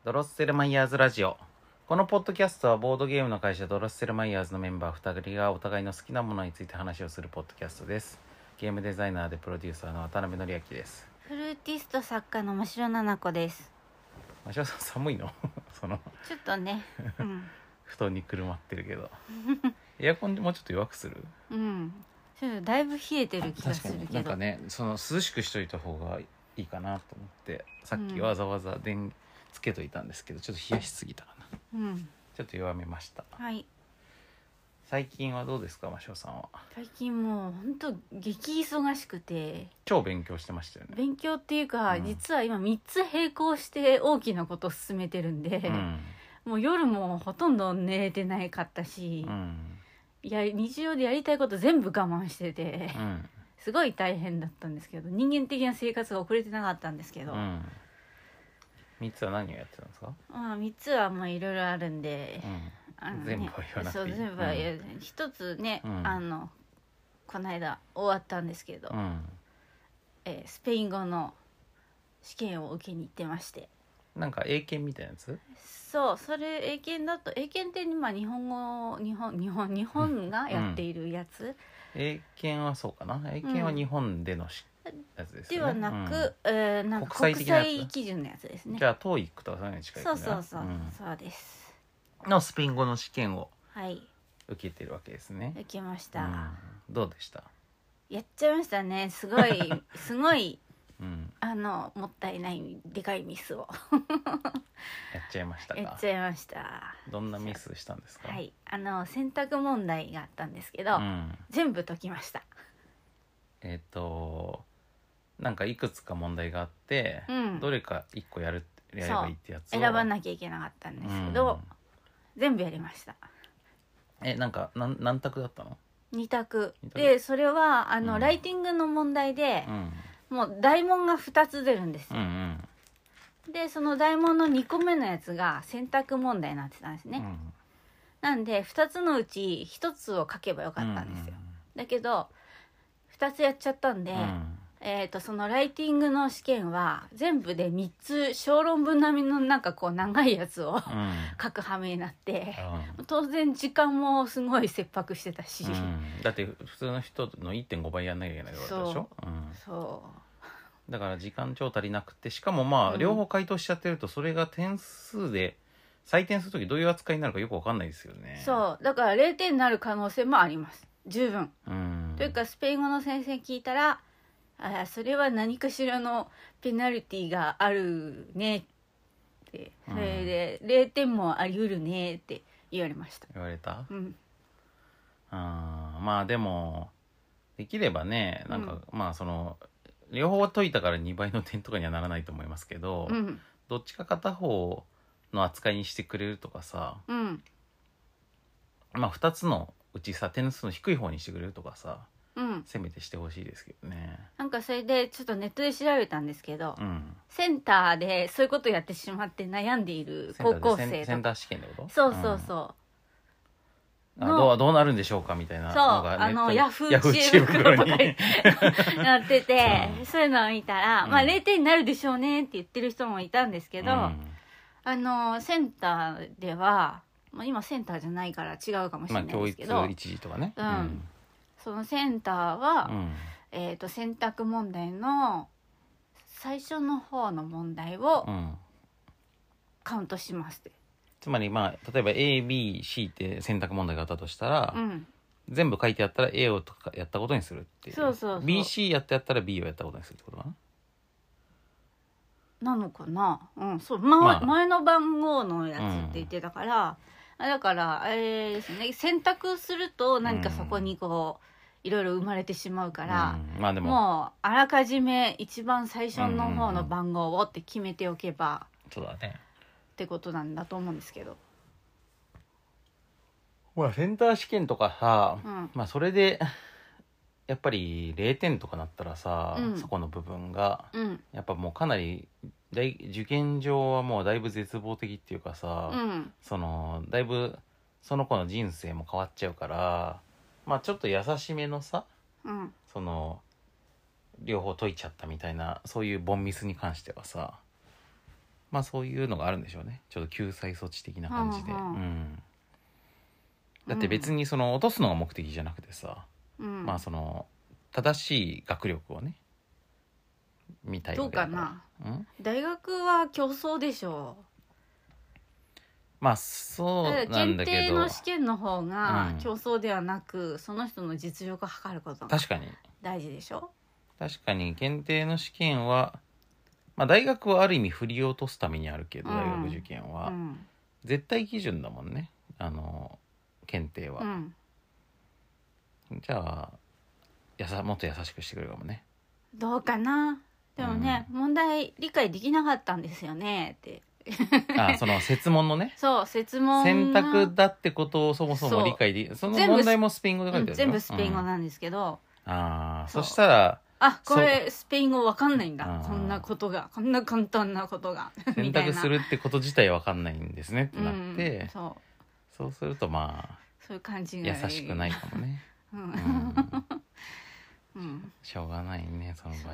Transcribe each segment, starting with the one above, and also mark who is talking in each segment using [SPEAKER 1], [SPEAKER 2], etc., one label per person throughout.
[SPEAKER 1] ドロッセルマイヤーズラジオ。このポッドキャストはボードゲームの会社ドロッセルマイヤーズのメンバー2人がお互いの好きなものについて話をするポッドキャストです。ゲームデザイナーでプロデューサーの渡辺則明です。
[SPEAKER 2] フルーティスト作家の真城奈々子です。
[SPEAKER 1] 真城さん寒いのその
[SPEAKER 2] ちょっとね、
[SPEAKER 1] 布団にくるまってるけどエアコンもうちょっと弱くする？
[SPEAKER 2] ちょっとだいぶ冷えてる気がするけど、
[SPEAKER 1] なんかね、その涼しくしといた方がいいかなと思ってさっきわざわざ電つけといたんですけど、ちょっと冷やしすぎたかな。ちょっと弱めました。
[SPEAKER 2] はい。
[SPEAKER 1] 最近はどうですか、真城さんは？
[SPEAKER 2] 最近もう本当激忙しくて、
[SPEAKER 1] 超勉強してましたよね。
[SPEAKER 2] 勉強っていうか、実は今3つ並行して大きなことを進めてるんで、もう夜もほとんど寝れてないかったし、日常でやりたいこと全部我慢してて、すごい大変だったんですけど、人間的な生活が遅れてなかったんですけど、
[SPEAKER 1] 3つは何をやってたんですか
[SPEAKER 2] ？3つはまあいろいろあるんで、
[SPEAKER 1] 全部は言わなくていい。
[SPEAKER 2] 全部は言わない。一つね、この間終わったんですけど、スペイン語の試験を受けに行ってまして。
[SPEAKER 1] なんか英検みたいなやつ？
[SPEAKER 2] そう、それ英検って今日本がやっているやつ。
[SPEAKER 1] 英検はそうかな。英検は日本でのやつですよね。
[SPEAKER 2] ではなく、なんか国際基準のやつですね。
[SPEAKER 1] じゃあ TOEIC とかそういうのに近いかな。
[SPEAKER 2] そうです。
[SPEAKER 1] のスペイン語の試験を受けてるわけですね。
[SPEAKER 2] 受けました。
[SPEAKER 1] どうでした？
[SPEAKER 2] やっちゃいましたね。すごいもったいないでかいミスを
[SPEAKER 1] やっちゃいましたか？
[SPEAKER 2] やっちゃいました。
[SPEAKER 1] どんなミスしたんですか？
[SPEAKER 2] はい、選択問題があったんですけど、全部解きました。
[SPEAKER 1] なんかいくつか問題があって、どれか1個やればいいってやつを
[SPEAKER 2] 選ばなきゃいけなかったんですけど、全部やりました。
[SPEAKER 1] なんか何択だったの
[SPEAKER 2] ？2択で、それはライティングの問題で、もう大問が2つ出るんですよ。でその大問の2個目のやつが選択問題になってたんですね。なんで2つのうち1つを書けばよかったんですよ。だけど2つやっちゃったんで、そのライティングの試験は全部で3つ小論文並みのなんかこう長いやつを書く羽目になって、当然時間もすごい切迫してたし、
[SPEAKER 1] だって普通の人の 1.5 倍やんなきゃいけないわけでしょ。そうだから時間超足りなくて、しかもまあ両方回答しちゃってると、それが点数で採点するときどういう扱いになるかよく分かんないですよね。
[SPEAKER 2] そうだから0点になる可能性もあります、十分。というかスペイン語の先生に聞いたら、それは何かしらのペナルティがあるねって、それで0点もあり得るねって言われました。
[SPEAKER 1] 言われた？まあでもできればね、なんか、まあその両方解いたから2倍の点とかにはならないと思いますけど、どっちか片方の扱いにしてくれるとかさ、まあ2つのうちさ点数の低い方にしてくれるとかさ、せめてしてほしいですけどね。
[SPEAKER 2] なんかそれでちょっとネットで調べたんですけど、センターでそういうことやってしまって悩んでいる高校生とか、
[SPEAKER 1] センター試験ってこと？
[SPEAKER 2] そう
[SPEAKER 1] どうなるんでしょうかみたいなのが
[SPEAKER 2] ヤフー知恵袋とかになってて、そういうのを見たら、まあ0点になるでしょうねって言ってる人もいたんですけど、センターでは、今センターじゃないから違うかもしれないですけど、
[SPEAKER 1] 教育一時とかね、
[SPEAKER 2] そのセンターは、選択問題の最初の方の問題をカウントしますって。
[SPEAKER 1] つまりまあ例えば A、B、C って選択問題があったとしたら、全部書いてあったら A をやったことにするっていう。BC やってやったら B をやったことにするってことか
[SPEAKER 2] なのかな。前の番号のやつって言ってたから、だからあれですね、選択すると何かそこにこういろいろ生まれてしまうから、もうあらかじめ一番最初の方の番号をって決めておけば、
[SPEAKER 1] そうだね
[SPEAKER 2] ってことなんだと思うんですけど、
[SPEAKER 1] センター試験とかさ、まあそれでやっぱり0点とかなったらさ、そこの部分が、やっぱもうかなり受験上はもうだいぶ絶望的っていうかさ、だいぶその子の人生も変わっちゃうから、まあちょっと優しめのさ、両方解いちゃったみたいな、そういうボンミスに関してはさ、 まあそういうのがあるんでしょうね。ちょっと救済措置的な感じで、だって別にその落とすのが目的じゃなくてさ、まあその正しい学力をね見たいわけだから。
[SPEAKER 2] どうかな、大学は競争でしょう。
[SPEAKER 1] まあそうなんだけど、
[SPEAKER 2] 検定の試験の方が競争ではなく、その人の実力を測ることが大事でしょ。
[SPEAKER 1] 確かに検定の試験は、まあ、大学はある意味振り落とすためにあるけど、大学受験は、絶対基準だもんね、検定は、じゃあもっと優しくしてくれるかもね。
[SPEAKER 2] どうかな。でもね、問題理解できなかったんですよねって
[SPEAKER 1] その設問のね、
[SPEAKER 2] そう設問
[SPEAKER 1] 選択だってことをそもそも理解で、その問題もスペイン語で書いてある、
[SPEAKER 2] 全部スペイン語なんですけど、
[SPEAKER 1] そしたら
[SPEAKER 2] これスペイン語わかんないんだ、こんなことが、こんな簡単なことが
[SPEAKER 1] 選択するってこと自体わかんないんですねってなって、そうするとまあ
[SPEAKER 2] そういう感じが
[SPEAKER 1] 優しくないかもね。しょうがないね、その場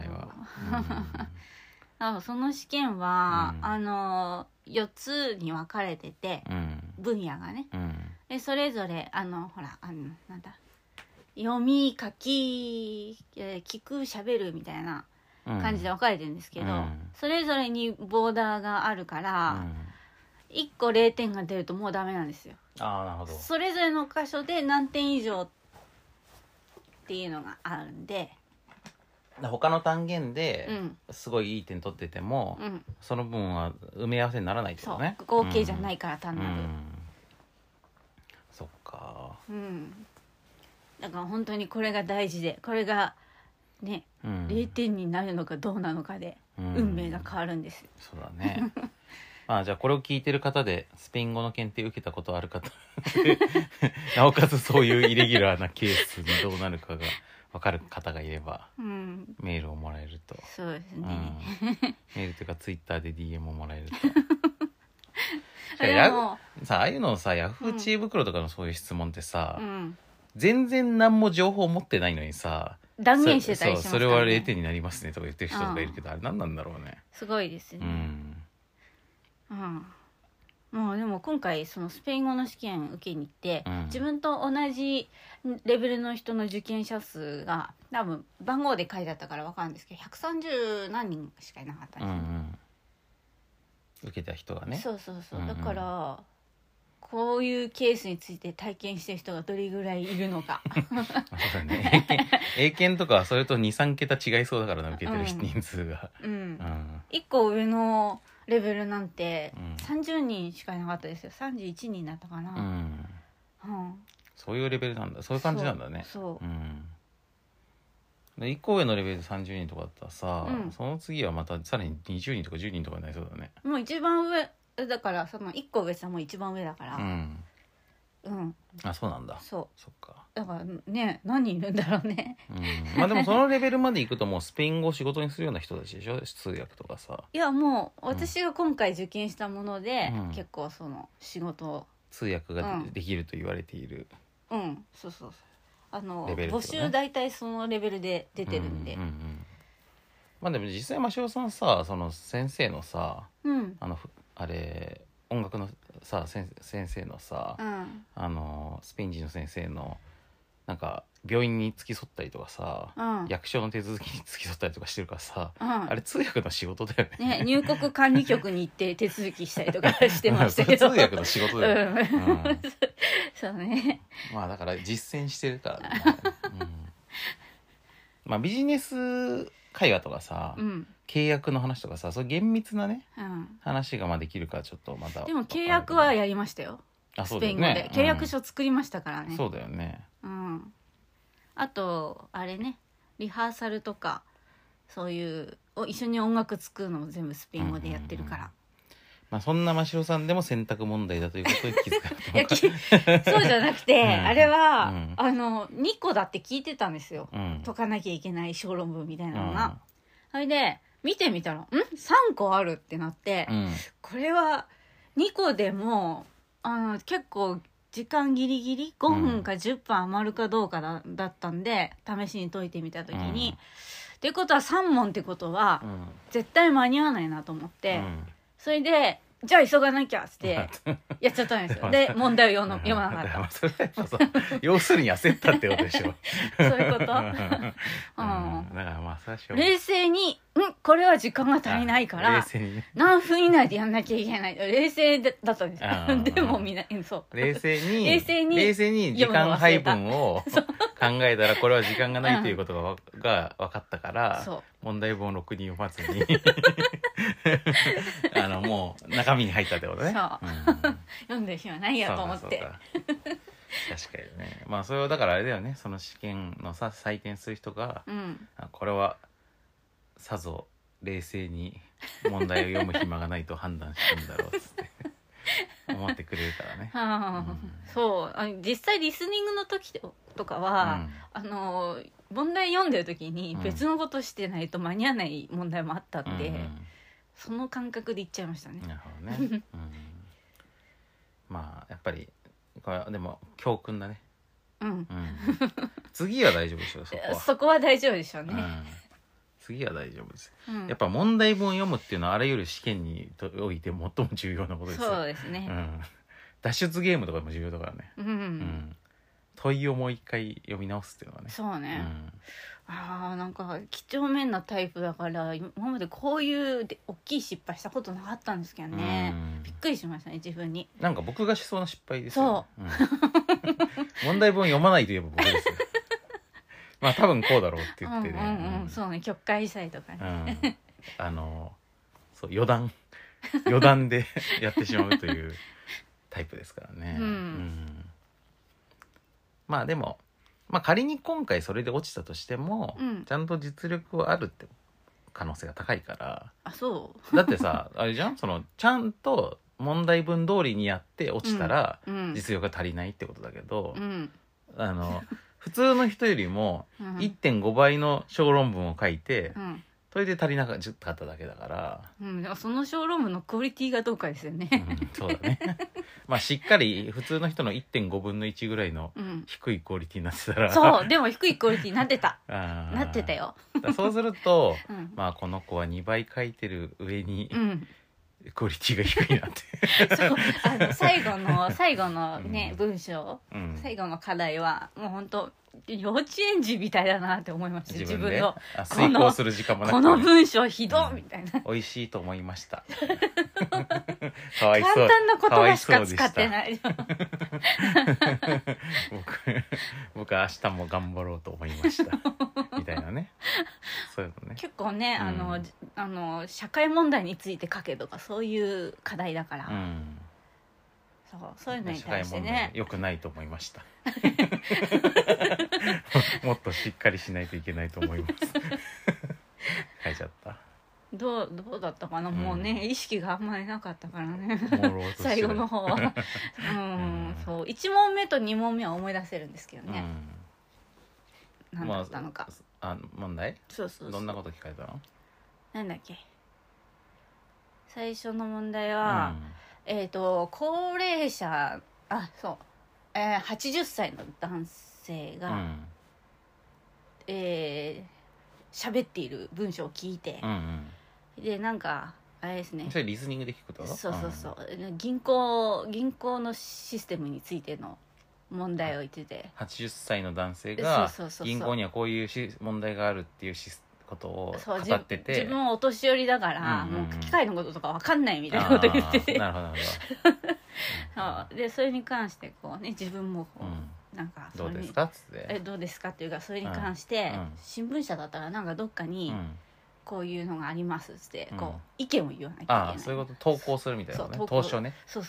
[SPEAKER 1] 合は。
[SPEAKER 2] その試験は、4つに分かれてて、分野がね、でそれぞれほらなんだ、読み書き聞くしゃべるみたいな感じで分かれてるんですけど、それぞれにボーダーがあるから、1個0点が出るともうダメなんですよ。
[SPEAKER 1] なるほど。
[SPEAKER 2] それぞれの箇所で何点以上っていうのがあるんで、
[SPEAKER 1] 他の単元ですごいいい点取ってても、その分は埋め合わせにならないってことね。
[SPEAKER 2] 合計じゃないから単なる、
[SPEAKER 1] そっか。
[SPEAKER 2] だから本当にこれが大事で、これがね、0点になるのかどうなのかで運命が変わるんですよ。
[SPEAKER 1] そうだね。まあじゃあこれを聞いてる方でスペイン語の検定受けたことある方なおかつそういうイレギュラーなケースにどうなるかが分かる方がいれば、メールをもらえると。
[SPEAKER 2] そうですね、
[SPEAKER 1] メールというかツイッターで DM をもらえるとさああいうのをさ、ヤフー知恵袋とかのそういう質問ってさ、全然何も情報持ってないのにさ
[SPEAKER 2] 断言してたりしますからね。
[SPEAKER 1] それは0点になりますねとか言ってる人とかいるけど、あれ何なんだろうね。
[SPEAKER 2] すごいですね。もうでも今回そのスペイン語の試験受けに行って、自分と同じレベルの人の受験者数が多分番号で書いてあったから分かるんですけど、130何人しかいなかったんですよ、
[SPEAKER 1] 受けた人がね。
[SPEAKER 2] そうだからこういうケースについて体験してる人がどれぐらいいるのか
[SPEAKER 1] そうだね。英検とかはそれと 2,3 桁違いそうだからな、受けてる人数が。
[SPEAKER 2] 1個上のレベルなんて30人しかいなかったですよ。31人だったかな。
[SPEAKER 1] そういうレベルなんだ、そういう感じなんだね。1個上のレベルで30人とかだったらさ、その次はまたさらに20人とか10人とかになりそうだね。
[SPEAKER 2] もう一番上だから、その1個上さんも一番上だから。
[SPEAKER 1] そうなんだ。
[SPEAKER 2] そ
[SPEAKER 1] っか。
[SPEAKER 2] だからね、何人いるんだろうね。
[SPEAKER 1] まあでもそのレベルまで行くともうスペイン語を仕事にするような人たちでしょ、通訳とかさ。
[SPEAKER 2] いやもう私が今回受験したもので、結構その仕事を
[SPEAKER 1] 通訳ができると言われている。
[SPEAKER 2] そう募集大体そのレベルで出てるんで。
[SPEAKER 1] まあでも実際マシオさんさ、その先生のさ、あれ音楽のさ先生のさ、スペイン人の先生のなんか病院に付き添ったりとかさ、役所の手続きに付き添ったりとかしてるからさ、あれ通訳の仕事だよね。
[SPEAKER 2] 入国管理局に行って手続きしたりとかしてましたけど
[SPEAKER 1] 通訳の仕事だよね。
[SPEAKER 2] そうね。
[SPEAKER 1] まあだから実践してるからね。まあビジネス会話とかさ、契約の話とかさ、そういう厳密なね、話がまあできるからちょっとまた。
[SPEAKER 2] でも契約はやりましたよ。スペイン語で契約書作りましたからね。
[SPEAKER 1] そうだよね。
[SPEAKER 2] あとあれね、リハーサルとかそういう一緒に音楽作るのも全部スペイン語でやってるから。
[SPEAKER 1] まあそんな真城さんでも選択問題だということで気づか
[SPEAKER 2] なかった。そうじゃなくて、あれは2個だって聞いてたんですよ。解かなきゃいけない小論文みたいなのが。それで見てみたら3個あるってなって、これは2個でも結構時間ギリギリ5分か10分余るかどうかだったんで、試しに解いてみた時に、っていうことは3問ってことは、絶対間に合わないなと思って、 それでじゃあ急がなきゃってやっちゃったんですよ。で問題を読まなかった。
[SPEAKER 1] それはやっぱ要するに焦ったってことでしょ。
[SPEAKER 2] そういうこと。だから
[SPEAKER 1] まあ最初
[SPEAKER 2] 冷静にこれは時間が足りないから冷静に、ね、何分以内でやんなきゃいけない冷静だったんですよ。でもみんなそう
[SPEAKER 1] 冷静に時間配分を考えたらこれは時間がないということが分かったから問題文をろくに読まずにもう中身に入ったってことね。
[SPEAKER 2] そう、読んでる暇ないやと思って。
[SPEAKER 1] 確かにね。まあそれはだからあれだよね、その試験のさ採点する人が、これはさぞ冷静に問題を読む暇がないと判断してるんだろうっつって思ってくれるからね。
[SPEAKER 2] そう実際リスニングの時とかは、問題読んでる時に別のことしてないと間に合わない問題もあったんで、その感覚で言っちゃいましたね。
[SPEAKER 1] なるほどね。まあやっぱりこれでも教訓だね。次は大丈夫でしょ。
[SPEAKER 2] そこは大丈夫でしょうね。
[SPEAKER 1] 次は大丈夫です。やっぱ問題文読むっていうのはあらゆる試験において最も重要なことですよ。
[SPEAKER 2] そうですね。
[SPEAKER 1] 脱出ゲームとかも重要だからね。問いをもう一回読み直すっていうのはね。
[SPEAKER 2] そうね。なんか几帳面なタイプだから今までこういう大きい失敗したことなかったんですけどね。びっくりしましたね自分に。
[SPEAKER 1] なんか僕がしそうな失敗ですよ。問題文読まないといえば僕ですよ。まあ多分こうだろうって言ってね。
[SPEAKER 2] そうね、曲解したりとかね。
[SPEAKER 1] そう余談でやってしまうというタイプですからね。まあでも、仮に今回それで落ちたとしても、ちゃんと実力はあるって可能性が高いから。
[SPEAKER 2] そう
[SPEAKER 1] だってさあれじゃん、ちゃんと問題文通りにやって落ちたら実力が足りないってことだけど、普通の人よりも 1.5 倍の小論文を書いて、それで足りなかっただけだから、
[SPEAKER 2] その小論文のクオリティがどうかですよね。
[SPEAKER 1] そうだね。しっかり普通の人の 1.5 分の1ぐらいの低いクオリティになってたら、
[SPEAKER 2] そうでも低いクオリティになってたなってたよ。
[SPEAKER 1] そうすると、この子は2倍書いてる上に、クオリティが低いなって
[SPEAKER 2] そう最後のね、文章、最後の課題はもう本当幼稚園児みたいだなって思いました。自分の
[SPEAKER 1] 遂行する時間もなく、
[SPEAKER 2] この文章ひどいみたいな、
[SPEAKER 1] 美味しいと思いましたかわいそう、
[SPEAKER 2] 簡単な言葉しか使ってない
[SPEAKER 1] 僕は明日も頑張ろうと思いましたみたいなね。そういうのね、
[SPEAKER 2] 結構ね、社会問題について書けとかそういう課題だから、そういうのに対してね、
[SPEAKER 1] 良くないと思いましたもっとしっかりしないといけないと思います書いちゃった。
[SPEAKER 2] どうだったかな、もうね意識があんまりなかったからね最後の方はそう1問目と2問目は思い出せるんですけどね、何だったのか、
[SPEAKER 1] 問題？
[SPEAKER 2] そう
[SPEAKER 1] どんなこと聞かれたの？
[SPEAKER 2] なんだっけ、最初の問題は、高齢者80歳の男性が喋っている文章を聞いて、でなんかあれですね、
[SPEAKER 1] それリスニングで聞くと、
[SPEAKER 2] そう銀行のシステムについての問題を言ってて、
[SPEAKER 1] 80歳の男性が銀行にはこういう問題があるっていうことを語ってて、
[SPEAKER 2] 自分はお年寄りだから、もう機械のこととか分かんないみたいなこと言ってて、
[SPEAKER 1] なるほど
[SPEAKER 2] そうでそれに関してこうね、自分もこう、なんか
[SPEAKER 1] どうですかっつって
[SPEAKER 2] どうですかっていうか、それに関して、新聞社だったらなんかどっかに、こういうのがありますっつってこう、意見を言わなきゃいけない。
[SPEAKER 1] そういうこと、投稿するみたいなね、投書ね。
[SPEAKER 2] そう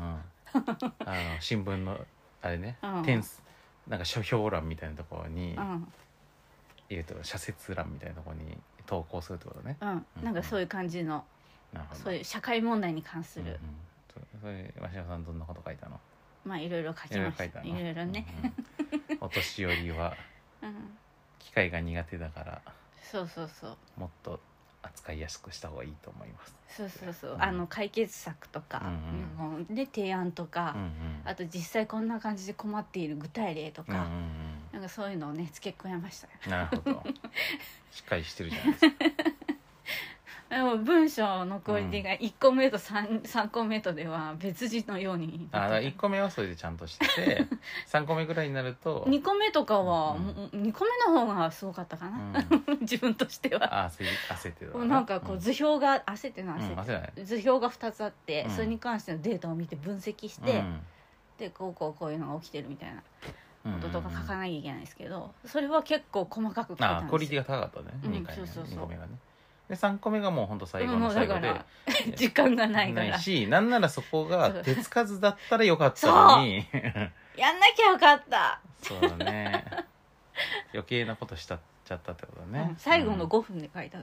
[SPEAKER 1] 新聞のあれね、なんか書評欄みたいなところに、社説欄みたいなところに投稿するってことね。なんかそういう感じの、そういう社会問題に関する。 それ鷲尾さんどんなこと書いたの？
[SPEAKER 2] まあいろいろ書きました。いろいろね。
[SPEAKER 1] お年寄りは機械が苦手だから、もっと扱いやすくした方がいいと思います。解決策とか、で提案とか、あと実際こんな感じで困っている具体例とか、なんかそういうのをね付け加えましたよ。 なるほどしっかりしてるじゃないですか。
[SPEAKER 2] でも文章のクオリティが1個目と 3個目とでは別人のように
[SPEAKER 1] だから1個目はそれでちゃんとしてて3個目ぐらいになると
[SPEAKER 2] 2個目とかは、2個目の方がすごかったかな、自分としては。
[SPEAKER 1] 焦ってた
[SPEAKER 2] なんかこう図表が焦ってない図表が2つあって、それに関してのデータを見て分析して、でこういうのが起きてるみたいなこととか書かなきゃいけないですけど、それは結構細かく書いたんですよ。
[SPEAKER 1] クオリティが高かったね、2回目2個目がね。で3個目がもうほんと最後の最後で、
[SPEAKER 2] 時間がないから
[SPEAKER 1] ないし、なんならそこが手つかずだったらよかったのに
[SPEAKER 2] やんなきゃよかった。
[SPEAKER 1] そうだね、余計なことしちゃったってことだね、
[SPEAKER 2] 最後の5分で書いた、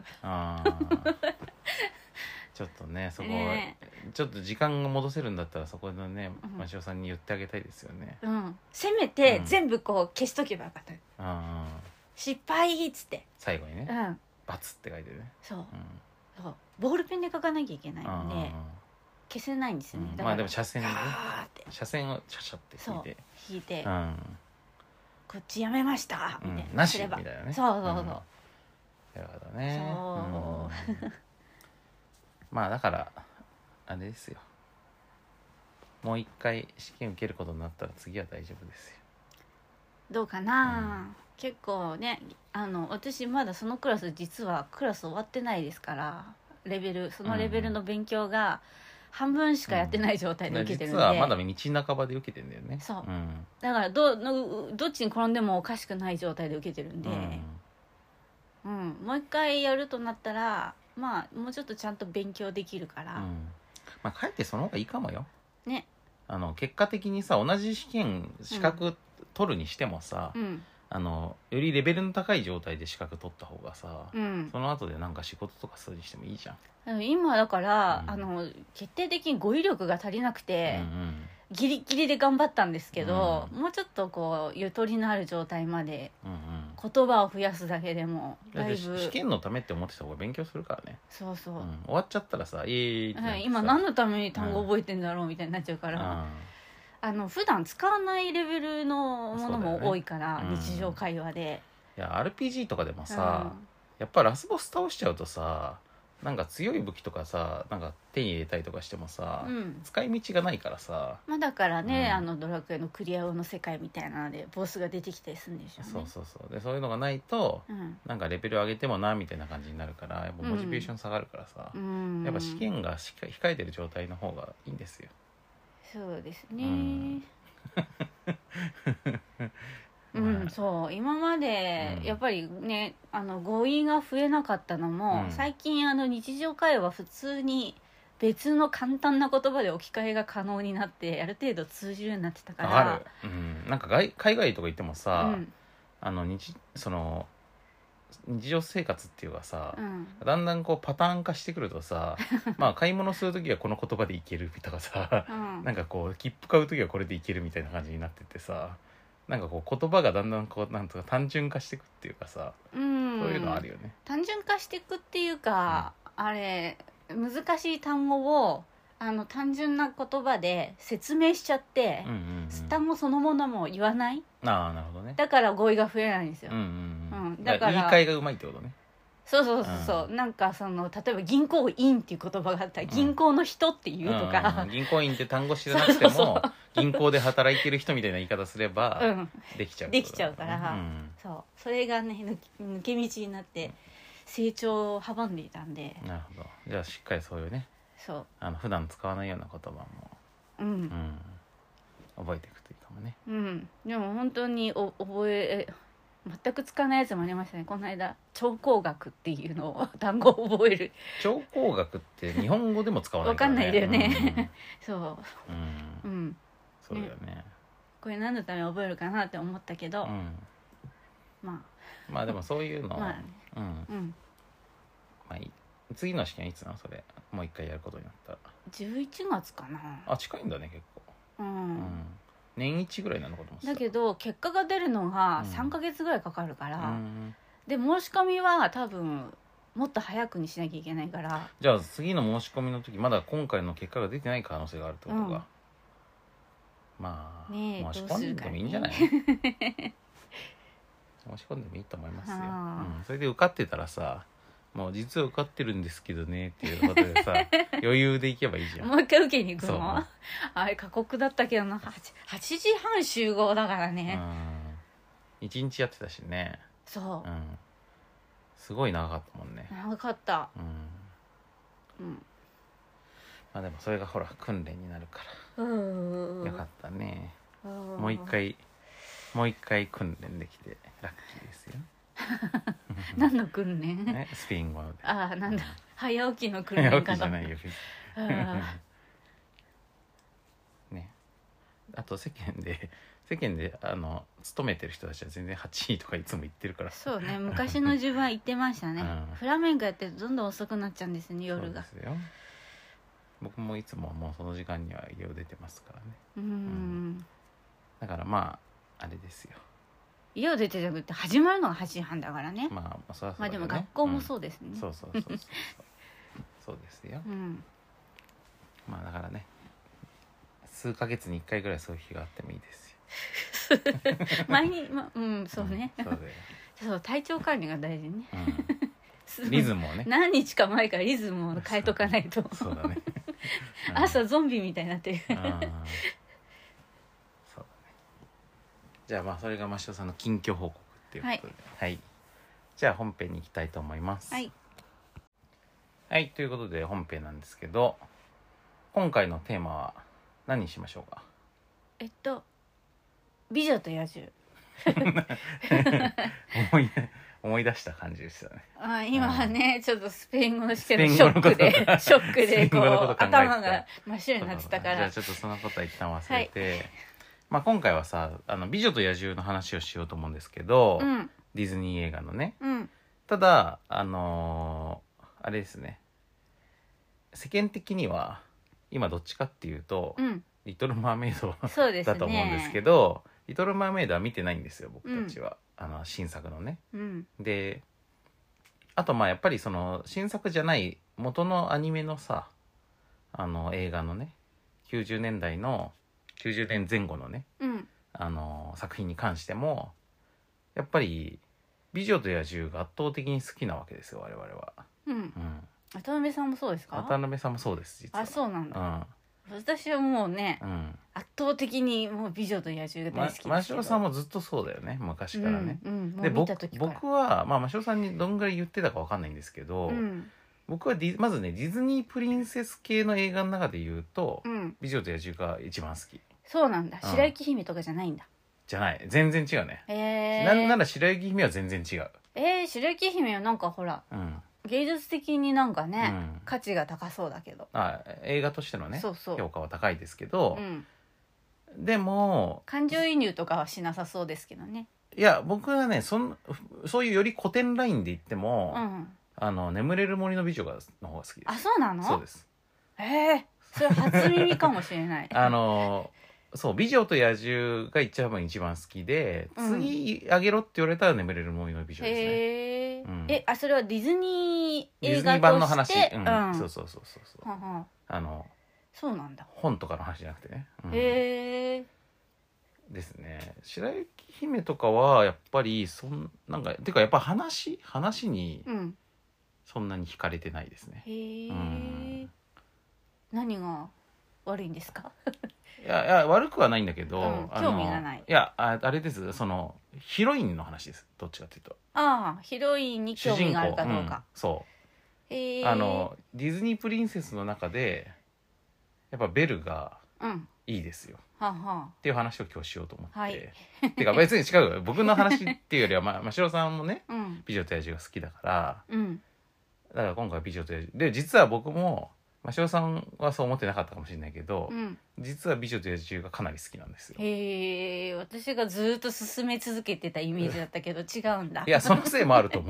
[SPEAKER 1] ちょっとねそこは、ちょっと時間が戻せるんだったらそこのね真汐さんに言ってあげたいですよね。
[SPEAKER 2] せめて全部こう消しとけばよかった、失敗っつって
[SPEAKER 1] 最後にね、バツって書いてね。
[SPEAKER 2] そう、ボールペンで書かなきゃいけないので消せないんですよね。
[SPEAKER 1] まあでも斜線でね、斜線をシャシャって
[SPEAKER 2] 引いてこっちやめましたみたいな、
[SPEAKER 1] なしみたいなね。
[SPEAKER 2] そうなるほ
[SPEAKER 1] どね。まあだからあれですよ、もう一回試験受けることになったら次は大丈夫ですよ。
[SPEAKER 2] どうかな、結構ね、私まだそのクラス実はクラス終わってないですから、そのレベルの勉強が半分しかやってない状態で受けてるんで、
[SPEAKER 1] 実はまだ道半ばで受けてるんだよね。
[SPEAKER 2] そう、だからどっちに転んでもおかしくない状態で受けてるんで、もう一回やるとなったらまあもうちょっとちゃんと勉強できるから、
[SPEAKER 1] まあかえってその方がいいかもよ
[SPEAKER 2] ね。
[SPEAKER 1] 結果的にさ、同じ資格取るにしてもさ、よりレベルの高い状態で資格取った方がさ、その後でなんか仕事とかするにしてもいいじゃん。
[SPEAKER 2] 今だから、決定的に語彙力が足りなくて、ギリギリで頑張ったんですけど、もうちょっとこうゆとりのある状態まで、言葉を増やすだけでもだいぶ
[SPEAKER 1] 試験のためって思ってた方が勉強するからね。
[SPEAKER 2] そうそう、
[SPEAKER 1] 終わっちゃったらさ、
[SPEAKER 2] 今何のために単語覚えてんだろうみたいになっちゃうから、普段使わないレベルのものも多いから、日常会話で。
[SPEAKER 1] いや RPG とかでもさ、やっぱラスボス倒しちゃうとさ、なんか強い武器とかさ、なんか手に入れたりとかしてもさ、使い道がないからさ、
[SPEAKER 2] まあだからね、ドラクエのクリアの世界みたいなのでボスが出てきたりするんでしょうね。
[SPEAKER 1] そうで、そういうのがないと、なんかレベル上げてもなみたいな感じになるから、やっぱモチベーション下がるからさ、やっぱ試験が控えてる状態の方がいいんですよ。
[SPEAKER 2] そうですね。そう、今までやっぱりね、語彙が増えなかったのも、最近日常会話普通に別の簡単な言葉で置き換えが可能になって、ある程度通じるようになってたから。
[SPEAKER 1] なんか海外とか行ってもさ、その日常生活っていうかさ、だんだんこうパターン化してくるとさまあ買い物する時はこの言葉でいけるとかさ、なんかこう切符買う時はこれでいけるみたいな感じになっててさ、なんかこう言葉がだんだんこうなんとか単純化していくっていうかさ、そういうのあるよね。単
[SPEAKER 2] 純化していくっていうか、あれ難しい単語を単純な言葉で説明しちゃって、単語そのものも言わない。
[SPEAKER 1] なるほどね。
[SPEAKER 2] だから語彙が増えないんですよ。
[SPEAKER 1] だから言い換えがうまいってことね。
[SPEAKER 2] そう、なんか例えば銀行員っていう言葉があったら、銀行の人っていうとか、
[SPEAKER 1] 銀行員って単語知らなくても銀行で働いてる人みたいな言い方すればできちゃう
[SPEAKER 2] から、それがね抜け道になって成長を阻んでいたんで。
[SPEAKER 1] なるほど。じゃあしっかりそういうね、普段使わないような言葉も覚えていくといいかもね。
[SPEAKER 2] でも本当に全く使わないやつもありましたね。この間超工学っていうのを単語を覚える。
[SPEAKER 1] 超工学って日本語でも使わないからね。
[SPEAKER 2] 分かんないだよね。そう
[SPEAKER 1] そうだよね。
[SPEAKER 2] これ何のために覚えるかなって思ったけど、ま
[SPEAKER 1] あでもそういうの次の試験いつなのそれ、もう一回やることになったら。
[SPEAKER 2] 11月かな。
[SPEAKER 1] 近いんだね結構。年一ぐらいなのかと思ってた。
[SPEAKER 2] だけど結果が出るのが3ヶ月ぐらいかかるから、で申し込みは多分もっと早くにしなきゃいけないから。
[SPEAKER 1] じゃあ次の申し込みの時まだ今回の結果が出てない可能性があるってことか。まあ申し込んでもいいんじゃない？申し込んでもいいと思いますよ。それで受かってたらさ、 もう実は受かってるんですけどねっていうことでさ余裕で行けばいいじゃん。
[SPEAKER 2] もう一回受けに行く
[SPEAKER 1] そう
[SPEAKER 2] の？あれ過酷だったけどな。8時半集合だからね。
[SPEAKER 1] 1日やってたしね。
[SPEAKER 2] そう、
[SPEAKER 1] すごい長かったもんね。
[SPEAKER 2] 長かった。
[SPEAKER 1] まあでもそれがほら訓練になるからよかったね。もう一回訓練できてラッキーですよ。
[SPEAKER 2] 何の訓練？
[SPEAKER 1] スペイン語で。
[SPEAKER 2] ああ、なんだ、早起きの訓練かな。
[SPEAKER 1] 早起きじゃないよ別に。ね。あと世間で勤めてる人たちは全然8時とかいつも言ってるから。
[SPEAKER 2] そうね、昔の自分は言ってましたね。フラメンコやってどんどん遅くなっちゃうんですね、夜が。
[SPEAKER 1] そうですよ。僕もいつももうその時間には家を出てますからね。だからまああれですよ。
[SPEAKER 2] 家を出てじゃなくて始まるのが8時半だからね。
[SPEAKER 1] まあそりゃそうだね。
[SPEAKER 2] まあでも学校もそうですね。
[SPEAKER 1] そうそうですよ。まあだからね、数ヶ月に1回ぐらいそういう日があってもいいですよ。
[SPEAKER 2] 前にそうね。
[SPEAKER 1] そうだよ。
[SPEAKER 2] そう、体調管理が大事ね。
[SPEAKER 1] リズムをね。
[SPEAKER 2] 何日か前からリズムを変えとかないと。
[SPEAKER 1] そうだね。
[SPEAKER 2] 朝ゾンビみたいになってる。
[SPEAKER 1] そうだね。じゃあまあそれがマシオさんの近況報告っていうことで、はい。じゃあ本編に行きたいと思います。はい。はい、ということで本編なんですけど、今回のテーマは何にしましょうか。
[SPEAKER 2] 美女と野獣。
[SPEAKER 1] 思い出した感じでしたね。
[SPEAKER 2] 今はね、ちょっとスペイン語の試験のショックでこう頭が真っ白になってたから。
[SPEAKER 1] じゃあちょっとそのことは一旦忘れて、まあ今回はさ、美女と野獣の話をしようと思うんですけど、ディズニー映画のね。ただあれですね。世間的には今どっちかっていうと、リトルマーメイドだと思うんですけど、リトルマーメイドは見てないんですよ僕たちは。新作のね。で、あとまあやっぱりその新作じゃない元のアニメのさ、映画のね、90年代の90年前後のね、作品に関してもやっぱり美女と野獣が圧倒的に好きなわけですよ我々は。
[SPEAKER 2] 渡辺さんもそうですか？
[SPEAKER 1] 渡辺さんもそうです実は。
[SPEAKER 2] そうなんだ。私はもうね、圧倒的にもう美女と野獣が大好きですけど。
[SPEAKER 1] マシオさんもずっとそうだよね昔からね。で僕はまあマシオさんにどんぐらい言ってたかわかんないんですけど、僕はまずねディズニープリンセス系の映画の中で言うと、美女と野獣が一番好き。
[SPEAKER 2] そうなんだ。白雪姫とかじゃないんだ。
[SPEAKER 1] じゃない、全然違うね。なんなら白雪姫は全然違う。
[SPEAKER 2] 白雪姫はなんかほら、芸術的になんかね、価値が高そうだけど。
[SPEAKER 1] 映画としてのね、評価は高いですけど、でも
[SPEAKER 2] 感情移入とかはしなさそうですけどね。
[SPEAKER 1] いや僕はねそういうより古典ラインで言っても、眠れる森の美女の方が好きです。
[SPEAKER 2] そうなの？
[SPEAKER 1] そうです。
[SPEAKER 2] それ初耳かもしれない。
[SPEAKER 1] そう美女と野獣が一番好きで、次あげろって言われたら眠れる森の美女ですね。
[SPEAKER 2] それはディズニー映画として、
[SPEAKER 1] ディズニー版の話。そうそう。
[SPEAKER 2] そうなんだ。
[SPEAKER 1] 本とかの話じゃなくてね。ですね。白雪姫とかはやっぱりなんかてかやっぱ話にそんなに惹かれてないですね。
[SPEAKER 2] 何が悪いんですか？
[SPEAKER 1] いや悪くはないんだけど、
[SPEAKER 2] 興味がない。
[SPEAKER 1] いやあれです。そのヒロインの話です。どっちかというと。
[SPEAKER 2] ヒロインに興味があるかどうか。
[SPEAKER 1] そう。ディズニープリンセスの中でやっぱベルがいいですよ。っていう話を今日しようと思って。てか別に違うよ。僕の話っていうよりは真城さんもね、美女と野獣が好きだから。だから今回美女と野獣で、実は僕も真城さんはそう思ってなかったかもしれないけど、実は美女と野獣がかなり好きなんですよ。
[SPEAKER 2] 私がずっと勧め続けてたイメージだったけど違うんだ。
[SPEAKER 1] いやそのせいもあると思う。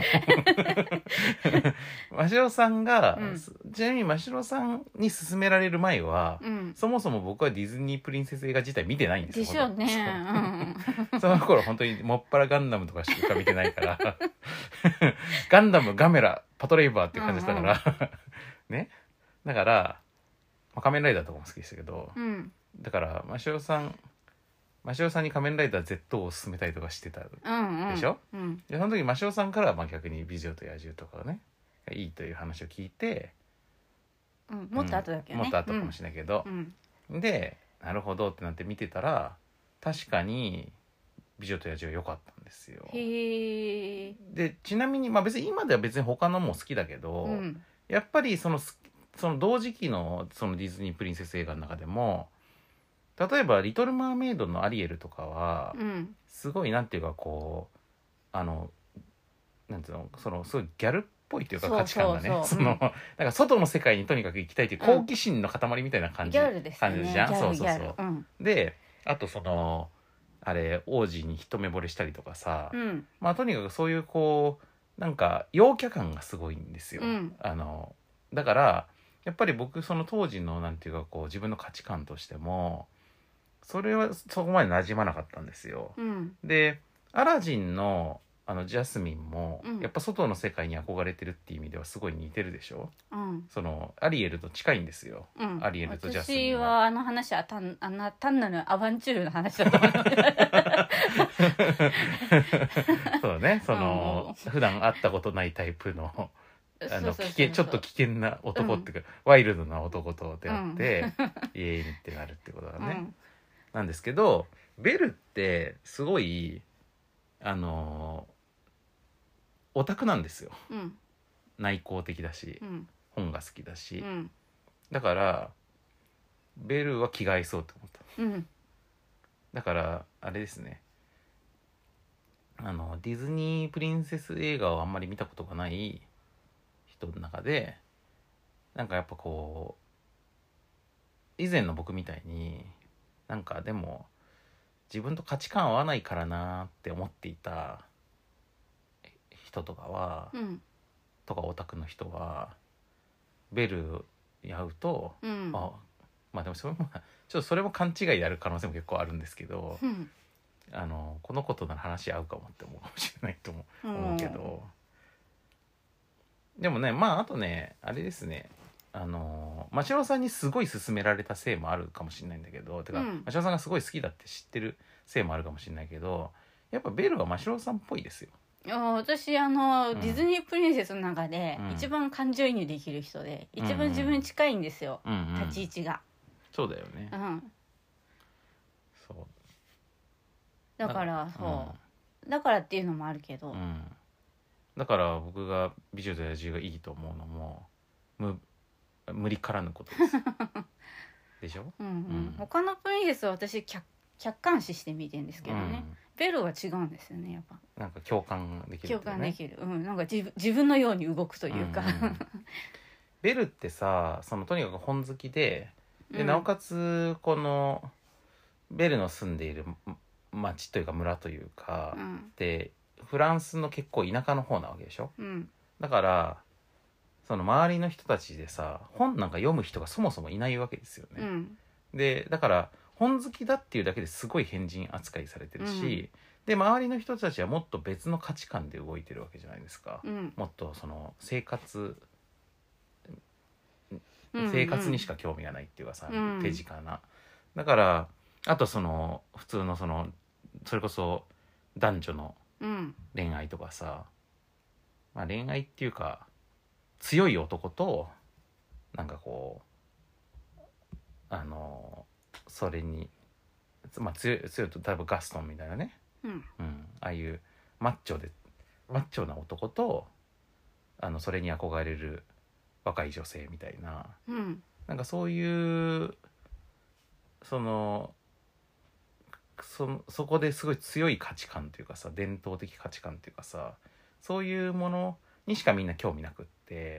[SPEAKER 1] 真城さんが、ちなみに真城さんに勧められる前は、そもそも僕はディズニープリンセス映画自体見てないんですよ。
[SPEAKER 2] でしょうね。
[SPEAKER 1] その頃本当にもっぱらガンダムとかしか見てないからガンダムガメラパトレイバーっていう感じだったからね。だから、仮面ライダーとかも好きでしたけど、だから真城さんに仮面ライダー Z を勧めたりとかしてたでしょ。でその時真城さんからは逆に美女と野獣とかねいいという話を聞いて、
[SPEAKER 2] もっと後だけどね、
[SPEAKER 1] もっと後かもしれないけど、でなるほどってなって見てたら確かに美女と野獣は良かったんですよ。
[SPEAKER 2] へえ。
[SPEAKER 1] でちなみに別に今では別に他のも好きだけど、やっぱりその同時期のそのディズニープリンセス映画の中でも例えば「リトル・マーメイド」のアリエルとかは、すごいなんていうかこうなんていうのすごいギャルっぽいというか価値観がねなんか外の世界にとにかく行きたいという好奇心の塊みたいな感じ、
[SPEAKER 2] ギャルですね、
[SPEAKER 1] じゃん。そう
[SPEAKER 2] そう
[SPEAKER 1] であとあれ王子に一目惚れしたりとかさ、とにかくそういうこうなんか陽キャ感がすごいんですよ。だからやっぱり僕その当時のなんていうかこう自分の価値観としてもそれはそこまで馴染まなかったんですよ。でアラジンのジャスミンも、やっぱ外の世界に憧れてるっていう意味ではすごい似てるでしょ、そのアリエルと近いんですよ、アリエルとジャスミンは。
[SPEAKER 2] 私は話は単なるアバンチュールの話だと思う
[SPEAKER 1] そうね普段会ったことないタイプのちょっと危険な男っていうか、ワイルドな男と出会って、イエーイってなるってことだね、なんですけどベルってすごいオタクなんですよ、内向的だし、本が好きだし、だからベルは気が合いそうって思った、だからあれですねディズニープリンセス映画をあんまり見たことがない人の中でなんかやっぱこう以前の僕みたいになんかでも自分と価値観合わないからなって思っていた人とかは、とかオタクの人はベルに会うと、でもそれもちょっとそれも勘違いである可能性も結構あるんですけど、このことなら話合うかもって思うかもしれないと思うけど、でもねあとねあれですね真城さんにすごい勧められたせいもあるかもしれないんだけど、てか真城さんがすごい好きだって知ってるせいもあるかもしれないけど、やっぱベルは真城さんっぽいですよ。
[SPEAKER 2] 私ディズニープリンセスの中で一番感情移入できる人で、一番自分に近いんですよ、立ち位置が。
[SPEAKER 1] そうだよね、そう
[SPEAKER 2] だからだからっていうのもあるけど、
[SPEAKER 1] だから僕が美女と野獣がいいと思うのも無理からぬことですでしょ、
[SPEAKER 2] 他のプリンセスは私客観視して見てるんですけどね、ベルは違うんですよね。やっぱ
[SPEAKER 1] なんか共感できる、
[SPEAKER 2] 共感できる、なんか自分のように動くというか、
[SPEAKER 1] ベルってさとにかく本好きでなおかつこのベルの住んでいる町というか村というか、でフランスの結構田舎の方なわけでしょ、だから周りの人たちでさ本なんか読む人がそもそもいないわけですよね、でだから本好きだっていうだけですごい変人扱いされてるし、で周りの人たちはもっと別の価値観で動いてるわけじゃないですか、もっと生活にしか興味がないっていうかさ、手近な。だからあと普通のそれこそ男女の恋愛とかさ、恋愛っていうか強い男となんかこうそれに強いと多分ガストンみたいなね、ああいうマッチョな男とそれに憧れる若い女性みたいな、なんかそういうそこですごい強い価値観というかさ、伝統的価値観というかさ、そういうものにしかみんな興味なくって、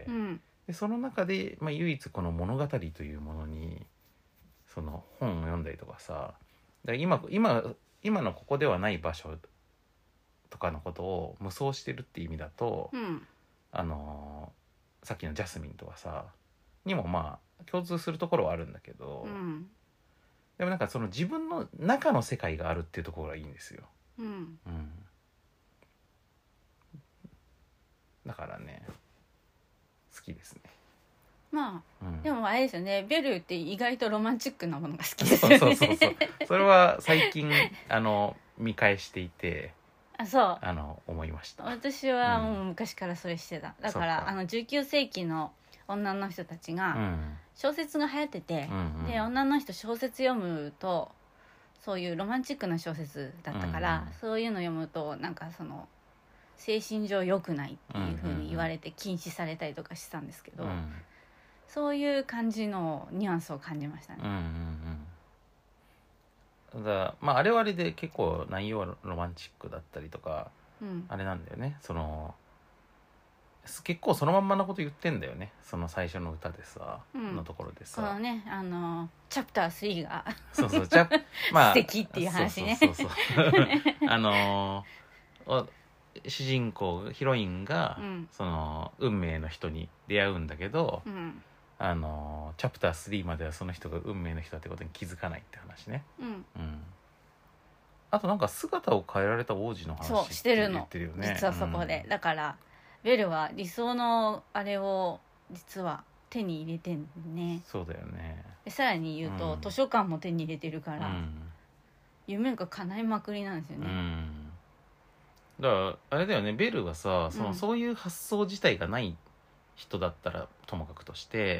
[SPEAKER 1] でその中で、唯一この物語というものに本を読んだりとかさ、だから今のここではない場所とかのことを無双してるっていう意味だと、さっきのジャスミンとかさにも共通するところはあるんだけど、でもなんか自分の中の世界があるっていうところがいいんですよ、だからね好きですね。
[SPEAKER 2] でもあれですよね、ベルって意外とロマンチックなものが好きですよね。
[SPEAKER 1] そうそれは最近見返していて、
[SPEAKER 2] そう
[SPEAKER 1] 思いました。
[SPEAKER 2] 私はもう昔からそれしてた、だから19世紀の女の人たちが小説が流行ってて、で女の人小説読むとそういうロマンチックな小説だったから、そういうの読むとなんかその精神上良くないっていう風に言われて禁止されたりとかしてたんですけど、そういう感じのニュアンスを感じましたね。
[SPEAKER 1] まああれはあれで結構内容はロマンチックだったりとか、あれなんだよね、結構そのまんまのこと言ってんだよね、その最初の歌でさ、のところでさ、
[SPEAKER 2] このねチャプター3が
[SPEAKER 1] そうそう
[SPEAKER 2] まあ、素敵っていう話ね。
[SPEAKER 1] そう主人公ヒロインが、その運命の人に出会うんだけど、チャプター3まではその人が運命の人だってことに気づかないって話ね。あとなんか姿を変えられた王子の話
[SPEAKER 2] そうしてるの、
[SPEAKER 1] 言ってるよね、
[SPEAKER 2] 実はそこで、だからベルは理想のあれを実は手に入れてんね。
[SPEAKER 1] そうだよね。
[SPEAKER 2] でさらに言うと、図書館も手に入れてるから、夢が叶いまくりなんですよね。
[SPEAKER 1] だからあれだよね、ベルはさ、そういう発想自体がない人だったらともかくとして、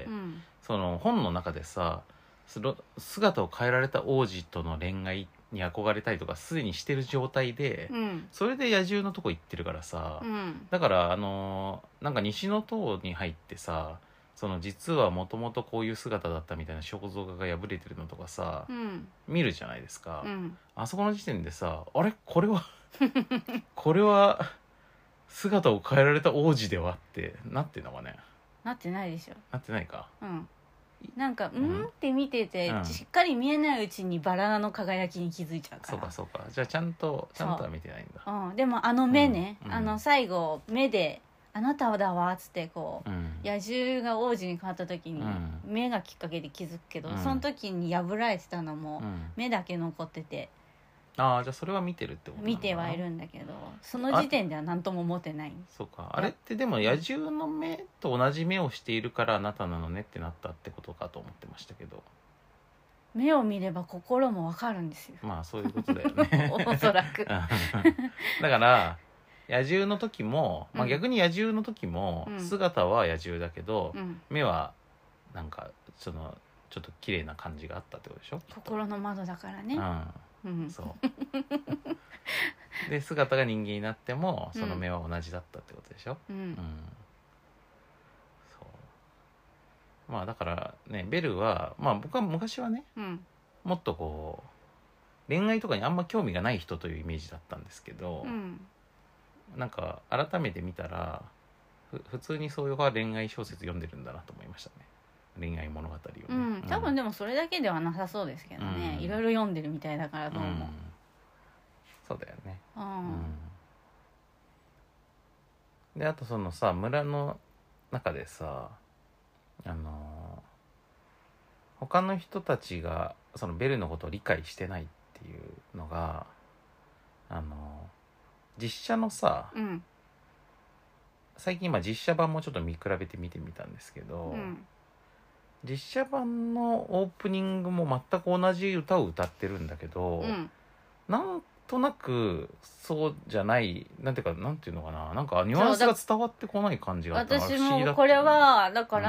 [SPEAKER 1] その本の中でさ、姿を変えられた王子との恋愛に憧れたりとかすでにしてる状態で、それで野獣のとこ行ってるからさ、だからなんか西の塔に入ってさ、その実はもともとこういう姿だったみたいな肖像画が破れてるのとかさ、見るじゃないですか、あそこの時点でさ、あれこれはこれは姿を変えられた王子ではってなってんのかね。
[SPEAKER 2] なってないでしょ。
[SPEAKER 1] なってないか。
[SPEAKER 2] なんかって見てて、しっかり見えないうちにバラの輝きに気づいちゃうから。
[SPEAKER 1] そうかじゃあちゃんとは見てないんだ。
[SPEAKER 2] でも目ね、最後目であなただわっつってこう、野獣が王子に変わった時に、目がきっかけで気づくけど、その時に破られてたのも、目だけ残ってて、
[SPEAKER 1] じゃあそれは見てるってこと
[SPEAKER 2] 見てはいるんだけど、その時点では何とも思ってない。
[SPEAKER 1] そうか、あれってでも野獣の目と同じ目をしているからあなたなのねってなったってことかと思ってましたけど、
[SPEAKER 2] 目を見れば心もわかるんですよ。
[SPEAKER 1] まあそういうことだよね
[SPEAKER 2] おそらく
[SPEAKER 1] だから野獣の時も、逆に野獣の時も姿は野獣だけど、目はなんかちょっと綺麗な感じがあったってことでしょ。
[SPEAKER 2] 心の窓だからね。
[SPEAKER 1] そうで姿が人間になってもその目は同じだったってことでしょ。そうまあだからね、ベルは僕は昔はね、もっとこう恋愛とかにあんま興味がない人というイメージだったんですけど、なんか改めて見たら普通にそういう恋愛小説読んでるんだなと思いましたね。恋愛物語をね、
[SPEAKER 2] 多分でもそれだけではなさそうですけどね、いろいろ読んでるみたいだからどうも、
[SPEAKER 1] そうだよね。であとそのさ、村の中でさ、他の人たちがそのベルのことを理解してないっていうのが実写のさ、最近実写版もちょっと見比べて見てみたんですけど、実写版のオープニングも全く同じ歌を歌ってるんだけど、なんとなくそうじゃない、なんていうのかな、なんかニュアンスが伝わってこない感じがあった。
[SPEAKER 2] 私もこれはだから、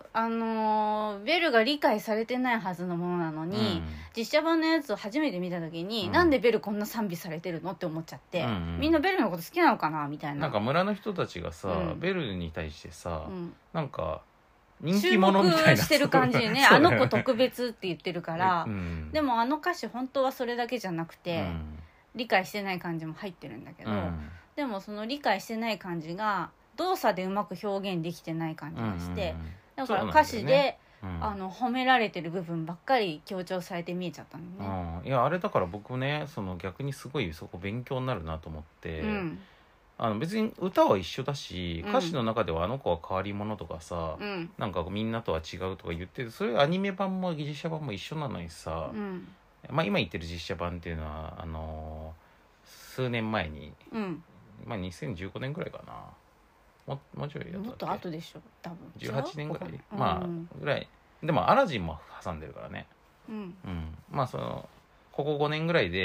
[SPEAKER 2] ベルが理解されてないはずのものなのに、実写版のやつを初めて見た時に、なんでベルこんな賛美されてるのって思っちゃって、みんなベルのこと好きなのかなみたいな。
[SPEAKER 1] なんか村の人たちがさ、ベルに対してさ、なんか人気者みたいな
[SPEAKER 2] 注目してる感じでねあの子特別って言ってるから、でもあの歌詞本当はそれだけじゃなくて、理解してない感じも入ってるんだけど、でもその理解してない感じが動作でうまく表現できてない感じがして、だから歌詞で、褒められてる部分ばっかり強調されて見えちゃったのね。
[SPEAKER 1] いやあれだから僕ね、その逆にすごいそこ勉強になるなと思って、別に歌は一緒だし、歌詞の中ではあの子は変わり者とかさ、なんかみんなとは違うとか言ってる、それアニメ版も実写版も一緒なのにさ、今言ってる実写版っていうのは数年前に、2015年ぐらいかな、もうちょいやったっけ、
[SPEAKER 2] もっと後でしょ多分。
[SPEAKER 1] 18年ぐらい、ぐらいでもアラジンも挟んでるからね。そのここ5年ぐらいで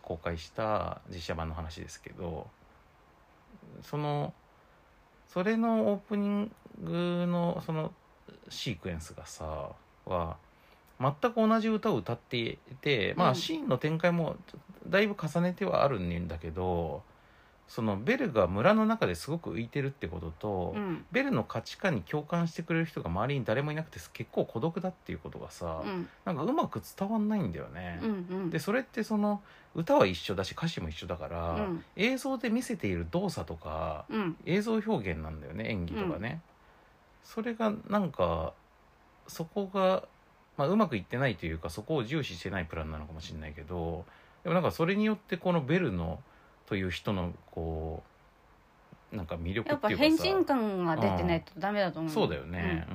[SPEAKER 1] 公開した実写版の話ですけど、それのオープニングのそのシークエンスがさは全く同じ歌を歌っていて、まあシーンの展開もだいぶ重ねてはあるんだけど、そのベルが村の中ですごく浮いてるってことと、ベルの価値観に共感してくれる人が周りに誰もいなくて結構孤独だっていうことがさ、なんかうまく伝わんないんだよね。でそれってその歌は一緒だし歌詞も一緒だから、映像で見せている動作とか、映像表現なんだよね、演技とかね。それがなんかそこが、まあ、うまくいってないというか、そこを重視してないプランなのかもしれないけど、でもなんかそれによってこのベルのという人のこうなんか魅力っていうかさ、
[SPEAKER 2] やっぱ変身感が出てないとダメだと思う。
[SPEAKER 1] そうだよね。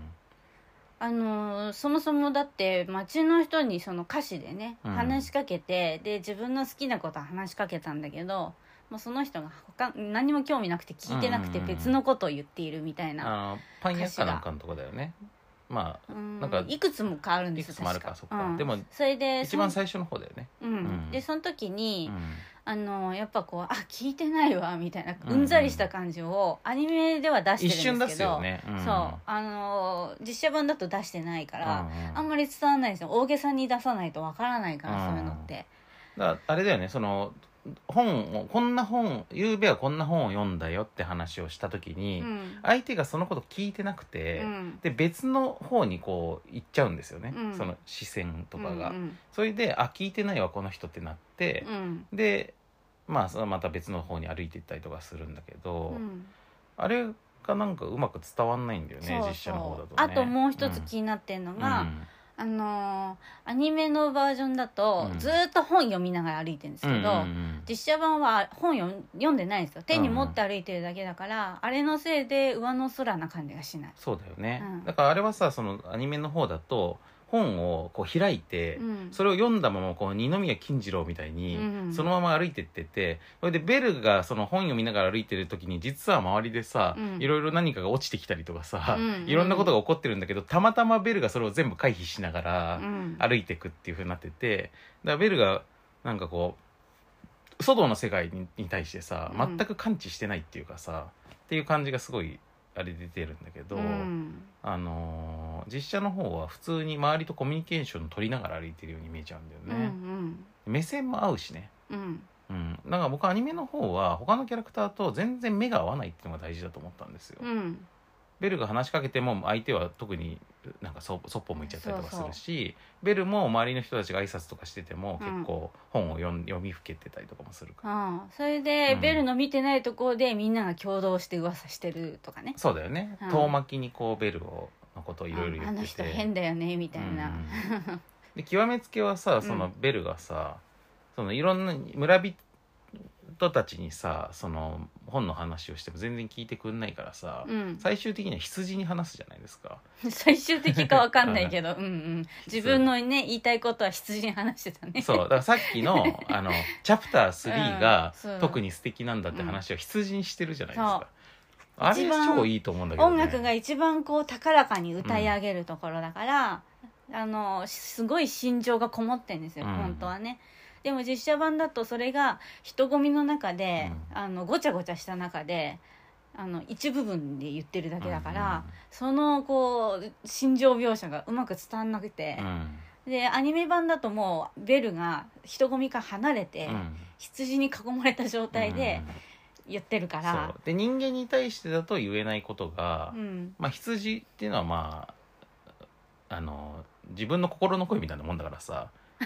[SPEAKER 2] そもそもだって街の人にその歌詞でね、話しかけて、で自分の好きなこと話しかけたんだけど、もうその人が何も興味なくて聞いてなくて別のことを言っているみたいな、
[SPEAKER 1] パン屋かなんかのとこだよね。まあなんか
[SPEAKER 2] いくつも変わるんですよ。
[SPEAKER 1] いくつもあるか、そっか。でも
[SPEAKER 2] それで
[SPEAKER 1] 一番最初の方だよね。
[SPEAKER 2] でその時に、やっぱこう聞いてないわみたいなうんざりした感じをアニメでは出してるんですけど、そう実写版だと出してないから、あんまり伝わらないですよ。大げさに出さないとわからないから、そういうのって。
[SPEAKER 1] だからあれだよね、その本をこんな本、ゆうべはこんな本を読んだよって話をした時に、相手がそのこと聞いてなくて、で別の方にこう行っちゃうんですよね、その視線とかが。それで聞いてないわこの人ってなって、でまあまた別の方に歩いていったりとかするんだけど、あれがなんかうまく伝わんないんだよね、実写の方だとね。
[SPEAKER 2] あともう一つ気になってんのが、アニメのバージョンだとずっと本読みながら歩いてるんですけど、実写版は本読んでないんですよ。手に持って歩いてるだけだから、あれのせいで上の空な感じがしない。
[SPEAKER 1] そうだよね、だからあれはさ、そのアニメの方だと本をこう開いて、それを読んだままこう二宮金次郎みたいにそのまま歩いてってて、それでベルがその本読みながら歩いてる時に実は周りでさ、いろいろ何かが落ちてきたりとかさ、いろんなことが起こってるんだけど、たまたまベルがそれを全部回避しながら歩いていくっていう風になってて、だからベルがなんかこう外の世界に対してさ全く感知してないっていうかさ、っていう感じがすごいあれ出てるんだけど、実写の方は普通に周りとコミュニケーションを取りながら歩いてるように見えちゃうんだよね。目線も合うしね。なんか僕アニメの方は他のキャラクターと全然目が合わないっていうのが大事だと思ったんですよ。ベルが話しかけても相手は特になんかそっぽ向いちゃったりとかするし、ベルも周りの人たちが挨拶とかしてても結構本を読みふけてたりとかもするから、
[SPEAKER 2] それで、ベルの見てないところでみんなが共同して噂してるとかね。
[SPEAKER 1] そうだよね、遠巻きにこうベルのことをいろいろ言ってて、
[SPEAKER 2] あの人変だよねみたいな、
[SPEAKER 1] で極めつけはさ、そのベルがさ、そのいろんな村人たちにさ、その本の話をしても全然聞いてくんないからさ、最終的には羊に話すじゃないですか。
[SPEAKER 2] 最終的か分かんないけど自分のね言いたいことは羊に話してたね。
[SPEAKER 1] そうだからさっきのチャプター3が特に素敵なんだって話を羊にしてるじゃないですか。あれ超いいと思うんだけどね。
[SPEAKER 2] 音楽が一番こう高らかに歌い上げるところだから、すごい心情がこもってんですよ、本当はね。でも実写版だとそれが人混みの中で、ごちゃごちゃした中で一部分で言ってるだけだから、そのこう心情描写がうまく伝わんなくて、でアニメ版だともうベルが人混みから離れて、羊に囲まれた状態で言ってるから、
[SPEAKER 1] そうで人間に対してだと言えないことが、まあ羊っていうのはまあ自分の心の声みたいなもんだからさ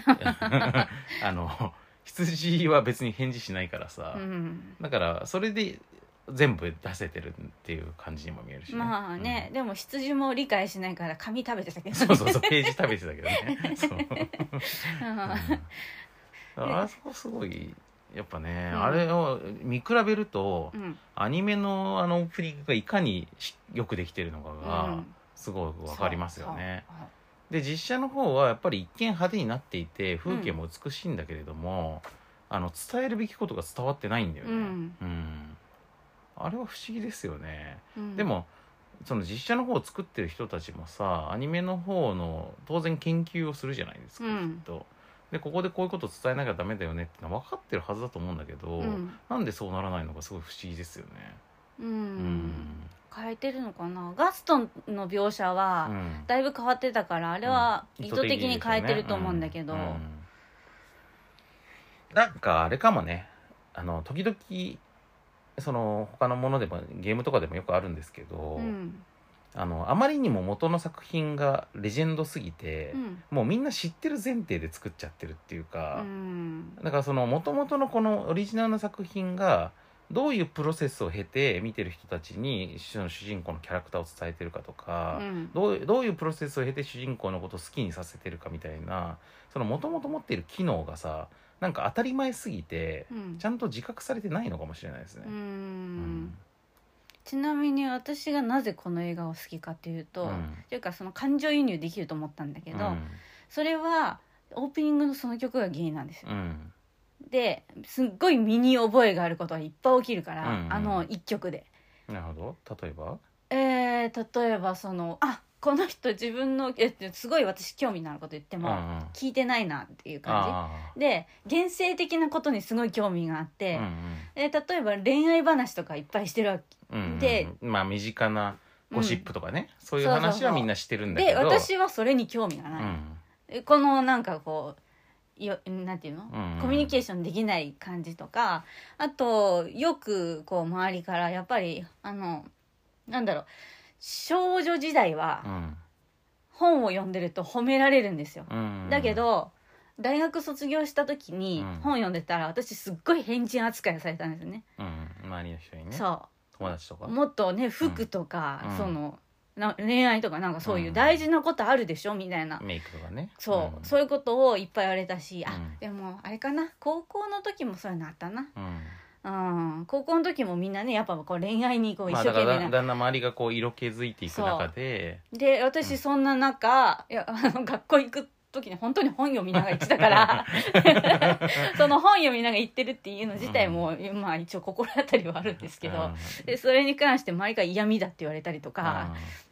[SPEAKER 1] 羊は別に返事しないからさ、だからそれで全部出せてるっていう感じにも見えるしね。
[SPEAKER 2] まあね、でも羊も理解しないから紙食べてたけどね。
[SPEAKER 1] そうページ食べてたけどねそうあそこすごいやっぱね、あれを見比べると、アニメのオープニングがいかによくできてるのかがすごい分かりますよね。で実写の方はやっぱり一見派手になっていて風景も美しいんだけれども、伝えるべきことが伝わってないんだよね。あれは不思議ですよね。でもその実写の方を作ってる人たちもさ、アニメの方の当然研究をするじゃないですか、きっと。 でここでこういうことを伝えなきゃダメだよねってのは分かってるはずだと思うんだけど、なんでそうならないのかすごい不思議ですよね。
[SPEAKER 2] 変えてるのかな。ガストンの描写はだいぶ変わってたから、あれは意図的に変えてると思うんだけど、
[SPEAKER 1] なんかあれかもね、時々その他のものでもゲームとかでもよくあるんですけど、あまりにも元の作品がレジェンドすぎて、もうみんな知ってる前提で作っちゃってるっていうか、だからその元々のこのオリジナルの作品がどういうプロセスを経て見てる人たちに主人公のキャラクターを伝えてるかとか、どういうプロセスを経て主人公のことを好きにさせてるかみたいな、その元々持っている機能がさ、なんか当たり前すぎて、ちゃんと自覚されてないのかもしれないですね。
[SPEAKER 2] ちなみに私がなぜこの映画を好きかっていうと、というかその感情移入できると思ったんだけど、それはオープニングのその曲が原因なんですよ。ですっごい身に覚えがあることがいっぱい起きるから、あの一曲で。
[SPEAKER 1] なるほど。例えば
[SPEAKER 2] 例えばそのこの人自分のすごい私興味のあること言っても聞いてないなっていう感じで、現世的なことにすごい興味があって、例えば恋愛話とかいっぱいしてるわけで、
[SPEAKER 1] まあ身近なゴシップとかね、そういう話はみんなしてるんだけど、
[SPEAKER 2] で私はそれに興味がない、このなんかこうなんていうの、コミュニケーションできない感じとか、あとよくこう周りからやっぱりなんだろう、少女時代は本を読んでると褒められるんですよ、だけど大学卒業した時に本読んでたら私すっごい変人扱いされたんですよね、
[SPEAKER 1] 周りの人にね。
[SPEAKER 2] そう
[SPEAKER 1] 友達とか
[SPEAKER 2] もっとね服とか、その恋愛とかなんかそういう大事なことあるでしょ、みたいな
[SPEAKER 1] メイクとかね、
[SPEAKER 2] そういうことをいっぱい言われたし、でもあれかな、高校の時もそういうのあったな、高校の時もみんなねやっぱこう恋愛にこう一生懸命
[SPEAKER 1] だんだん周りがこう色気づいていく中で、
[SPEAKER 2] 私そんな中、学校行く時に本当に本読みながら行ってたからその本読みながら行ってるっていうの自体も、まあ一応心当たりはあるんですけど、でそれに関して周りが嫌味だって言われたりとか、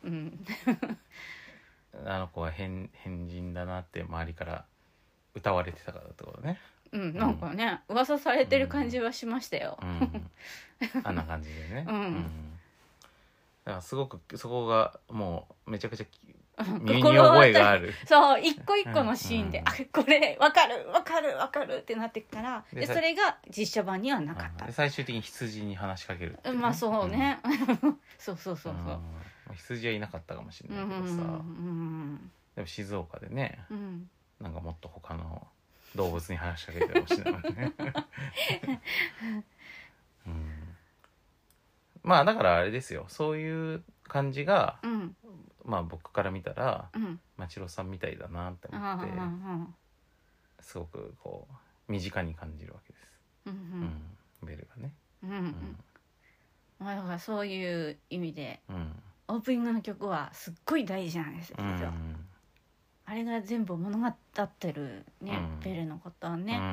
[SPEAKER 1] あの子は変人だなって周りから歌われてたからってことね。
[SPEAKER 2] なんかね噂されてる感じはしましたよ、
[SPEAKER 1] あんな感じでね、だからすごくそこがもうめちゃくちゃ身に覚えがある
[SPEAKER 2] そう一個一個のシーンで、これ分かる分かる分かるってなってくから、でそれが実写版にはなかった、
[SPEAKER 1] で最終的に羊に話しかけるっていうね、
[SPEAKER 2] まあそうね、そう
[SPEAKER 1] 羊はいなかったかもしれないけどさ、でも静岡でね、なんかもっと他の動物に話しかけてほしいなねまあだからあれですよ、そういう感じが、まあ僕から見たら町郎さんみたいだなって思って、すごくこう身近に感じるわけです、ベルがね、
[SPEAKER 2] まあだからそういう意味で、オープニングの曲はすっごい大事なんですよ、あれが全部物語ってるね、ベルのことはね、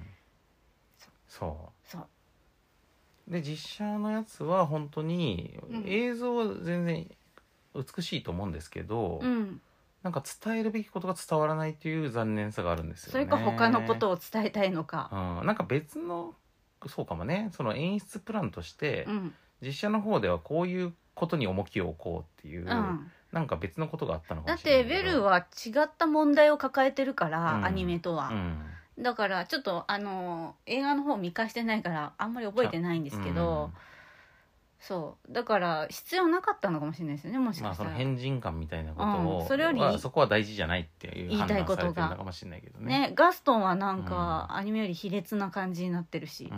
[SPEAKER 1] そうで実写のやつは本当に映像は全然美しいと思うんですけど、なんか伝えるべきことが伝わらないという残念さがあるんですよね。
[SPEAKER 2] それか他のことを伝えたいのか、
[SPEAKER 1] なんか別のそうかもね、その演出プランとして、実写の方ではこういうことに重きを置こうっていう、なんか別のことがあったのかもしれない。
[SPEAKER 2] だってベルは違った問題を抱えてるから、アニメとは、だからちょっと映画の方見返してないからあんまり覚えてないんですけど、そうだから必要なかったのかもしれないですよね、もしかしたら。
[SPEAKER 1] その変人感みたいなことを、
[SPEAKER 2] それより
[SPEAKER 1] そこは大事じゃないっていう判断されてるのかもしれないけどね。
[SPEAKER 2] ガストンはなんか、アニメより卑劣な感じになってるし、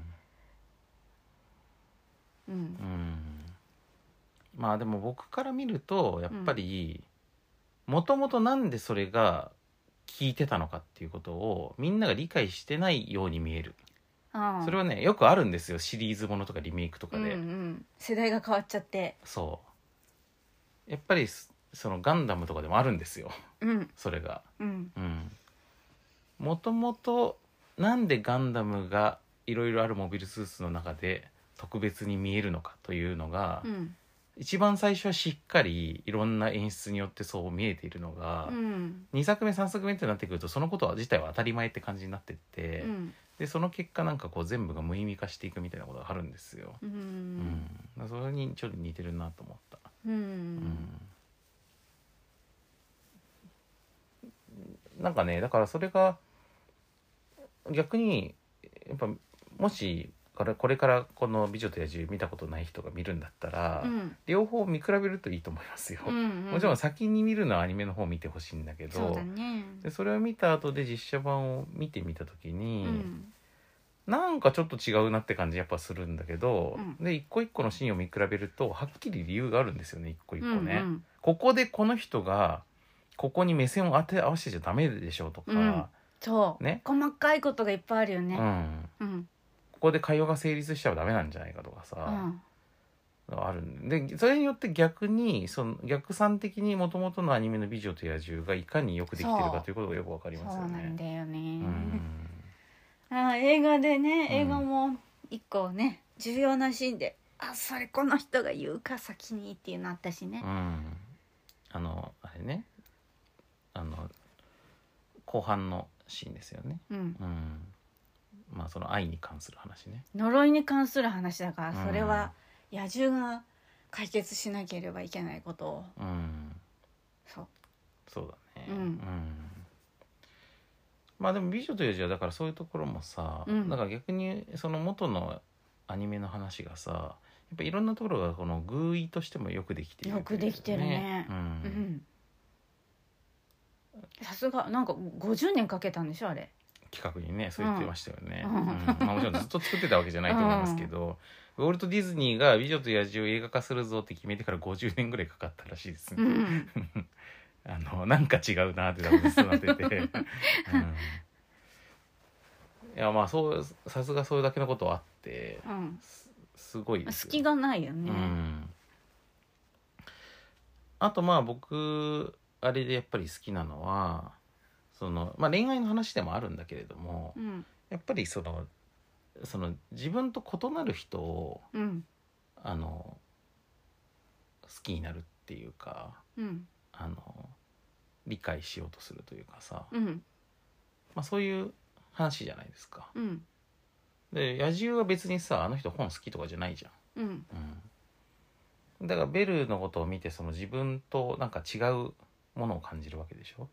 [SPEAKER 1] まあでも僕から見るとやっぱりもともとなんでそれが効いてたのかっていうことをみんなが理解してないように見える。それはねよくあるんですよ、シリーズものとかリメイクとかで、
[SPEAKER 2] 世代が変わっちゃって。
[SPEAKER 1] そうやっぱりそのガンダムとかでもあるんですよ、それが。もともとなんでガンダムがいろいろあるモビルスーツの中で特別に見えるのかというのが、 一番最初はしっかりいろんな演出によってそう見えているのが、2作目3作目ってなってくるとそのこと自体は当たり前って感じになってって、でその結果なんかこう全部が無意味化していくみたいなことがあるんですよ。それにちょっと似てるなと思った。なんかねだからそれが逆にやっぱもしこれからこの「美女と野獣」見たことない人が見るんだったら、両方見比べるといいと思いますよ。もちろん先に見るのはアニメの方を見てほしいんだけど、
[SPEAKER 2] そうだね、
[SPEAKER 1] でそれを見た後で実写版を見てみた時に、なんかちょっと違うなって感じやっぱするんだけど、で一個一個のシーンを見比べるとはっきり理由があるんですよね、一個一個ね。ここでこの人がここに目線を合わせちゃダメでしょとか、
[SPEAKER 2] そうね、細かいことがいっぱいあるよね。
[SPEAKER 1] ここで会話が成立しちゃダメなんじゃないかとかさ、あるんで、それによって逆にその逆算的に元々のアニメの「美女と野獣」がいかによくできてるかということがよくわかりますよね。
[SPEAKER 2] そうなんだよね。映画でね、映画も一個ね重要なシーンで、それこの人が言うか先にっていうのあったしね。
[SPEAKER 1] あれね、後半のシーンですよね。まあその愛に関する話ね、
[SPEAKER 2] 呪いに関する話だから、それは野獣が解決しなければいけないことを、
[SPEAKER 1] そうだね。まあでも「美女と野獣」はだからそういうところもさ、だから逆にその元のアニメの話がさ、やっぱいろんなところがこの寓意としてもよくできている、
[SPEAKER 2] よくできてるね。さすがなんか50年かけたんでしょあれ、
[SPEAKER 1] 企画にね。そう言ってましたよね。もちろんずっと作ってたわけじゃないと思いますけど、ウォルト・ディズニーが「美女と野獣」を映画化するぞって決めてから50年ぐらいかかったらしいですね。なんか違うなって多分ずっとなってて、いやまあそうさすがそれだけのことはあって、すごいですよ。
[SPEAKER 2] 隙がないよね。
[SPEAKER 1] あとまあ僕あれでやっぱり好きなのはその、まあ、恋愛の話でもあるんだけれども、やっぱりその自分と異なる人を、好きになるっていうか、理解しようとするというかさ、まあ、そういう話じゃないですか。で野獣は別にさあの人本好きとかじゃないじゃん。だからベルのことを見てその自分となんか違うものを感じるわけでしょ。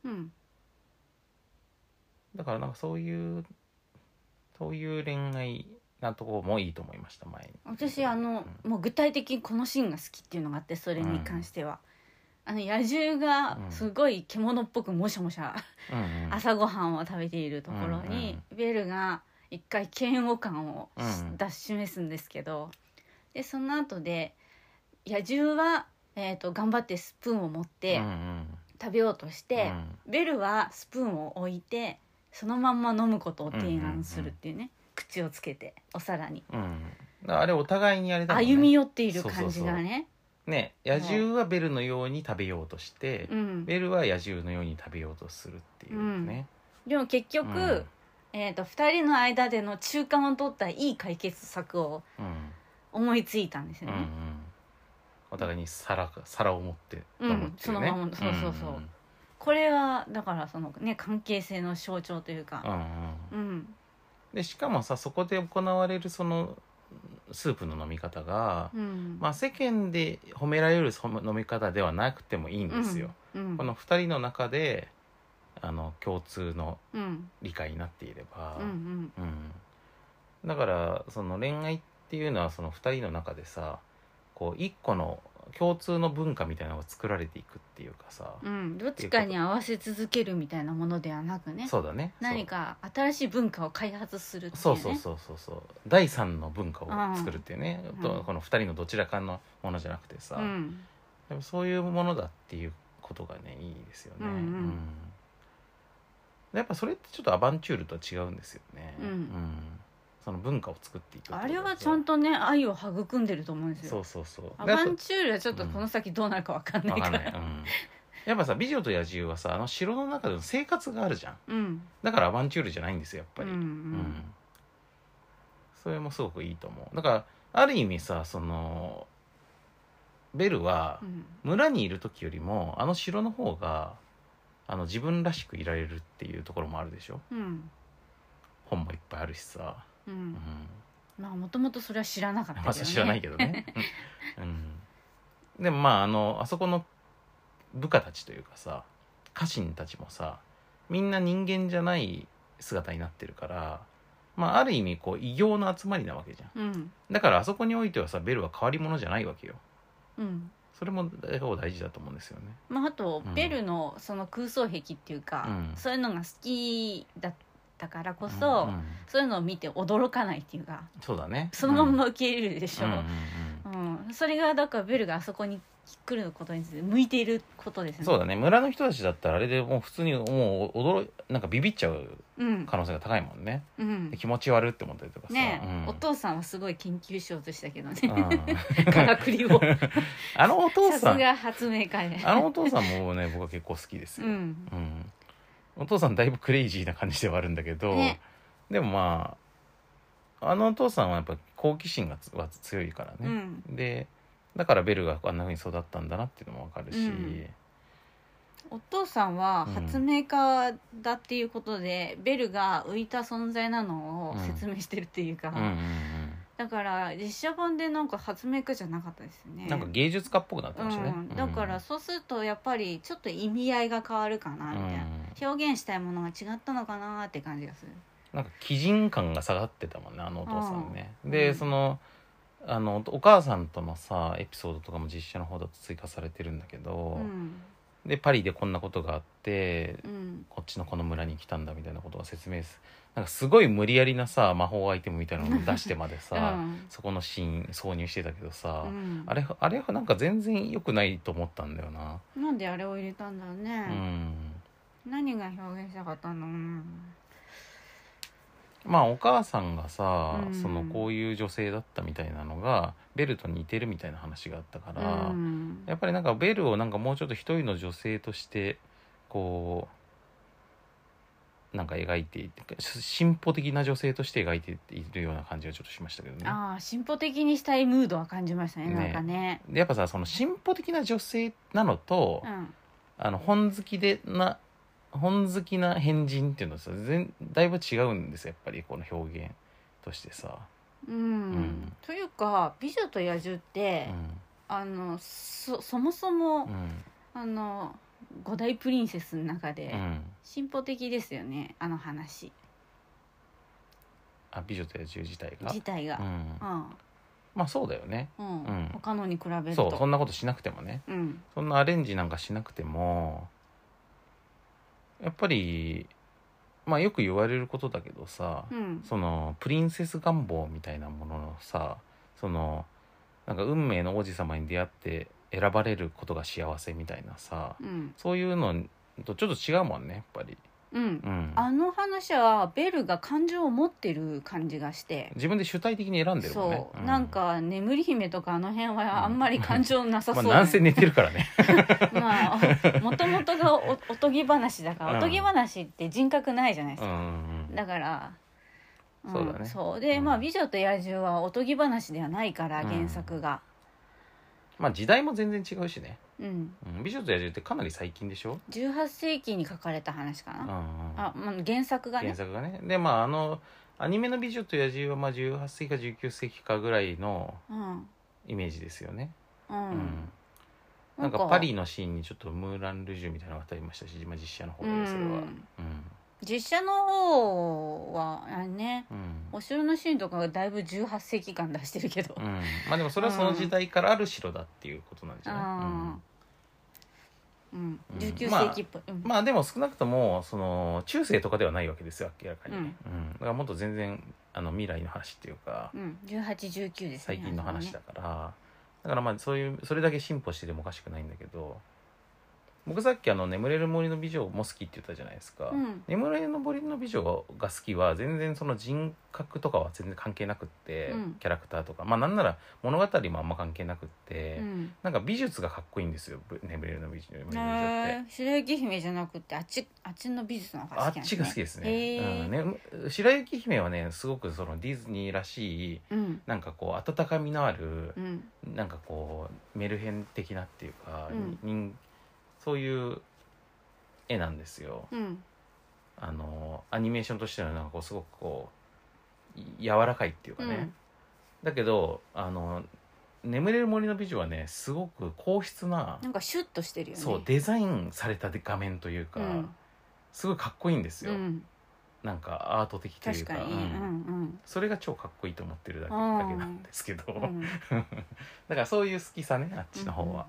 [SPEAKER 1] だからなんかそういう恋愛なところもいいと思いました前に。
[SPEAKER 2] 私もう具体的にこのシーンが好きっていうのがあって、それに関しては、野獣がすごい獣っぽくもしゃもしゃ、朝ごはんを食べているところに、ベルが一回嫌悪感を出し示すんですけど、でその後で野獣は、頑張ってスプーンを持って食べようとして、ベルはスプーンを置いてそのまんま飲むことを提案するっていうね、口をつけてお皿に、
[SPEAKER 1] あれお互いにあれだもんね、
[SPEAKER 2] 歩み寄っている感じがね。
[SPEAKER 1] ね、野獣はベルのように食べようとして、ベルは野獣のように食べようとするっていうね。
[SPEAKER 2] でも結局、2人の間での中間を取ったいい解決策を思いついたんですよね。
[SPEAKER 1] お互いに皿を持って飲むっていうね。
[SPEAKER 2] そのままそう。これはだからそのね関係性の象徴というか。
[SPEAKER 1] でしかもさそこで行われるそのスープの飲み方が、まあ世間で褒められる飲み方ではなくてもいいんですよ。この2人の中で共通の理解になっていれば、だからその恋愛っていうのはその2人の中でさこう一個の共通の文化みたいなのが作られていくっていうかさ、
[SPEAKER 2] どっちかに合わせ続けるみたいなものではなくね。
[SPEAKER 1] そうだね。
[SPEAKER 2] 何か新しい文化を開発するっていうね。
[SPEAKER 1] そう第三の文化を作るっていうね、この2人のどちらかのものじゃなくてさ、でもそういうものだっていうことがねいいですよね。やっぱそれってちょっとアバンチュールとは違うんですよね。その文化を作っていく。
[SPEAKER 2] あれはちゃんとね愛を育んでると思うんですよ。
[SPEAKER 1] そう
[SPEAKER 2] アバンチュールはちょっとこの先どうなるか分かんないから、
[SPEAKER 1] やっぱさ美女と野獣はさ城の中での生活があるじゃん、だからアバンチュールじゃないんですよやっぱり。それもすごくいいと思う。だからある意味さそのベルは村にいる時よりもあの城の方が自分らしくいられるっていうところもあるでしょ、うん、本もいっぱいあるしさ、うんうん、
[SPEAKER 2] まあもともとそれは知らなかったけどね、
[SPEAKER 1] 知らないけどね、うん、でもまああそこの部下たちというかさ家臣たちもさみんな人間じゃない姿になってるから、まあ、ある意味こう異形の集まりなわけじゃん、うん、だからあそこにおいてはさベルは変わり者じゃないわけよ、うん、それも大事だと思うんですよね、
[SPEAKER 2] まあ、あと、うん、ベルのその空想壁っていうか、うん、そういうのが好きだったからこそ、うんうん、そういうのを見て驚かないっていうか
[SPEAKER 1] そうだね
[SPEAKER 2] そのまんま受け入れるでしょ、それがだからベルがあそこに来ることについて向いていることですね。
[SPEAKER 1] そうだね、村の人たちだったらあれでもう普通にもうなんかビビっちゃう可能性が高いもんね、うん、気持ち悪って思ったりとかさ、
[SPEAKER 2] ね、お父さんはすごい研究しようとしたけどね、からくりを
[SPEAKER 1] あのお父さん
[SPEAKER 2] さすが発明家ね
[SPEAKER 1] あのお父さんもね僕は結構好きですよ、お父さんだいぶクレイジーな感じではあるんだけど、ね、でもまああのお父さんはやっぱ好奇心が強いからね、でだからベルがあんな風に育ったんだなっていうのも分かるし、
[SPEAKER 2] お父さんは発明家だっていうことで、ベルが浮いた存在なのを説明してるっていうか、だから実写版でなんか発明家じゃなかったですよね。
[SPEAKER 1] なんか芸術家っぽくなってましたね、
[SPEAKER 2] だからそうするとやっぱりちょっと意味合いが変わるかなみたいな、表現したいものが違ったのかなって感じがする。
[SPEAKER 1] なんか鬼人感が下がってたもんねあのお父さんね、でそのお母さんとのさエピソードとかも実写の方だと追加されてるんだけど、でパリでこんなことがあって、こっちのこの村に来たんだみたいなことが説明なんかすごい無理やりなさ魔法アイテムみたいなのを出してまでさ、そこのシーン挿入してたけどさ、あれなんか全然良くないと思ったんだよな。
[SPEAKER 2] なんであれを入れたんだろうね、何が表現したかったの。
[SPEAKER 1] まあお母さんがさ、こういう女性だったみたいなのがベルと似てるみたいな話があったから、やっぱりなんかベルをなんかもうちょっと一人の女性としてこうなんか描いていて進歩的な女性として描いているような感じがちょっとしましたけどね。
[SPEAKER 2] ああ進歩的にしたいムードは感じましたね、なんかね。
[SPEAKER 1] でやっぱさその進歩的な女性なのと、本好きな変人っていうのはさだいぶ違うんですよやっぱりこの表現としてさ。
[SPEAKER 2] というか「美女と野獣」って、そもそも、五大プリンセスの中で進歩的ですよね、あの話。
[SPEAKER 1] 美女と野獣自体が、まあそうだよね、
[SPEAKER 2] 他のに比べる
[SPEAKER 1] とそんなことしなくてもね、そんなアレンジなんかしなくてもやっぱりまあよく言われることだけどさ、そのプリンセス願望みたいなもののさ、なんか運命の王子様に出会って選ばれることが幸せみたいなさ、そういうのとちょっと違うもんねやっぱり。あ
[SPEAKER 2] の話はベルが感情を持ってる感じがして
[SPEAKER 1] 自分で主体的に選んでるもんね。
[SPEAKER 2] そう、なんか眠り姫とかあの辺はあんまり感情なさそう、
[SPEAKER 1] なんせ寝てるからね
[SPEAKER 2] まあもともとが おとぎ話だから、おとぎ話って人格ないじゃないですか、だから
[SPEAKER 1] そうだね。
[SPEAKER 2] そうで、美女と野獣はおとぎ話ではないから原作が、
[SPEAKER 1] まあ時代も全然違うしね。美女と野獣ってかなり最近でしょ。
[SPEAKER 2] 18世紀に書かれた話かな、原作がね。
[SPEAKER 1] でまあアニメの美女と野獣はまあ18世紀か19世紀かぐらいのイメージですよね。なんかパリのシーンにちょっとムーラン・ルジュみたいなのがありましたし、実写の方でそれは、
[SPEAKER 2] 実写の方はね、お城のシーンとかがだいぶ18世紀感出してるけど、
[SPEAKER 1] まあでもそれはその時代からある城だっていうことなんじゃない、
[SPEAKER 2] 19世紀っぽい、
[SPEAKER 1] まあでも少なくともその中世とかではないわけですよ明らかに、だからもっと全然未来の話っていうか、
[SPEAKER 2] 1819ですね、
[SPEAKER 1] 最近の話だから、だからまあそれだけ進歩しててもおかしくないんだけど、僕さっき眠れる森の美女も好きって言ったじゃないですか、眠れる森森の美女が好きは全然その人格とかは全然関係なくって、キャラクターとかなんなら物語もあんま関係なくって、なんか美術がかっこいいんですよ、眠れるの美女って。
[SPEAKER 2] 白雪姫じゃなくてあっちの美術の方が好きなんですね。
[SPEAKER 1] あっちが好きですね。白雪姫はねすごくそのディズニーらしい、なんかこう温かみのある、なんかこうメルヘン的なっていうか、そういう絵なんですよ。アニメーションとしてはなんかこうすごくこう柔らかいっていうかね、だけど眠れる森の美女はねすごく硬質な、
[SPEAKER 2] なんかシュッとしてるよね。
[SPEAKER 1] そうデザインされた画面というか、すごいかっこいいんですよ、なんかアート的というか、それが超かっこいいと思ってるだけなんですけど、だからそういう好きさね、あっちの方は。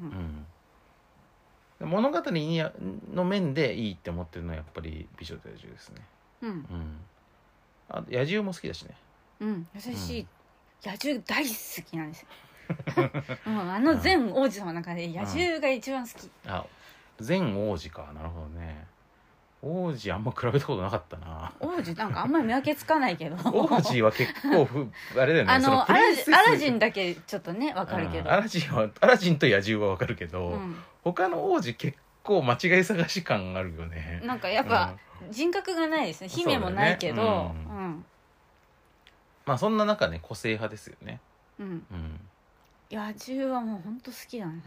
[SPEAKER 1] 物語の面でいいって思ってるのはやっぱり美女と野獣ですね。あ野獣も好きだしね。
[SPEAKER 2] 私、野獣大好きなんですよ。全王子様の中で野獣が一番好き。
[SPEAKER 1] 全王子か、なるほどね。王子あんま比べたことなかったな。
[SPEAKER 2] 王子なんかあんまり見分けつかないけど
[SPEAKER 1] 王子は結構あれだよね。
[SPEAKER 2] アラジンだけちょっとね分かるけど、
[SPEAKER 1] アラジンと野獣は分かるけど、他の王子結構間違い探し感あるよね。
[SPEAKER 2] なんかやっぱ人格がないですね。姫もないけど、
[SPEAKER 1] そんな中ね個性派ですよね。
[SPEAKER 2] 野獣はもうほんと好きだね。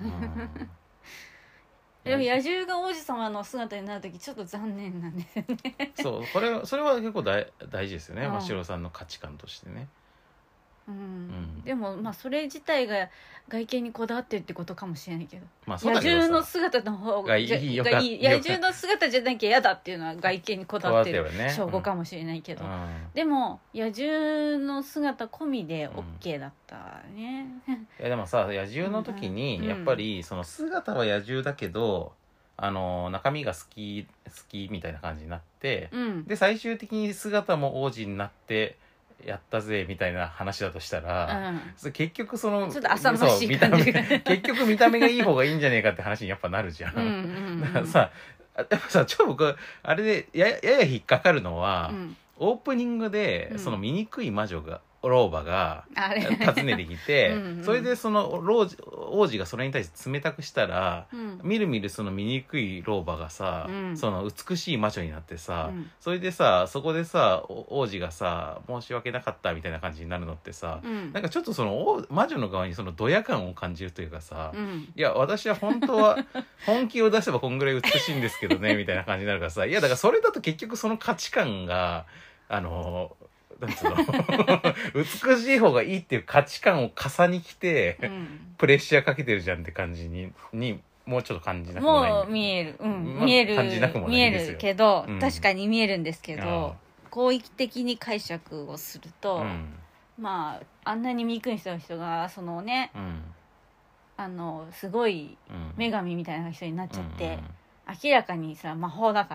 [SPEAKER 2] でも野獣が王子様の姿になるときちょっと残念なんですよね。
[SPEAKER 1] それは結構大事ですよね、真城さんの価値観としてね。
[SPEAKER 2] でもそれ自体が外見にこだわってるってことかもしれないけど、野獣の姿の方がいい。野獣の姿じゃなきゃ嫌だっていうのは外見にこだわってる証拠かもしれないけど、でも野獣の姿込みで OK だったね。
[SPEAKER 1] いやでもさ、野獣の時にやっぱりその姿は野獣だけど中身が好きみたいな感じになって、で最終的に姿も王子になってやったぜみたいな話だとしたら、結局その
[SPEAKER 2] ちょっと浅ましい感じが
[SPEAKER 1] 結局見た目がいい方がいいんじゃねえかって話にやっぱなるじゃん。だからさ、やっぱさ、僕あれでやや引っかかるのは、オープニングでその醜い老婆が訪ねてきてそれでその王子がそれに対して冷たくしたら、みるみるその醜い老婆がさ、その美しい魔女になってさ、それでさそこでさ王子がさ申し訳なかったみたいな感じになるのってさ、なんかちょっとその魔女の側にそのドヤ感を感じるというかさ、いや私は本当は本気を出せばこんぐらい美しいんですけどねみたいな感じになるからさ、いやだからそれだと結局その価値観がなんつうの美しい方がいいっていう価値観を重ねきて、プレッシャーかけてるじゃんって感じにもうちょっと感じなくもない。
[SPEAKER 2] もう見える、見える感じなくもないんですよ。見えるけど、確かに見えるんですけど、広域的に解釈をすると、あんなに醜い人がそのね、すごい女神みたいな人になっちゃって、明らかにさ魔法だから、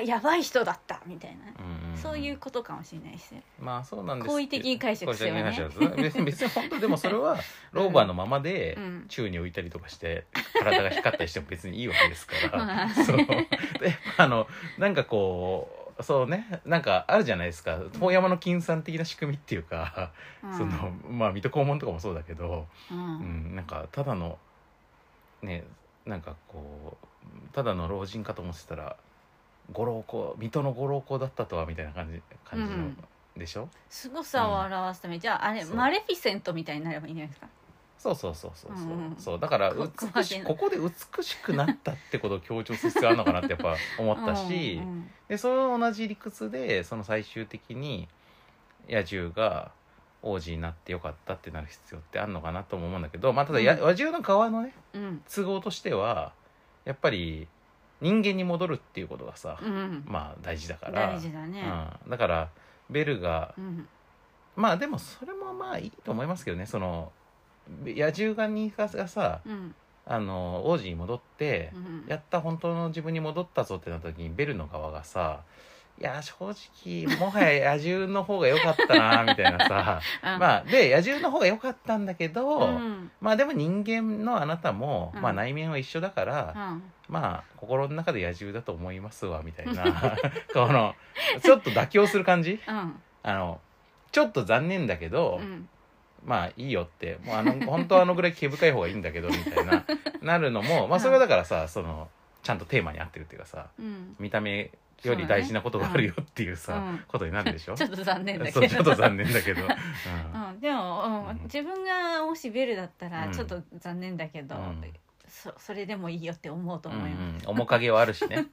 [SPEAKER 2] やばい人だったみたいな、そういうことかもしれないですね。
[SPEAKER 1] そうなんです。
[SPEAKER 2] 好意的に解釈すればね。
[SPEAKER 1] 別に本当でもそれは老婆のままで宙に浮いたりとかして体が光ったりしても別にいいわけですから。そうでなんかこうそうね、なんかあるじゃないですか、遠山の金さん的な仕組みっていうか、その水戸黄門とかもそうだけど、なんかただのね、なんかこうただの老人かと思ってたら水戸のご老公だったとはみたいな感じの、でしょ。
[SPEAKER 2] 凄さを表すため、じゃああれマレフィセントみたいになればいいんじゃないですか。
[SPEAKER 1] そうだからここで美しくなったってことを強調する必要あるのかなってやっぱ思ったし、でその同じ理屈でその最終的に野獣が王子になってよかったってなる必要ってあるのかなとも思うんだけど、ただ野獣の側のね、都合としてはやっぱり人間に戻るっていうことがさ、大事だから。
[SPEAKER 2] 大事だね。
[SPEAKER 1] だからベルが、でもそれもいいと思いますけどね。その野獣がさ、王子に戻って、やった本当の自分に戻ったぞってなった時にベルの側がさ、 いや正直もはや野獣の方が良かったなみたいなさ、まあで野獣の方が良かったんだけど、まあでも人間のあなたも、まあ内面は一緒だから、まあ心の中で野獣だと思いますわみたいなこのちょっと妥協する感じ、ちょっと残念だけど、まあいいよってもう本当はぐらい毛深い方がいいんだけどみたいななるのも、まあそれはだからさそのちゃんとテーマに合ってるっていうかさ、見た目より大事なことがあるよっていうさ、ことになるでしょ。
[SPEAKER 2] ちょっと残念だけど。
[SPEAKER 1] ちょっと残念だけど。
[SPEAKER 2] でも、自分がもしベルだったらちょっと残念だけど、それでもいいよって思うと思います。
[SPEAKER 1] 面影はあるしね。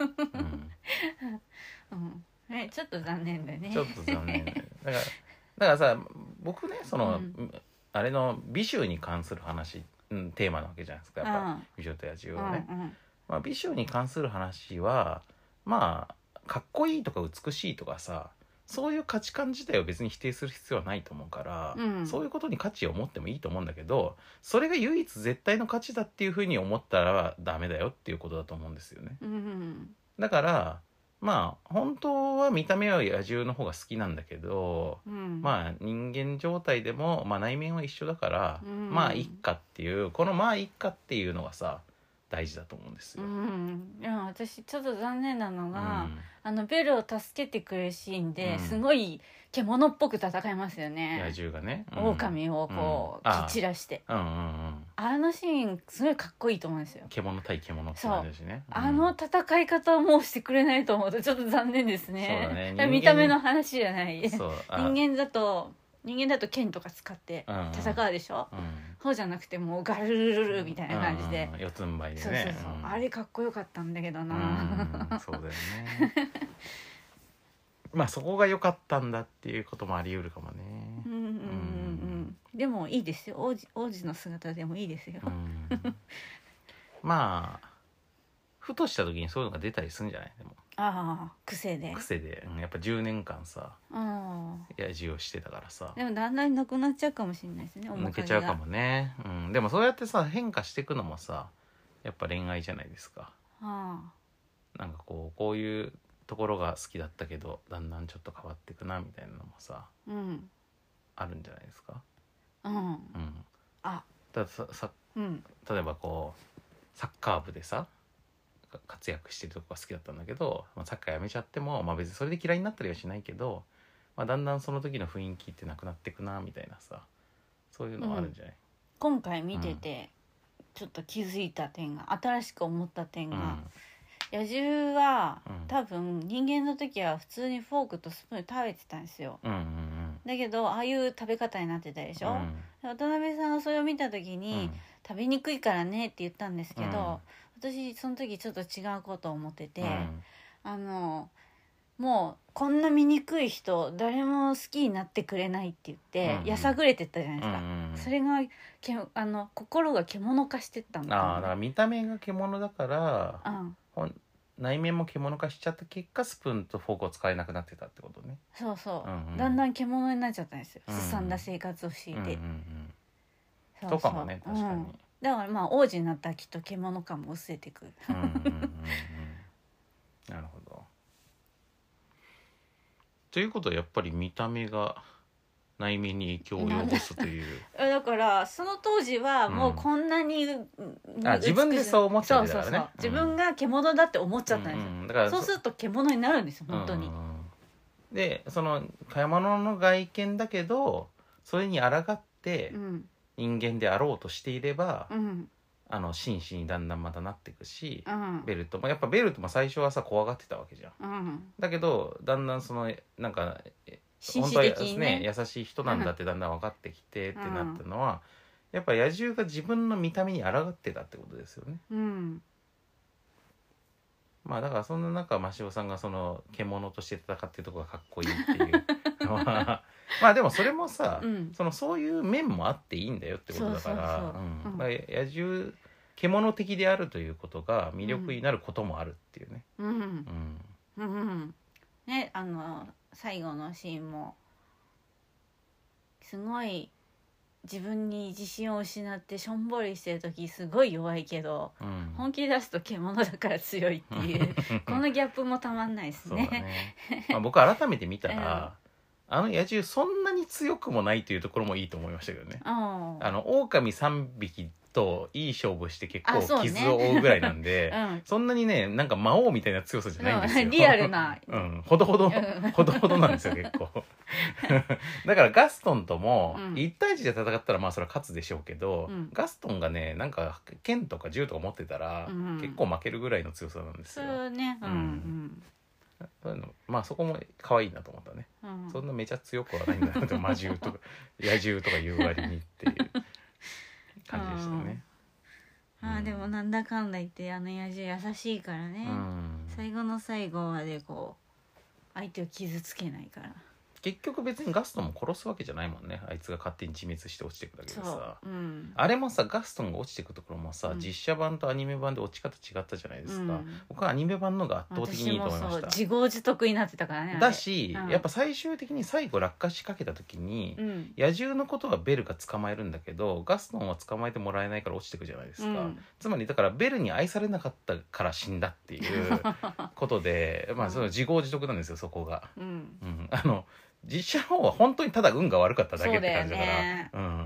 [SPEAKER 2] ちょっと残念だね。
[SPEAKER 1] ちょっと残念。だからさ僕ねその、あれの美醜に関する話、テーマなわけじゃないですかやっぱ美女と野獣はね。まあ美醜に関する話はまあかっこいいとか美しいとかさそういう価値観自体を別に否定する必要はないと思うから、そういうことに価値を持ってもいいと思うんだけどそれが唯一絶対の価値だっていうふうに思ったらダメだよっていうことだと思うんですよね。だからまあ本当は見た目は野獣の方が好きなんだけど、まあ人間状態でも、まあ、内面は一緒だから、まあいっかっていうこのまあいっかっていうのがさ大事だと思うんですよ。
[SPEAKER 2] いや私ちょっと残念なのが、ベルを助けてくれるシーンですごい獣っぽく戦いますよね。
[SPEAKER 1] 野獣がね、
[SPEAKER 2] 狼をこう蹴散らして、あのシーンすごいかっこいいと思うんですよ。
[SPEAKER 1] 獣対獣って感じだしね。
[SPEAKER 2] あの戦い方をもうしてくれないと思うとちょっと残念ですね。そうだね、見た目の話じゃない。人間だと剣とか使って戦うでしょ、そうじゃなくてもうガルルルルみたいな感じで、
[SPEAKER 1] 四つん這いでね。
[SPEAKER 2] あれかっこよかったんだけどな。
[SPEAKER 1] そうだよね。まあそこが良かったんだっていうこともあり得るかもね。
[SPEAKER 2] でもいいですよ、王子の姿でもいいですよ。
[SPEAKER 1] まあふとした時にそういうのが出たりするんじゃない。でも
[SPEAKER 2] 癖で
[SPEAKER 1] やっぱ10年間さ野獣をしてたからさ。
[SPEAKER 2] でもだんだんなくなっちゃうかもしれないですね、
[SPEAKER 1] 抜けちゃうかもね。でもそうやってさ変化していくのもさやっぱ恋愛じゃないですか。なんかこういうところが好きだったけどだんだんちょっと変わっていくなみたいなのもさ、あるんじゃないですか。例えばこうサッカー部でさ活躍してるとこが好きだったんだけど、サッカーやめちゃっても、別にそれで嫌いになったりはしないけど、だんだんその時の雰囲気ってなくなっていくなみたいなさ、そういうのはあるんじゃない。
[SPEAKER 2] 今回見てて、ちょっと気づいた点が新しく思った点が、野獣は、多分人間の時は普通にフォークとスプーン食べてたんですよ、だけどああいう食べ方になってたでしょ、渡辺さんはそれを見た時に、食べにくいからねって言ったんですけど、私その時ちょっと違うことを思ってて、もうこんな醜い人誰も好きになってくれないって言って、やさぐれてったじゃないですか、それが心が獣化してったんだ。
[SPEAKER 1] だから見た目が獣だから、内面も獣化しちゃった結果スプーンとフォークを使えなくなってたってことね。
[SPEAKER 2] そうそう、だんだん獣になっちゃったんですよ、すさんだ生活を強いて。
[SPEAKER 1] とかもね、確かに。
[SPEAKER 2] だから王子になったらきっと獣感も薄れてくる。
[SPEAKER 1] なるほど。ということはやっぱり見た目が内面に影響を及ぼすという
[SPEAKER 2] だからその当時はもうこんなに、
[SPEAKER 1] 自分でそう思っちゃってたからね。
[SPEAKER 2] 自分が獣だって思っちゃったんですよ、だからそうすると獣になるんですよ本当に。
[SPEAKER 1] でその獣の外見だけどそれに抗って人間であろうとしていれば、真摯にだんだんまたなっていくし、ベルトも最初はさ怖がってたわけじゃん、だけどだんだんそのなんか本当はね優しい人なんだってだんだん分かってきてってなったのは、やっぱ野獣が自分の見た目に抗ってたってことですよね。だからそんな中真汐さんがその獣として戦ってるところがかっこいいっていうのはでもそれもさ、そういう面もあっていいんだよってことだから野獣獣的であるということが魅力になることもあるっていうね。
[SPEAKER 2] ね、最後のシーンもすごい自分に自信を失ってしょんぼりしてる時すごい弱いけど、本気出すと獣だから強いっていうこのギャップもたまんないですね。
[SPEAKER 1] そうだね、僕改めて見たら、あの野獣そんなに強くもないというところもいいと思いましたけどね。狼3匹といい勝負して結構傷を負うぐらいなんで、そんなにねなんか魔王みたいな強さじゃないんですよ、
[SPEAKER 2] リアルな、
[SPEAKER 1] ほどほどなんですよ結構だからガストンとも1対1で戦ったらまあそれは勝つでしょうけど、ガストンがねなんか剣とか銃とか持ってたら、結構負けるぐらいの強さなんですよ。
[SPEAKER 2] そうね、
[SPEAKER 1] そういうのまあそこも可愛いなと思ったね、そんなめちゃ強くはないんだなって魔獣とか野獣とか言う割にっていう感じでしたね。
[SPEAKER 2] でもなんだかんだ言ってあの野獣優しいからね、最後の最後までこう相手を傷つけないから。
[SPEAKER 1] 結局別にガストンも殺すわけじゃないもんね。あいつが勝手に自滅して落ちていくだけでさ、あれもさガストンが落ちていくところもさ、実写版とアニメ版で落ち方違ったじゃないですか、僕はアニメ版のが圧倒的にいいと思いました。
[SPEAKER 2] 自業自得になってたからね。
[SPEAKER 1] だし、やっぱ最終的に最後落下しかけた時に、野獣のことはベルが捕まえるんだけどガストンは捕まえてもらえないから落ちていくじゃないですか、つまりだからベルに愛されなかったから死んだっていうことでまあその自業自得なんですよそこが。実写の方は本当にただ運が悪かっただけって感じだから、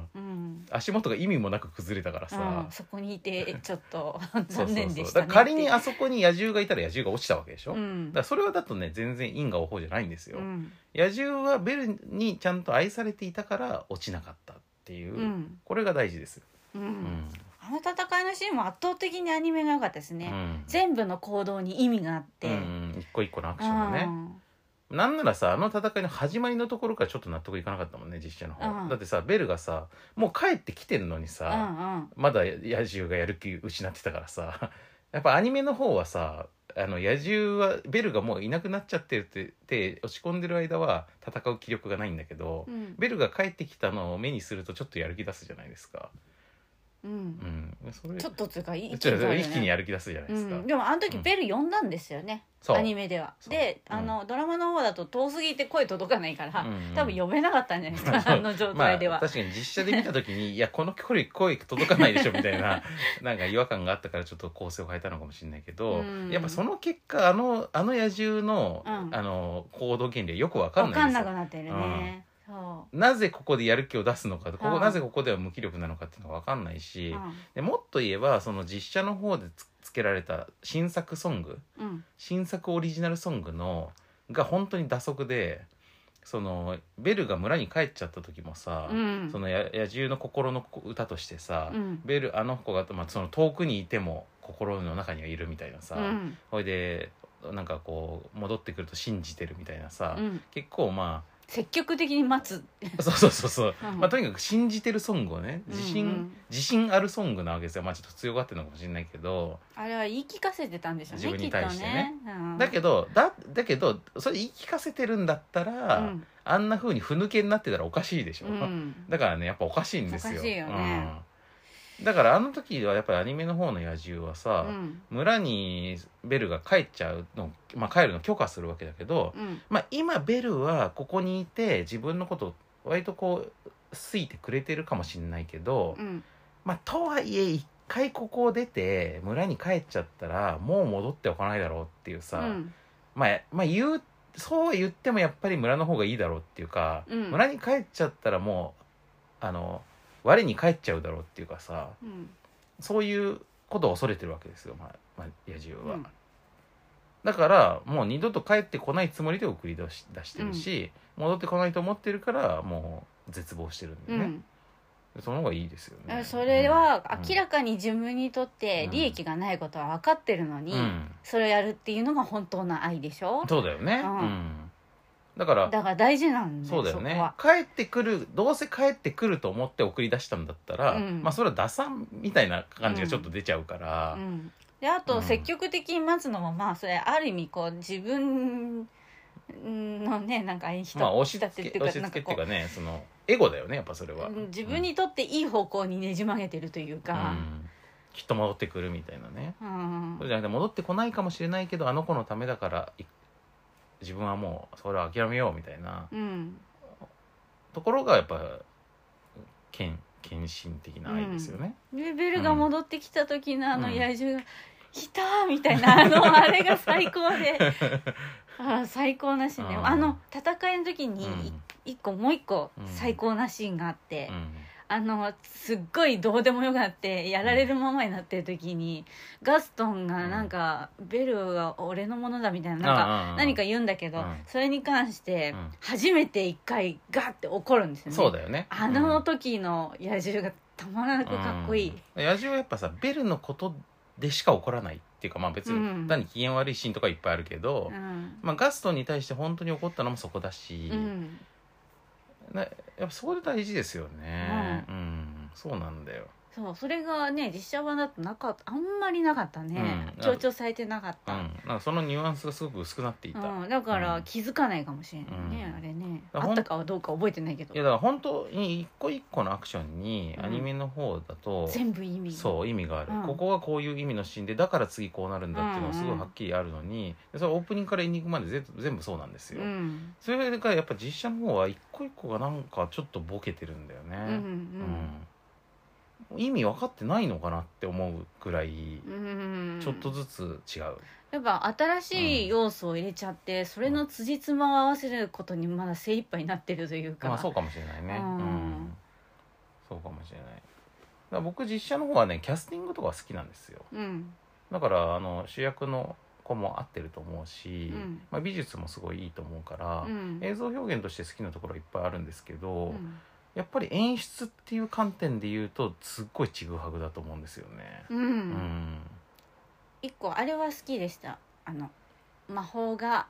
[SPEAKER 1] 足元が意味もなく崩れたからさ、
[SPEAKER 2] そこにいてちょっと残念でしたね。
[SPEAKER 1] だから仮にあそこに野獣がいたら野獣が落ちたわけでしょ、だからそれはだとね全然因果応報じゃないんですよ、野獣はベルにちゃんと愛されていたから落ちなかったっていう、これが大事ですよ。
[SPEAKER 2] あの戦いのシーンも圧倒的にアニメが良かったですね、全部の行動に意味があって、
[SPEAKER 1] 一個一個のアクションがね、なんならさあの戦いの始まりのところからちょっと納得いかなかったもんね実写の方、だってさベルがさもう帰ってきてんのにさ、まだ野獣がやる気失ってたからさやっぱアニメの方はさ野獣はベルがもういなくなっちゃってるって落ち込んでる間は戦う気力がないんだけど、ベルが帰ってきたのを目にするとちょっとやる気出すじゃないですか。
[SPEAKER 2] それちょっとつうか一
[SPEAKER 1] 気にやる気出すじゃないですか、
[SPEAKER 2] でもあの時ベル呼んだんですよね、アニメでは。でドラマの方だと遠すぎて声届かないから、多分呼べなかったんじゃないですか、あの状態では。
[SPEAKER 1] 確かに実写で見た時にいやこの声届かないでしょみたいななんか違和感があったからちょっと構成を変えたのかもしれないけど、やっぱその結果あの野獣の行動原理はよく分かんないんですよ。
[SPEAKER 2] 分かんなくなってるね、
[SPEAKER 1] なぜここでやる気を出すのか、なぜここでは無気力なのかっていうのが分かんないし、でもっと言えばその実写の方でつけられた新作ソング、新作オリジナルソングのが本当に打足で、そのベルが村に帰っちゃった時もさ、その野獣の心の歌としてさ、ベルあの子が、その遠くにいても心の中にはいるみたいなさ、それでなんかこう戻ってくると信じてるみたいなさ、結構
[SPEAKER 2] 積極的に待つ
[SPEAKER 1] そう、とにかく信じてるソングをね、自信あるソングなわけですよ。ちょっと強がってるのかもしれないけど、
[SPEAKER 2] あれは言い聞かせてたんでしょうね、
[SPEAKER 1] 自分に対してね。
[SPEAKER 2] だ
[SPEAKER 1] けどそれ言い聞かせてるんだったら、あんな風にふぬけになってたらおかしいでしょ、だからねやっぱおかしいんですよ。
[SPEAKER 2] おかしいよね、
[SPEAKER 1] だからあの時はやっぱりアニメの方の野獣はさ、村にベルが帰っちゃうの、帰るの許可するわけだけど、今ベルはここにいて自分のことを割とこう好いてくれてるかもしれないけど、とはいえ一回ここを出て村に帰っちゃったらもう戻っておかないだろうっていうさ、そうは言ってもやっぱり村の方がいいだろうっていうか、村に帰っちゃったらもう我に返っちゃうだろうっていうかさ、そういうことを恐れてるわけですよ、野獣は、だからもう二度と帰ってこないつもりで送り出してるし、戻ってこないと思ってるからもう絶望してるんでね、その方がいいですよね。
[SPEAKER 2] それは明らかに自分にとって利益がないことは分かってるのに、それをやるっていうのが本当の愛でしょ。
[SPEAKER 1] そうだよね、だから
[SPEAKER 2] 大事なんだよ。
[SPEAKER 1] そうだよね。帰ってくる、どうせ帰ってくると思って送り出したんだったら、それは打算みたいな感じがちょっと出ちゃうから、
[SPEAKER 2] であと積極的に待つのもそれある意味こう自分のねなんか
[SPEAKER 1] 押し付けっていうかね、そのエゴだよねやっぱそれは。
[SPEAKER 2] 自分にとっていい方向にねじ曲げてるというか、
[SPEAKER 1] きっと戻ってくるみたいなね、それじゃなくて戻ってこないかもしれないけどあの子のためだから自分はもうそれを諦めようみたいな、ところがやっぱ献身的な愛ですよね、
[SPEAKER 2] でベルが戻ってきた時の野獣が「来た!」みたいなあれが最高で最高なシーンで、戦いの時にもう一個最高なシーンがあって、すっごいどうでもよくなってやられるままになってる時に、ガストンがなんか、ベルが俺のものだみたいな、何か言うんだけど、それに関して初めて一回ガッて怒るんですよね。
[SPEAKER 1] そうだよね。
[SPEAKER 2] 時の野獣がたまらなくかっこいい。
[SPEAKER 1] 野獣はやっぱさ、ベルのことでしか怒らないっていうか、まあ別に単に機嫌悪いシーンとかいっぱいあるけど、まあガストンに対して本当に怒ったのもそこだし、やっぱそこで大事ですよね。そうなんだよ。
[SPEAKER 2] それがね実写版だとあんまりなかったね、強調されてなかった、
[SPEAKER 1] なんかそのニュアンスがすごく薄くなっていた、
[SPEAKER 2] だから気づかないかもしれないね、あれね。あったかはどうか覚えてないけど、
[SPEAKER 1] いやだから本当に一個一個のアクションにアニメの方だと、
[SPEAKER 2] 全部意味
[SPEAKER 1] がある、ここはこういう意味のシーンでだから次こうなるんだっていうのがすごいはっきりあるのに、それオープニングからエンディングまで全部そうなんですよ、それがやっぱ実写の方は一個一個がなんかちょっとボケてるんだよね、意味分かってないのかなって思うくらいちょっとずつ違う。
[SPEAKER 2] やっぱ新しい要素を入れちゃって、それの辻褄を合わせることにまだ精一杯になってるというか、
[SPEAKER 1] まあそうかもしれないね、そうかもしれない。だから僕実写の方はねキャスティングとか好きなんですよ、だから主役の子も合ってると思うし、美術もすごいいいと思うから、映像表現として好きなところはいっぱいあるんですけど、やっぱり演出っていう観点で言うとすっごいちぐはぐだと思うんですよね。
[SPEAKER 2] 一個あれは好きでした。魔法が、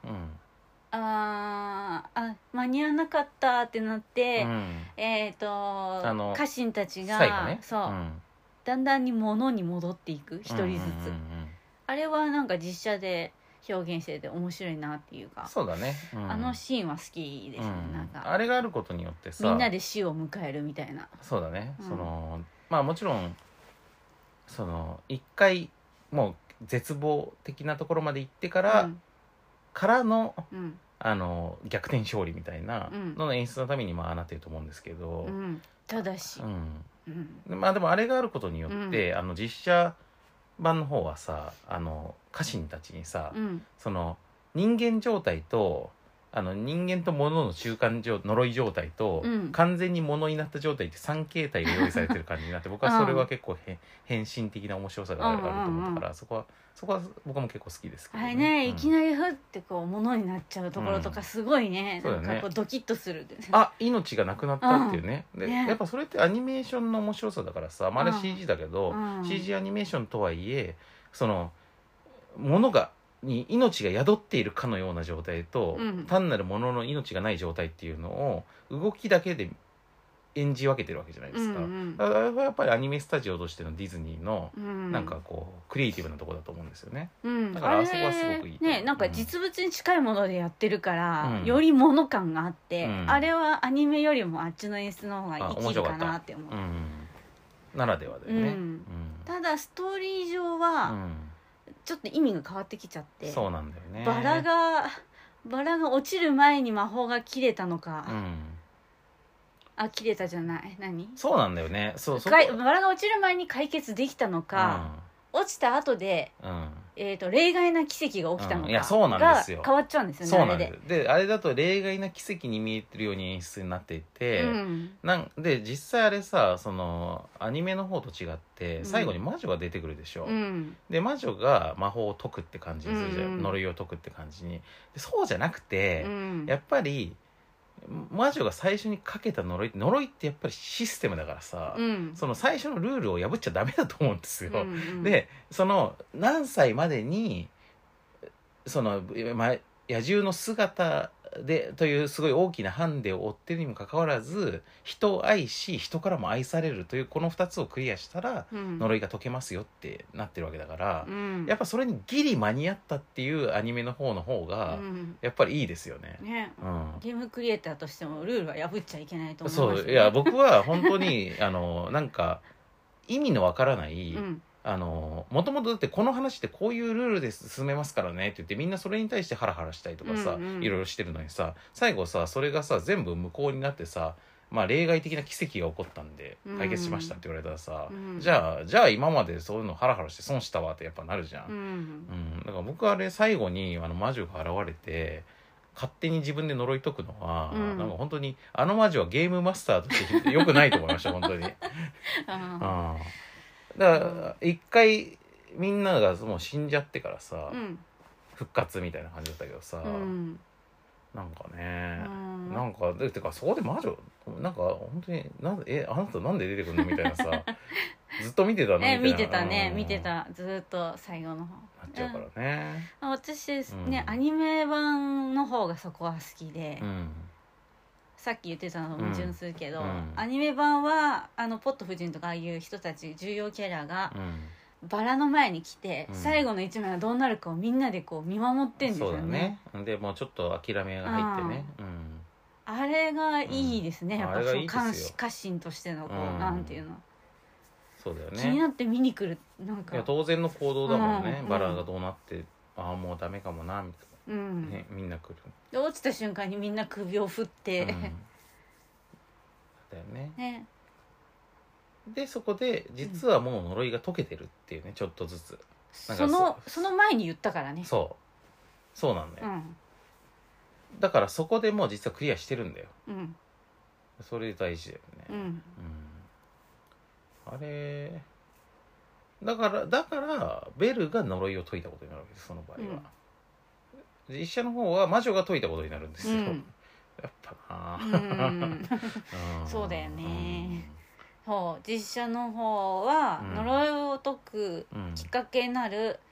[SPEAKER 2] 間に合わなかったってなって、家臣たちが、だんだんに物に戻っていく、一人ずつ、あれはなんか実写で表現してて面白いなっていうか、
[SPEAKER 1] そうだね、
[SPEAKER 2] シーンは好きですね、なんか
[SPEAKER 1] あれがあることによってさ、
[SPEAKER 2] みんなで死を迎えるみたいな。
[SPEAKER 1] そうだね、まあもちろん一回もう絶望的なところまで行ってから、の、逆転勝利みたいなのの演出のためにああなってると思うんですけど、
[SPEAKER 2] ただし、
[SPEAKER 1] まあでもあれがあることによって、実写版の方はさ家臣たちにさ、その人間状態と人間と物の中間呪い状態と、完全に物になった状態って3形態が用意されてる感じになって僕はそれは結構変身的な面白さがあると思ったから、そこは僕も結構好きですけどね。
[SPEAKER 2] あれね、いきなりふってこう物になっちゃうところとかすごいね、なんかこうドキッとする、
[SPEAKER 1] 命がなくなったっていうね、でやっぱそれってアニメーションの面白さだからさ、あれ CG だけど、CG アニメーションとはいえその物に命が宿っているかのような状態と、単なるものの命がない状態っていうのを動きだけで演じ分けてるわけじゃないですか、だからやっぱりアニメスタジオとしてのディズニーのなんかこうクリエイティブなところだと思うんですよね、だからあそこはすごくいい
[SPEAKER 2] ね。なんか実物に近いものでやってるから、より物感があって、あれはアニメよりもあっちの演出の方が生きるかなって思う、
[SPEAKER 1] ならではだよね、
[SPEAKER 2] ただストーリー上は、ちょっと意味が変わってきちゃって、
[SPEAKER 1] そうなんだよね。
[SPEAKER 2] バラが落ちる前に魔法が切れたのか、切れたじゃない、
[SPEAKER 1] そうなんだよね。
[SPEAKER 2] バラが落ちる前に解決できたのか、落ちた後で、例外な奇跡が起きたのかが変わっちゃうんですよね。
[SPEAKER 1] そうなんですよ。であれだと例外な奇跡に見えてるように演出になっていて、で実際あれさ、アニメの方と違って最後に魔女が出てくるでしょ、で魔女が魔法を解くって感じにするじゃん、呪いを解くって感じに。でそうじゃなくて、やっぱり魔女が最初にかけた呪いってやっぱりシステムだからさ、その最初のルールを破っちゃダメだと思うんですよ、で何歳までに野獣の姿でというすごい大きなハンデを負ってるにもかかわらず人を愛し人からも愛されるというこの2つをクリアしたら、呪いが解けますよってなってるわけだから、やっぱそれにギリ間に合ったっていうアニメの方が、やっぱりいいですよね。
[SPEAKER 2] ゲームクリエイターとしてもルールは破っちゃいけないと思います、
[SPEAKER 1] いや僕は本当になんか意味のわからない、もともとだってこの話ってこういうルールで進めますからねって言ってみんなそれに対してハラハラしたりとかさ、いろいろしてるのにさ、最後さそれがさ全部無効になってさまあ例外的な奇跡が起こったんで解決しましたって言われたらさ、じゃあ今までそういうのハラハラして損したわってやっぱなるじゃん。だから僕はあれ最後に魔女が現れて勝手に自分で呪い解くのは、なんか本当に魔女はゲームマスターとして良くないと思いました本当に。だから一回みんながもう死んじゃってからさ、復活みたいな感じだったけどさ、なんかね、なんかてかそこで魔女なんか本当にあなたなんで出てくるのみたいなさずっと見てたのみたいな
[SPEAKER 2] 見てたね、見てた、ずっと最後の方
[SPEAKER 1] なっちゃうからね。
[SPEAKER 2] 私ね、アニメ版の方がそこは好きで、さっき言ってたのも矛盾するけど、アニメ版はポット夫人とかああいう人たち重要キャラが、バラの前に来て、最後の一枚はどうなるかをみんなでこう見守ってんですよね。
[SPEAKER 1] そうだね。でもうちょっと諦めが入ってね、
[SPEAKER 2] あれがいいですね、やっぱそう家臣としてのこう、なんていうの、
[SPEAKER 1] そうだよね、
[SPEAKER 2] 気になって見に来る。なんか
[SPEAKER 1] いや当然の行動だもんね、バラがどうなってもうダメかもなみたいな、ね、みんな来る
[SPEAKER 2] で落ちた瞬間にみんな首を振って、だよ
[SPEAKER 1] ね。でそこで実はもう呪いが解けてるっていうね、ちょっとずつ
[SPEAKER 2] その前に言ったからね。
[SPEAKER 1] そうなんだよ、だからそこでもう実はクリアしてるんだよ、それ大事だよね。あれだからベルが呪いを解いたことになるわけです、その場合は。実写の方は魔女が解いたことになるんですよ、やっぱな
[SPEAKER 2] そうだよね。そう実写の方は呪いを解くきっかけになる、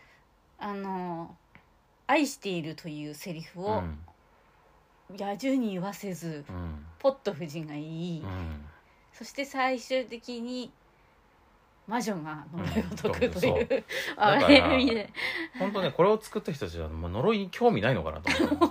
[SPEAKER 2] 愛しているというセリフを野獣に言わせず、ポット夫人が言い、そして最終的に魔女が呪いを解くという、
[SPEAKER 1] あれ見て本当ね、これを作った人たちはもう呪いに興味ないのかなと思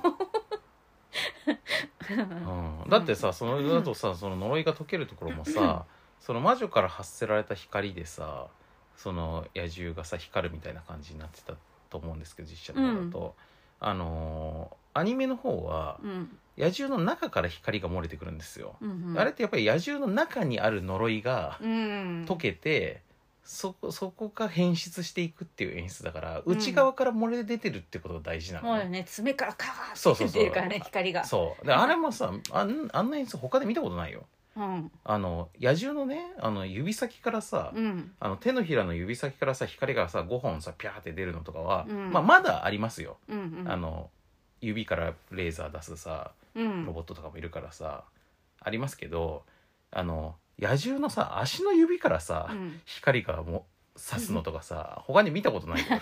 [SPEAKER 1] ってだってさ、そのだとさ、その呪いが解けるところもさその魔女から発せられた光でさ、その野獣がさ光るみたいな感じになってたと思うんですけど、実写の方だと、アニメの方は、野獣の中から光が漏れてくるんですよ、あれってやっぱり野獣の中にある呪いが解けて、そこが変質していくっていう演出だから、内側から漏れ出てるってことが大事なの、
[SPEAKER 2] そうよね、爪からカーッて出てるからね、光が。
[SPEAKER 1] そうで、あれもさあんな演出他で見たことないよ。野獣のね指先からさ、手のひらの指先からさ光がさ5本さピャーって出るのとかは、まだありますよ、指からレーザー出すさロボットとかもいるからさ、ありますけど、野獣のさ足の指からさ、光がもう刺すのとかさ、他に見たことないよ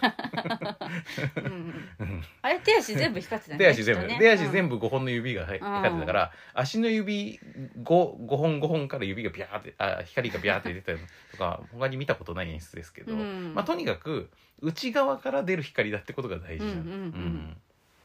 [SPEAKER 2] あれ手足全部光ってたね。
[SPEAKER 1] 手足全部5本の指が光ってたから、足の指5本から指がビャーって光がビャーって出たりとか他に見たことない演出ですけど、とにかく内側から出る光だってことが大事じゃん。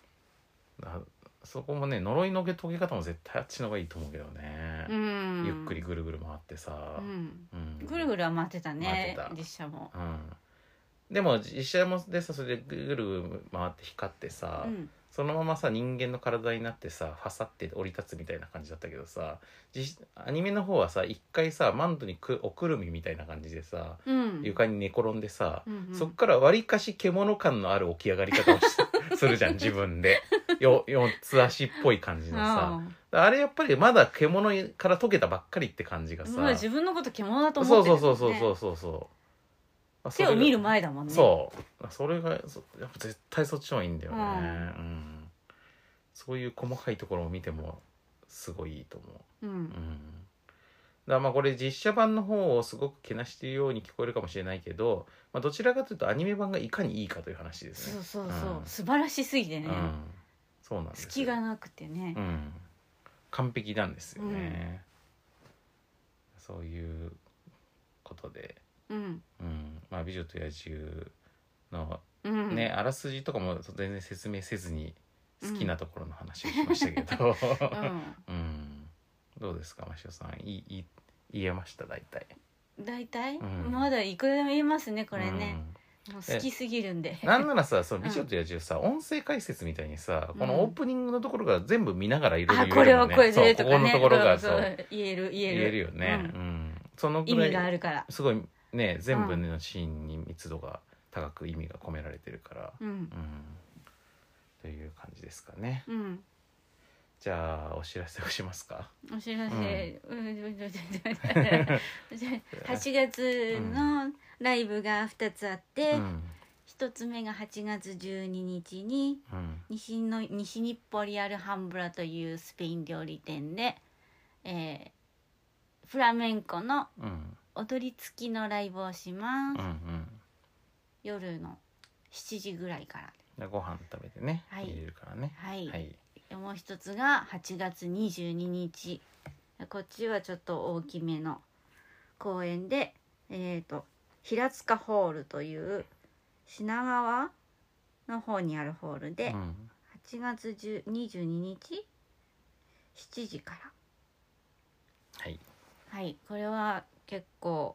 [SPEAKER 1] そこもね、呪いの解け方も絶対あっちの方がいいと思うけどね、ゆっくりぐるぐる回ってさ、
[SPEAKER 2] ぐるぐるは回ってたね、実写も。
[SPEAKER 1] でも実写もでさ、それでぐるぐる回って光ってさ、そのままさ人間の体になってさファサって降り立つみたいな感じだったけどさ、アニメの方はさ一回さマントにおくるみみたいな感じでさ、床に寝転んでさ、そっからわりかし獣感のある起き上がり方をするじゃん自分で四つ足っぽい感じのさ、あれやっぱりまだ獣から解けたばっかりって感じがさ、
[SPEAKER 2] 自分のこと獣だと思ってるもんね。
[SPEAKER 1] そう
[SPEAKER 2] 手を見る前だもんね。
[SPEAKER 1] それがやっぱ絶対そっちの方がいいんだよね、そういう細かいところを見てもすごいいいと思う。だからまあこれ実写版の方をすごくけなしているように聞こえるかもしれないけど、どちらかというとアニメ版がいかにいいかという話ですね。
[SPEAKER 2] そう、素晴らしすぎてね、
[SPEAKER 1] そうなんですよ、
[SPEAKER 2] 隙がなくてね、
[SPEAKER 1] 完璧なんですよね、そういうことで、美女と野獣のね、あらすじとかも全然説明せずに好きなところの話をしましたけど、どうですか、マシオさん、言えました？大体、
[SPEAKER 2] まだいくらでも言えますねこれね、 もう好きすぎるんで。
[SPEAKER 1] なんならさ、その美女と野獣さ、音声解説みたいにさ、このオープニングのところから全部見ながらいろいろ言える
[SPEAKER 2] これはこれで
[SPEAKER 1] とかね。ここのところがそう
[SPEAKER 2] 言え
[SPEAKER 1] るよね。そのぐらい
[SPEAKER 2] 意味があるから。
[SPEAKER 1] すごいね、全部のシーンに密度が高く意味が込められてるから、という感じですかね。じゃあお知らせをしますか。
[SPEAKER 2] お知らせ、8月のライブが2つあって、1つ目が8月12日に、西日暮里アルハンブラというスペイン料理店で、フラメンコの踊り付きのライブをします、夜の7時ぐらいから
[SPEAKER 1] ご飯食べてね、入れるからね。
[SPEAKER 2] もう一つが8月22日、こっちはちょっと大きめの公演で、平塚ホールという品川の方にあるホールで、8月22日7時から。これは結構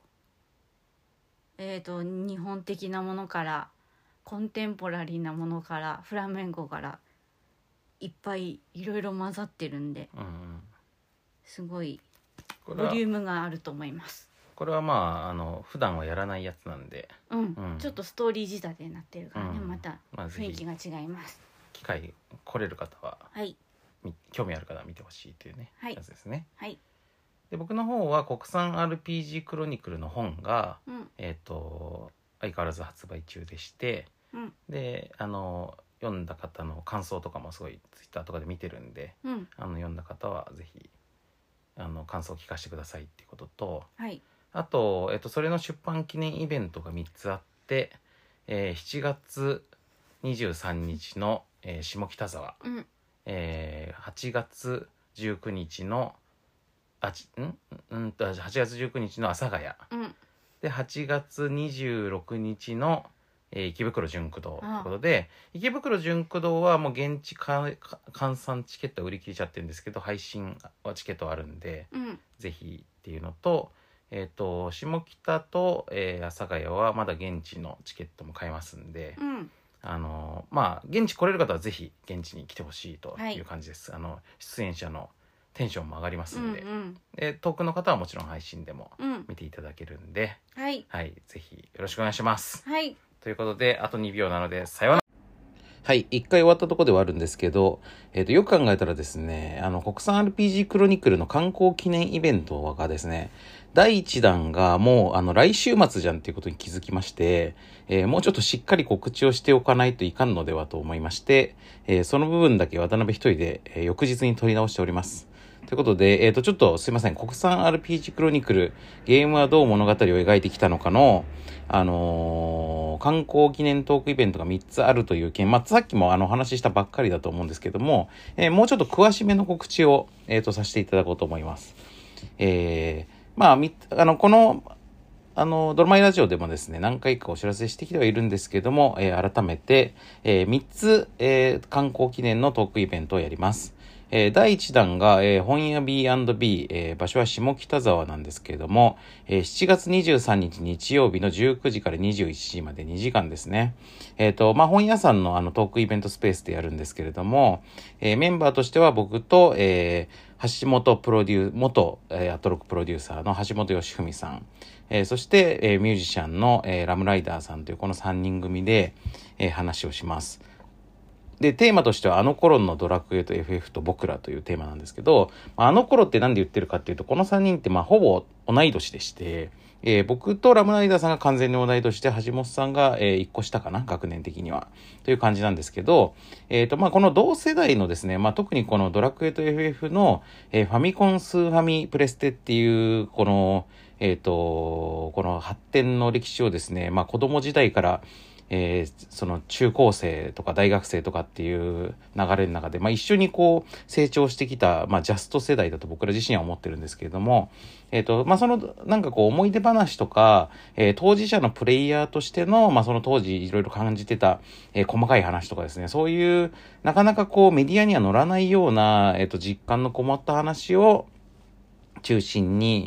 [SPEAKER 2] 日本的なものからコンテンポラリーなものからフラメンコからいっぱいいろいろ混ざってるんで、すごいボリュームがあると思います。
[SPEAKER 1] これはまあ普段はやらないやつなんで、
[SPEAKER 2] ちょっとストーリー仕立てになってるからね、また雰囲気が違います。
[SPEAKER 1] 機会来れる方は、興味ある方は見てほしいというね、やつですね。で僕の方は国産 RPG クロニクルの本が、相変わらず発売中でして、で読んだ方の感想とかもすごいツイッターとかで見てるんで、読んだ方はぜひ感想を聞かせてくださいっていうことと、あと、それの出版記念イベントが3つあって、7月23日の、下北沢、8月19日の8月19日の阿佐ヶ谷、で8月26日の池袋純駆動ということで、池袋純駆動はもう現地換算チケット売り切れちゃってるんですけど、配信はチケットあるんで、ぜひっていうのと、下北と、阿佐ヶ谷はまだ現地のチケットも買えますんで、現地来れる方はぜひ現地に来てほしいという感じです。出演者のテンションも上がりますんで、で遠くの方はもちろん配信でも見ていただけるんで、ぜひよろしくお願いします。ということであと2秒なのでさようなら。1回終わったところではあるんですけど、よく考えたらですね、国産 RPG クロニクルの観光記念イベントがですね、第1弾がもう来週末じゃんっていうことに気づきまして、もうちょっとしっかり告知をしておかないといかんのではと思いまして、その部分だけ渡辺一人で、翌日に撮り直しております。ということで、ちょっとすいません、国産 RPG クロニクル、ゲームはどう物語を描いてきたのかの、観光記念トークイベントが3つあるという件、さっきもお話ししたばっかりだと思うんですけども、もうちょっと詳しめの告知を、させていただこうと思います。この、ドラマイラジオでもですね、何回かお知らせしてきてはいるんですけども、改めて、3つ、観光記念のトークイベントをやります。第1弾が、本屋 B&B、場所は下北沢なんですけれども、7月23日日曜日の19時から21時まで2時間ですね。本屋さんのトークイベントスペースでやるんですけれども、メンバーとしては僕と、橋本元、アトロックプロデューサーの橋本義文さん、そして、ミュージシャンの、ラムライダーさんというこの3人組で、話をします。で、テーマとしてはあの頃のドラクエと FF と僕らというテーマなんですけど、あの頃ってなんで言ってるかっていうと、この3人ってほぼ同い年でして、僕とラムライダーさんが完全に同い年で、橋本さんが、1個下かな、学年的には。という感じなんですけど、この同世代のですね、特にこのドラクエと FF の、ファミコンスーファミプレステっていう、この発展の歴史をですね、子供時代から、その中高生とか大学生とかっていう流れの中で、一緒にこう成長してきた、ジャスト世代だと僕ら自身は思ってるんですけれども、そのなんかこう思い出話とか、当事者のプレイヤーとしての、その当時いろいろ感じてた、細かい話とかですね、そういうなかなかこうメディアには載らないような、実感のこもった話を中心に、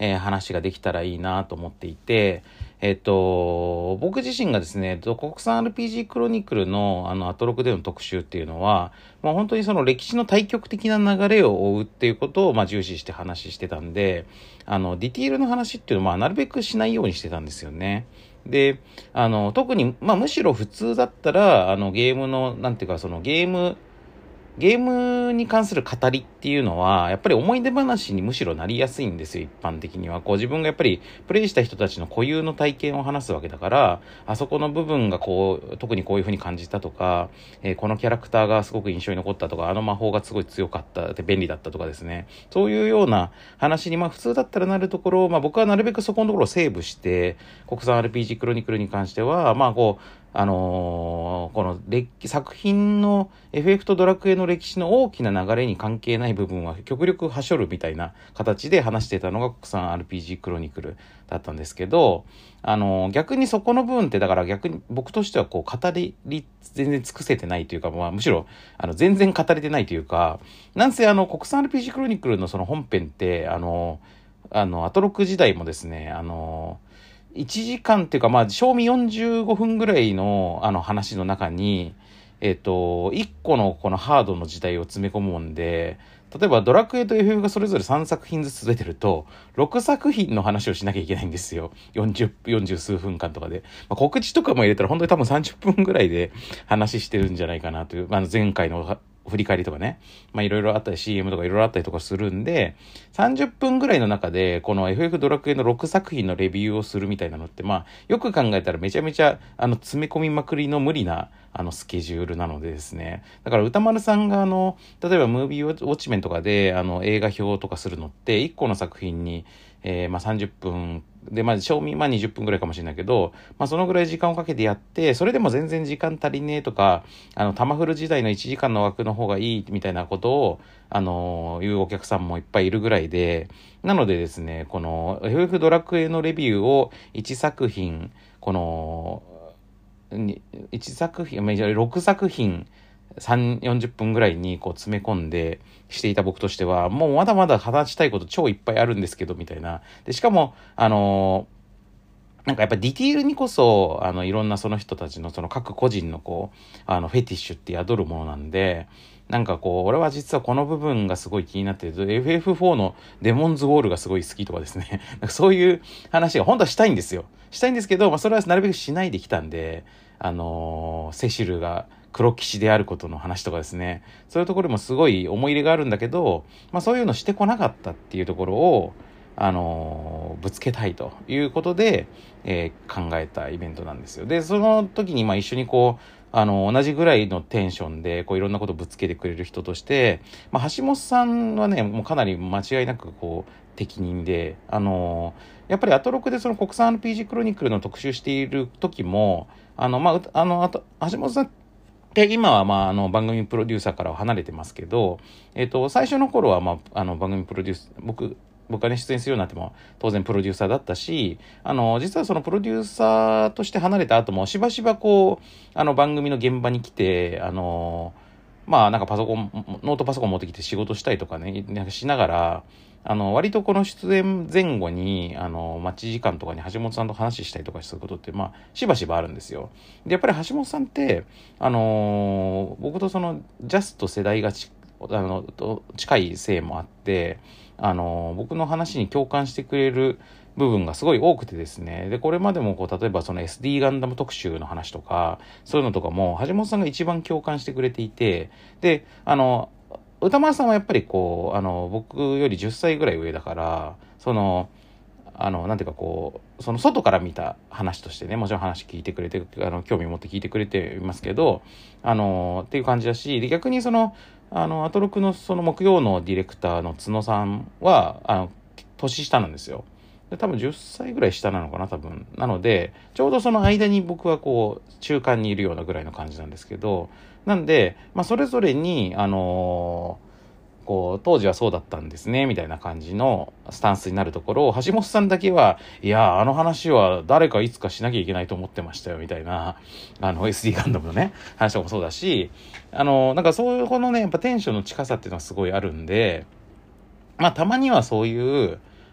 [SPEAKER 1] 話ができたらいいなと思っていて、僕自身がですね、国産 RPG クロニクルのアトロクでの特集っていうのは、本当にその歴史の対極的な流れを追うっていうことを重視して話してたんで、ディティールの話っていうのはなるべくしないようにしてたんですよね。で、特に、むしろ普通だったら、ゲームの、なんていうか、そのゲームに関する語りっていうのは、やっぱり思い出話にむしろなりやすいんですよ、一般的には。自分がやっぱりプレイした人たちの固有の体験を話すわけだから、あそこの部分が特にこういう風に感じたとか、このキャラクターがすごく印象に残ったとか、あの魔法がすごい強かったで便利だったとかですね。そういうような話に、普通だったらなるところを、僕はなるべくそこのところをセーブして、国産 RPG クロニクルに関しては、この作品の FF とドラクエの歴史の大きな流れに関係ない部分は極力はしょるみたいな形で話してたのが国産 RPG クロニクルだったんですけど、逆にそこの部分ってだから逆に僕としては語り全然尽くせてないというか、むしろ全然語れてないというか、なんせ国産 RPG クロニクルのその本編ってアトロク時代もですね、1時間っていうか、賞味45分ぐらいの話の中に、1個のこのハードの時代を詰め込むもんで、例えばドラクエと FF がそれぞれ3作品ずつ出てると、6作品の話をしなきゃいけないんですよ。40数分間とかで。告知とかも入れたら本当に多分30分ぐらいで話してるんじゃないかなという、前回の振り返りとかね、いろいろあったり CM とかいろいろあったりとかするんで、30分ぐらいの中でこの FF ドラクエの6作品のレビューをするみたいなのって、よく考えたらめちゃめちゃ詰め込みまくりの無理なスケジュールなのでですね。だから歌丸さんが例えばムービーウォッチメンとかで映画表とかするのって1個の作品に30分で、賞味20分ぐらいかもしれないけど、そのぐらい時間をかけてやって、それでも全然時間足りねえとか、タマフル時代の1時間の枠の方がいいみたいなことを、言うお客さんもいっぱいいるぐらいで、なのでですね、この FF ドラクエのレビューを1作品、1作品、6作品、40分ぐらいに詰め込んでしていた僕としては、もうまだまだ話したいこと超いっぱいあるんですけど、みたいな。で、しかも、なんかやっぱディティールにこそ、いろんなその人たちのその各個人のフェティッシュって宿るものなんで、なんか俺は実はこの部分がすごい気になってる。FF4 のデモンズウォールがすごい好きとかですね。なんかそういう話が本当はしたいんですよ。したいんですけど、それはなるべくしないできたんで、セシルが黒騎士であることの話とかですね。そういうところもすごい思い入れがあるんだけど、そういうのしてこなかったっていうところを、ぶつけたいということで、考えたイベントなんですよ。で、その時に一緒に同じぐらいのテンションでいろんなことをぶつけてくれる人として、橋本さんはね、もうかなり間違いなく適任で、やっぱりアトロクでその国産 RPG クロニクルの特集している時も、橋本さんで、今は番組プロデューサーからは離れてますけど、最初の頃は番組プロデュース、僕がね、出演するようになっても当然プロデューサーだったし、実はそのプロデューサーとして離れた後もしばしば番組の現場に来て、なんかノートパソコン持ってきて仕事したりとかね、なんかしながら、割とこの出演前後に、待ち時間とかに橋本さんと話したりとかすることって、しばしばあるんですよ。で、やっぱり橋本さんって、僕とその、ジャスト世代が近いせいもあって、僕の話に共感してくれる部分がすごい多くてですね。で、これまでも例えばその SD ガンダム特集の話とか、そういうのとかも、橋本さんが一番共感してくれていて、で、歌丸さんはやっぱり僕より10歳ぐらい上だから、なんていうかその外から見た話としてね、もちろん話聞いてくれて、興味持って聞いてくれていますけど、っていう感じだし、で、逆にアトロクのその木曜のディレクターの角さんは、年下なんですよ。で、多分10歳ぐらい下なのかな、多分。なので、ちょうどその間に僕は中間にいるようなぐらいの感じなんですけど、なんで、それぞれに、当時はそうだったんですね、みたいな感じのスタンスになるところを、橋本さんだけは、いや、あの話は誰かいつかしなきゃいけないと思ってましたよ、みたいな、SD ガンダムのね、話とかもそうだし、なんかそういうね、やっぱテンションの近さっていうのはすごいあるんで、たまにはそういう、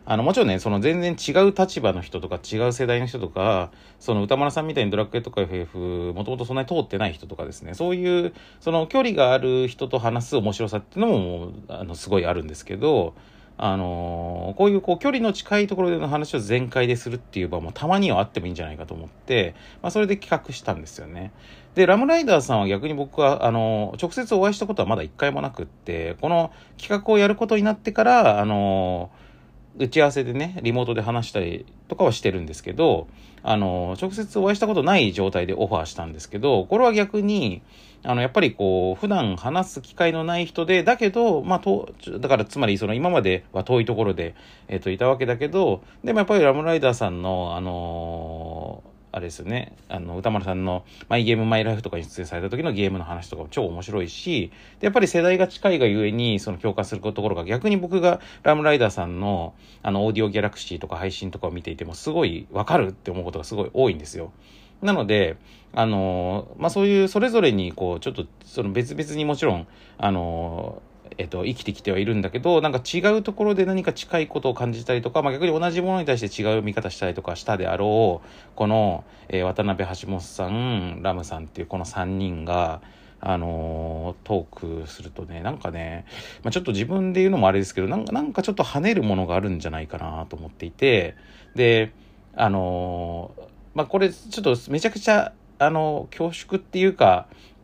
[SPEAKER 1] もちろんね、その全然違う立場の人とか違う世代の人とか、その歌丸さんみたいにドラクエとか FF、もともとそんなに通ってない人とかですね、そういう、その距離がある人と話す面白さっていうのも、すごいあるんですけど、こういう距離の近いところでの話を全開でするっていう場もたまにはあってもいいんじゃないかと思って、それで企画したんですよね。で、ラムライダーさんは逆に僕は、直接お会いしたことはまだ一回もなくって、この企画をやることになってから、打ち合わせでね、リモートで話したりとかはしてるんですけど、直接お会いしたことない状態でオファーしたんですけど、これは逆に、やっぱり普段話す機会のない人で、だけど、だからつまり今までは遠いところで、いたわけだけど、でもやっぱりラムライダーさんの、あれですよね、歌丸さんのマイゲームマイライフとかに出演された時のゲームの話とかも超面白いし、でやっぱり世代が近いがゆえに共感するところが、逆に僕がラムライダーさんのオーディオギャラクシーとか配信とかを見ていてもすごいわかるって思うことがすごい多いんですよ。なのでそういうそれぞれにちょっと別々にもちろん生きてきてはいるんだけど、なんか違うところで何か近いことを感じたりとか、逆に同じものに対して違う見方したりとかしたであろう、この、渡辺橋本さん、ラムさんっていうこの3人が、トークするとね、なんかね、ちょっと自分で言うのもあれですけど、なんかちょっと跳ねるものがあるんじゃないかなと思っていて、で、これちょっとめちゃくちゃ、恐縮っていうか、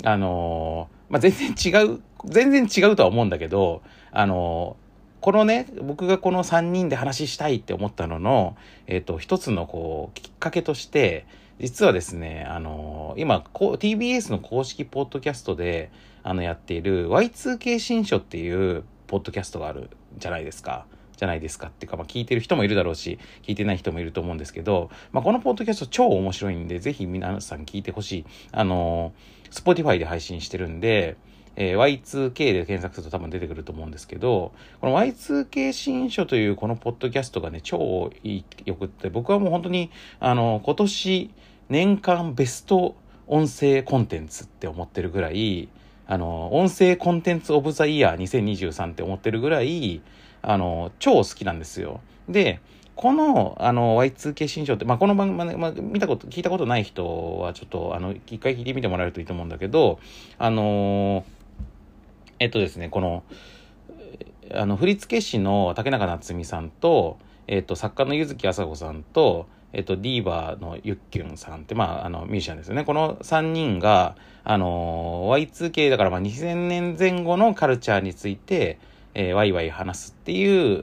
[SPEAKER 1] 全然違うとは思うんだけど、このね、僕がこの3人で話したいって思ったのの、一つのきっかけとして、実はですね、今、TBS の公式ポッドキャストで、やっている Y2K 新書っていうポッドキャストがあるじゃないですかっていうか、聞いてる人もいるだろうし、聞いてない人もいると思うんですけど、このポッドキャスト超面白いんで、ぜひ皆さん聞いてほしい。Spotify で配信してるんで、Y2K で検索すると多分出てくると思うんですけど、この Y2K 新書というこのポッドキャストがね、超よくって、僕はもう本当に、今年年間ベスト音声コンテンツって思ってるぐらい、音声コンテンツオブザイヤー2023って思ってるぐらい、超好きなんですよ。で、この、Y2K 新書って、この番組、聞いたことない人は、ちょっと、一回聞いてみてもらえるといいと思うんだけど、ですね、この、振付師の竹中夏実さんと、作家の柚木麻子さんと、ディーバーのゆっきゅんさんって、ミュージシャンですよね。この3人が、Y2K だから、2000年前後のカルチャーについて、ワイワイ話すっていう、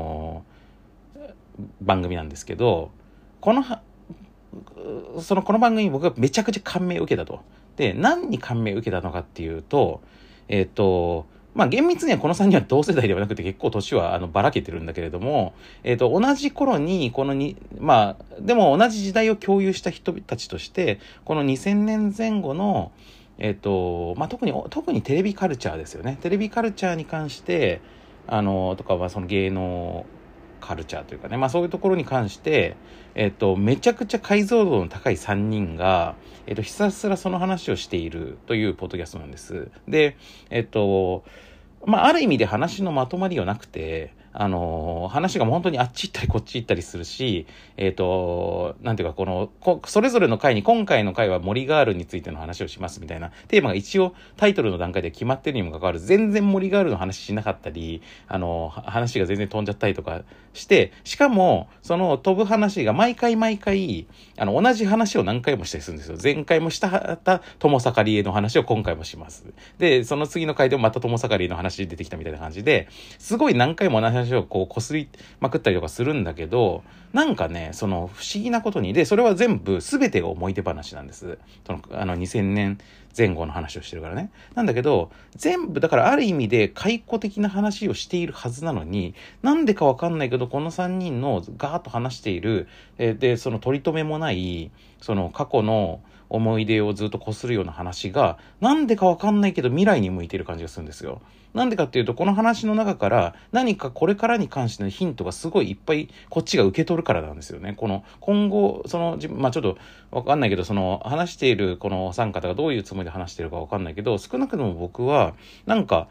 [SPEAKER 1] 番組なんですけど、この番組に僕がめちゃくちゃ感銘を受けたと。で、何に感銘を受けたのかっていうと、厳密にはこの3人は同世代ではなくて結構年はばらけてるんだけれども、同じ頃にでも同じ時代を共有した人たちとして、この2000年前後の特にテレビカルチャーですよね。テレビカルチャーに関してとかその芸能カルチャーというかね、そういうところに関してめちゃくちゃ解像度の高い3人がひたすらその話をしているというポッドキャストなんです。である意味で話のまとまりはなくて、話が本当にあっち行ったりこっち行ったりするし、なんていうかそれぞれの回に、今回の回は森ガールについての話をしますみたいなテーマが一応タイトルの段階で決まってるにもかかわらず、全然森ガールの話しなかったり、話が全然飛んじゃったりとかして、しかも、その飛ぶ話が毎回、同じ話を何回もしたりするんですよ。前回もした友坂理恵の話を今回もします。で、その次の回でもまた友坂理恵の話出てきたみたいな感じで、すごい何回も同じ話をこすりまくったりとかするんだけど、なんかね、不思議なことに、で、それは全てが思い出話なんです。2000年前後の話をしてるからね。なんだけど、全部、だからある意味で解雇的な話をしているはずなのに、なんでかわかんないけど、この3人のガーッと話している、で、取り留めもない、過去の思い出をずっとこするような話が、なんでかわかんないけど未来に向いている感じがするんですよ。なんでかっていうと、この話の中から何かこれからに関してのヒントがすごいいっぱいこっちが受け取るからなんですよね。今後、ちょっとわかんないけど、話しているこのお三方がどういうつもりで話しているかわかんないけど、少なくとも僕は、なんか、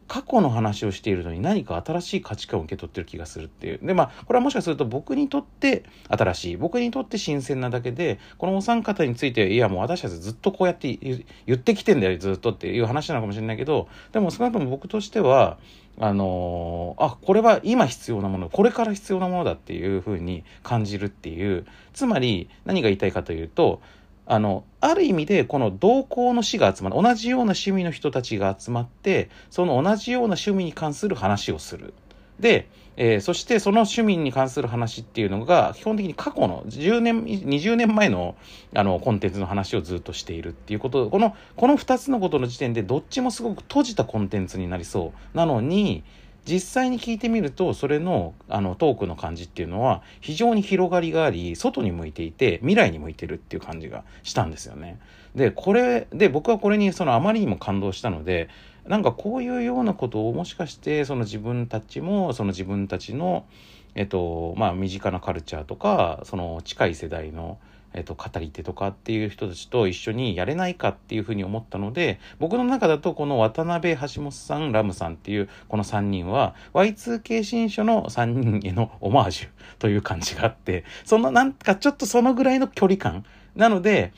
[SPEAKER 1] 過去の話をしているのに何か新しい価値観を受け取ってる気がするっていう。でこれはもしかすると僕にとって新しい、僕にとって新鮮なだけで、このお三方についていやもう私たちずっとこうやって言ってきてんだよずっとっていう話なのかもしれないけど、でも少なくとも僕としてはこれは今必要なもの、これから必要なものだっていうふうに感じるっていう。つまり何が言いたいかというと、ある意味でこの同好の士が集まる、同じような趣味の人たちが集まって、その同じような趣味に関する話をする。で、そしてその趣味に関する話っていうのが基本的に過去の10年20年前のコンテンツの話をずっとしているっていうこと、この2つのことの時点でどっちもすごく閉じたコンテンツになりそうなのに、実際に聞いてみるとそれのトークの感じっていうのは非常に広がりがあり、外に向いていて未来に向いてるっていう感じがしたんですよね。で僕はこれにあまりにも感動したので、なんかこういうようなことをもしかして自分たちも自分たちの身近なカルチャーとか近い世代の語り手とかっていう人たちと一緒にやれないかっていうふうに思ったので、僕の中だとこの渡辺、橋本さん、ラムさんっていうこの3人は Y2K 新書の3人へのオマージュという感じがあって、なんかちょっとそのぐらいの距離感なので、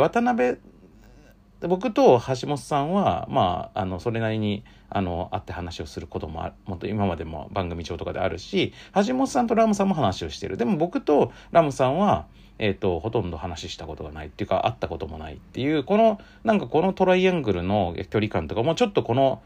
[SPEAKER 1] 僕と橋本さんはそれなりに会って話をすることも今までも番組上とかであるし、橋本さんとラムさんも話をしている。でも僕とラムさんはほとんど話したことがないっていうか、会ったこともないっていう、このトライアングルの距離感とかもちょっとこの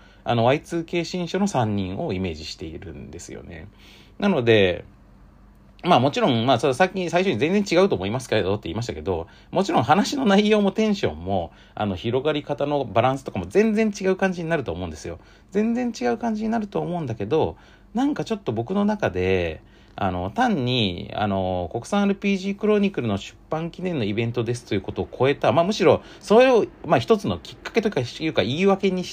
[SPEAKER 1] Y2K 新書の3人をイメージしているんですよね。なのでもちろん最初に全然違うと思いますけどって言いましたけど、もちろん話の内容もテンションも広がり方のバランスとかも全然違う感じになると思うんですよ。全然違う感じになると思うんだけど、なんかちょっと僕の中で単に国産 RPG クロニクルの出版記念のイベントですということを超えた、むしろそれを一つのきっかけというか言い訳にして、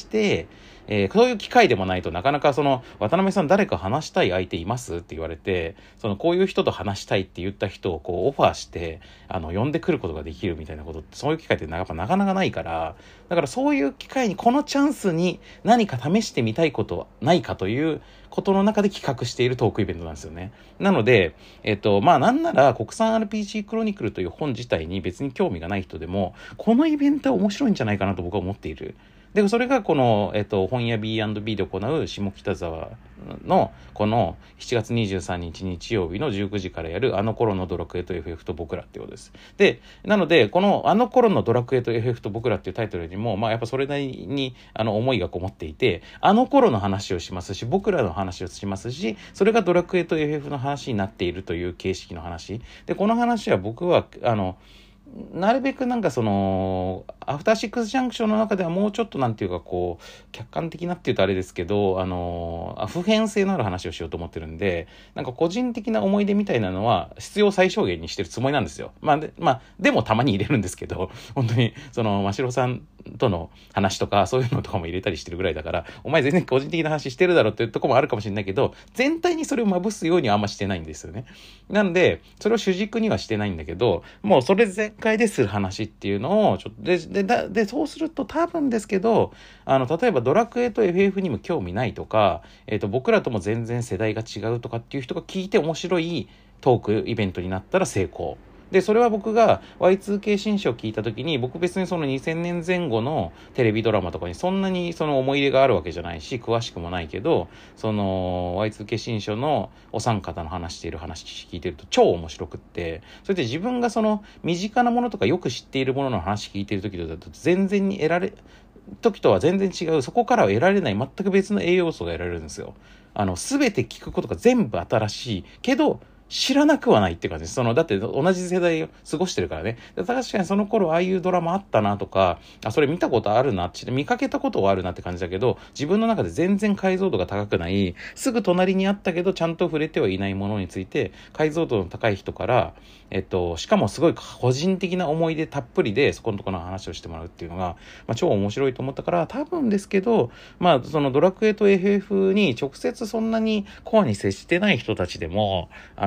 [SPEAKER 1] そういう機会でもないとなかなか渡辺さん誰か話したい相手いますって言われて、こういう人と話したいって言った人をオファーして呼んでくることができるみたいなことって、そういう機会ってなかなかないから、だからそういう機会にこのチャンスに何か試してみたいことないかということの中で企画しているトークイベントなんですよね。なのでなんなら国産 RPG クロニクルという本自体に別に興味がない人でもこのイベントは面白いんじゃないかなと僕は思っている。でそれがこの、本屋 B&B で行う下北沢のこの7月23日日曜日の19時からやるあの頃のドラクエと FF と僕らってことです。でなのでこのあの頃のドラクエと FF と僕らっていうタイトルよりもやっぱそれなりに思いがこもっていて、あの頃の話をしますし僕らの話をしますし、それがドラクエと FF の話になっているという形式の話で、この話は僕はなるべくアフターシックスジャンクションの中ではもうちょっと客観的なっていうとあれですけど普遍性のある話をしようと思ってるんで、個人的な思い出みたいなのは必要最小限にしてるつもりなんですよ。でもたまに入れるんですけど、本当に真城さんとの話とかそういうのとかも入れたりしてるぐらいだから、お前全然個人的な話してるだろっていうところもあるかもしれないけど、全体にそれをまぶすようにはあんましてないんですよね。なんでそれを主軸にはしてないんだけど、もうそれ全開でする話っていうのをちょっとでそうすると多分ですけど例えばドラクエと FF にも興味ないとか、僕らとも全然世代が違うとかっていう人が聞いて面白いトークイベントになったら成功で、それは僕が Y2K 新書を聞いた時に、僕別に2000年前後のテレビドラマとかにそんなに思い入れがあるわけじゃないし詳しくもないけど、Y2K 新書のお三方の話している話聞いてると超面白くって、それで自分が身近なものとかよく知っているものの話聞いてる時だと全然に時とは全然違う、そこからは得られない全く別の栄養素が得られるんですよ。全て聞くことが全部新しいけど知らなくはないっていう感じです。だって同じ世代を過ごしてるからね。確かにその頃ああいうドラマあったなとか、それ見たことあるなって見かけたことはあるなって感じだけど、自分の中で全然解像度が高くない、すぐ隣にあったけどちゃんと触れてはいないものについて解像度の高い人からしかもすごい個人的な思い出たっぷりでそこのところの話をしてもらうっていうのが、超面白いと思ったから、多分ですけどドラクエと FF に直接そんなにコアに接してない人たちでも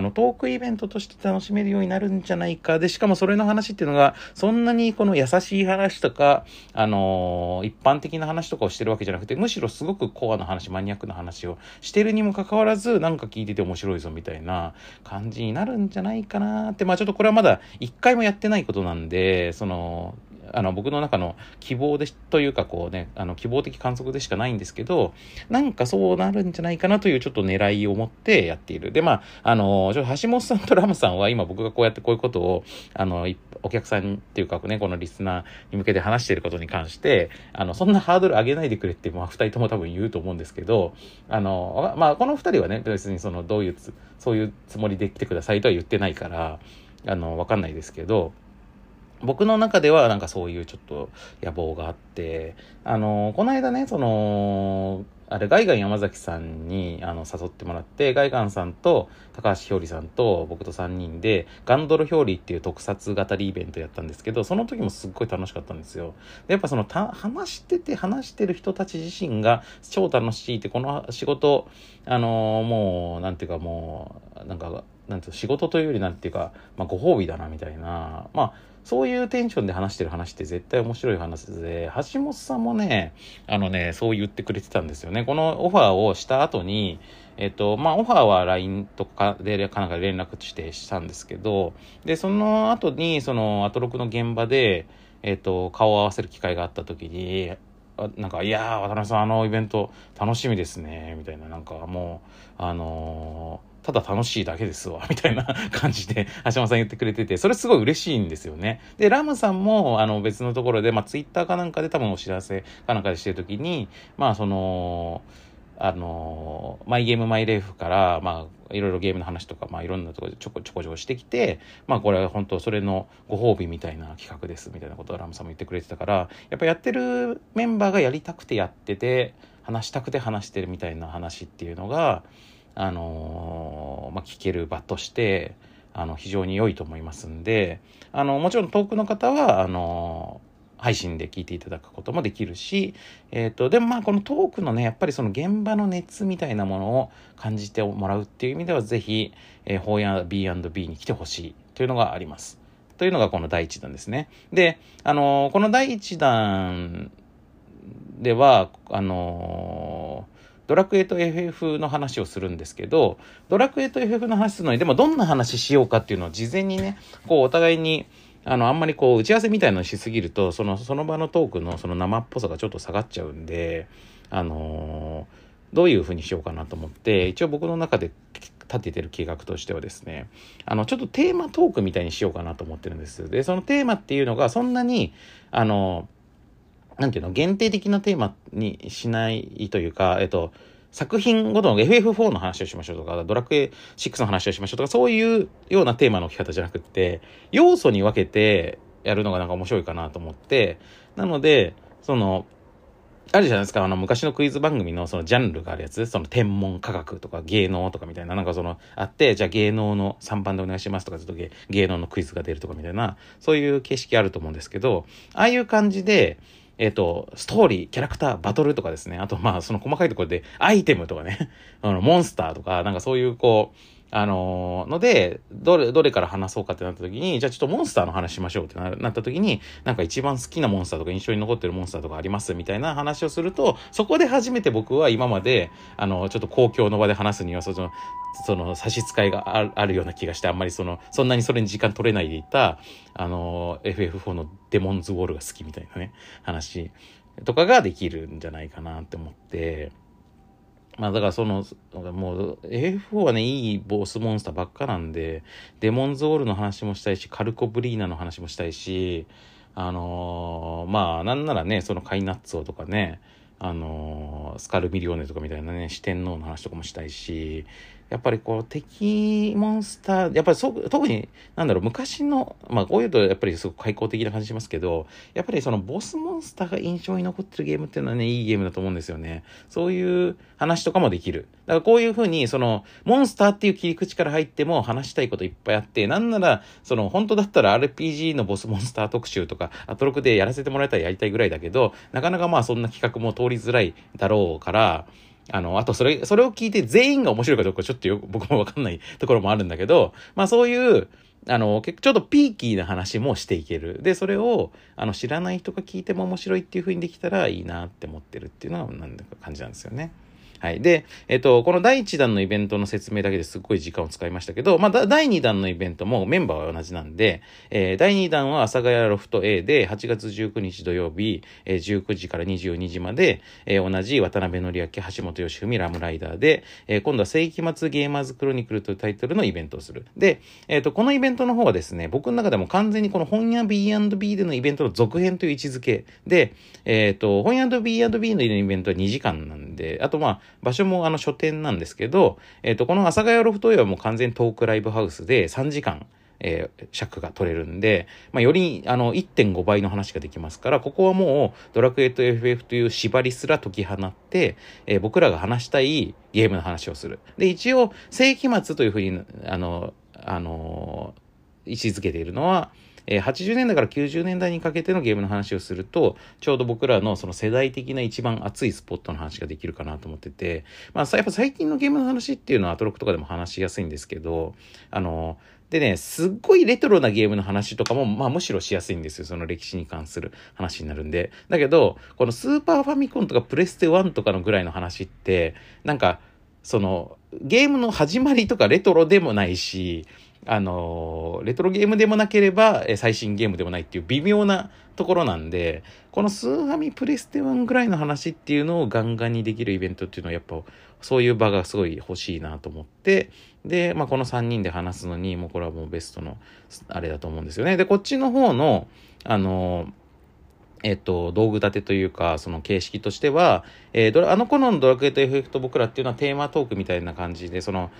[SPEAKER 1] のトークイベントとして楽しめるようになるんじゃないか。で、しかもそれの話っていうのが、そんなにこの優しい話とか、一般的な話とかをしてるわけじゃなくて、むしろすごくコアな話、マニアックな話をしてるにもかかわらず、なんか聞いてて面白いぞみたいな感じになるんじゃないかなって、まあちょっとこれはまだ一回もやってないことなんで、僕の中の希望でというかこうね、希望的観測でしかないんですけど、なんかそうなるんじゃないかなというちょっと狙いを持ってやっている。で、まあ、橋本さんとラムさんは今僕がこうやってこういうことを、お客さんっていうかね、このリスナーに向けて話していることに関して、そんなハードル上げないでくれって、まあ、二人とも多分言うと思うんですけど、まあ、この二人はね、別にそういうつもりで来てくださいとは言ってないから、わかんないですけど、僕の中ではなんかそういうちょっと野望があって、この間ね、ガイガン山崎さんに誘ってもらって、ガイガンさんと高橋ひょうりさんと僕と3人でガンドルひょうりっていう特撮語りイベントやったんですけど、その時もすっごい楽しかったんですよ。でやっぱ話してる人たち自身が超楽しいって、この仕事、もう、なんていうかもう、なんていう仕事というよりなんていうか、まあご褒美だなみたいな、まあ、そういうテンションで話してる話って絶対面白い話で、橋本さんもね、そう言ってくれてたんですよね。このオファーをした後に、まあ、オファーは LINE とかでなんか連絡したんですけど、で、その後に、アトロクの現場で、顔を合わせる機会があった時に、なんか、いやー、渡辺さん、イベント楽しみですね、みたいな、なんかもう、ただ楽しいだけですわ、みたいな感じで、橋本さん言ってくれてて、それすごい嬉しいんですよね。で、ラムさんも、別のところで、まあ、ツイッターかなんかで多分お知らせかなんかでしてるときに、まあ、マイゲームマイレーフから、まあ、いろいろゲームの話とか、まあ、いろんなところでちょこちょこしてきて、まあ、これは本当それのご褒美みたいな企画です、みたいなことをラムさんも言ってくれてたから、やっぱやってるメンバーがやりたくてやってて、話したくて話してるみたいな話っていうのが、まあ、聞ける場として、非常に良いと思いますんで、もちろん遠くの方は、配信で聞いていただくこともできるし、でもまあこのトークのね、やっぱりその現場の熱みたいなものを感じてもらうっていう意味では、ぜひ、ホーヤー B&B に来てほしいというのがあります。というのがこの第1弾ですね。で、この第1弾では、ドラクエと FF の話をするんですけど、ドラクエと FF の話するのに、でもどんな話しようかっていうのを事前にね、こうお互いに、あんまりこう打ち合わせみたいなのしすぎると、その場のトークのその生っぽさがちょっと下がっちゃうんで、どういう風にしようかなと思って、一応僕の中で立ててる計画としてはですね、ちょっとテーマトークみたいにしようかなと思ってるんです。で、そのテーマっていうのがそんなに、なんていうの、限定的なテーマにしないというか、作品ごとの FF4 の話をしましょうとか、ドラクエ6の話をしましょうとか、そういうようなテーマの置き方じゃなくって、要素に分けてやるのがなんか面白いかなと思って、なので、あるじゃないですか、昔のクイズ番組のそのジャンルがあるやつ、天文科学とか芸能とかみたいな、なんかあって、じゃあ芸能の3番でお願いしますとか、ずっと芸能のクイズが出るとかみたいな、そういう形式あると思うんですけど、ああいう感じで、ストーリー、キャラクター、バトルとかですね。あと、まあ、その細かいところで、アイテムとかね、モンスターとか、なんかそういう、こう、ので、どれから話そうかってなった時に、じゃあちょっとモンスターの話しましょうってなった時に、なんか一番好きなモンスターとか印象に残ってるモンスターとかありますみたいな話をすると、そこで初めて僕は今まで、ちょっと公共の場で話すには、その差し支えがあるような気がして、あんまりそんなにそれに時間取れないでいた、FF4 のデモンズウォールが好きみたいなね、話とかができるんじゃないかなって思って、まあだからもう F4 はね、いいボスモンスターばっかなんで、デモンズオールの話もしたいし、カルコブリーナの話もしたいし、まあなんならね、カイナッツォとかね、スカルミリオーネとかみたいなね、四天王の話とかもしたいし、やっぱりこう敵モンスター、やっぱり特に昔の、まあこういうとやっぱりすごく開放的な感じしますけど、やっぱりボスモンスターが印象に残ってるゲームっていうのはね、いいゲームだと思うんですよね。そういう話とかもできる。だからこういうふうにモンスターっていう切り口から入っても話したいこといっぱいあって、なんなら本当だったら RPG のボスモンスター特集とかアトロクでやらせてもらえたらやりたいぐらいだけど、なかなかまあそんな企画も通りづらいだろうから、 あとそれを聞いて全員が面白いかどうかちょっと僕もわかんないところもあるんだけど、まあそういう、ちょっとピーキーな話もしていける。で、それを、知らない人が聞いても面白いっていう風にできたらいいなって思ってるっていうのが、なんだか感じなんですよね。はい。で、この第1弾のイベントの説明だけですっごい時間を使いましたけど、まあ、第2弾のイベントもメンバーは同じなんで、第2弾は阿佐ヶ谷ロフト A で8月19日土曜日、19時から22時まで、同じ渡辺則明、橋本良文、ラムライダーで、今度は世紀末ゲーマーズクロニクルというタイトルのイベントをする。で、このイベントの方はですね、僕の中でも完全にこの本屋 B&B でのイベントの続編という位置づけで、本屋 B&B のイベントは2時間なんで、あとまあ、場所も書店なんですけど、この阿佐ヶ谷ロフト A はもう完全トークライブハウスで3時間、尺が取れるんで、まあ、より1.5 倍の話ができますから、ここはもうドラクエと FF という縛りすら解き放って、僕らが話したいゲームの話をする。で、一応世紀末というふうに位置づけているのは、80年代から90年代にかけてのゲームの話をすると、ちょうど僕らのその世代的な一番熱いスポットの話ができるかなと思ってて、まあ、やっぱ最近のゲームの話っていうのはアトロクとかでも話しやすいんですけど、でね、すっごいレトロなゲームの話とかも、まあむしろしやすいんですよ。その歴史に関する話になるんで。だけど、このスーパーファミコンとかプレステ1とかのぐらいの話って、なんか、ゲームの始まりとかレトロでもないし、レトロゲームでもなければ最新ゲームでもないっていう微妙なところなんで、このスーファミプレステ1ぐらいの話っていうのをガンガンにできるイベントっていうのはやっぱそういう場がすごい欲しいなと思って、で、まあこの3人で話すのにもうこれはもうベストのあれだと思うんですよね。で、こっちの方の道具立てというか、その形式としては、あの頃のドラクエと FF と僕らっていうのはテーマトークみたいな感じで、その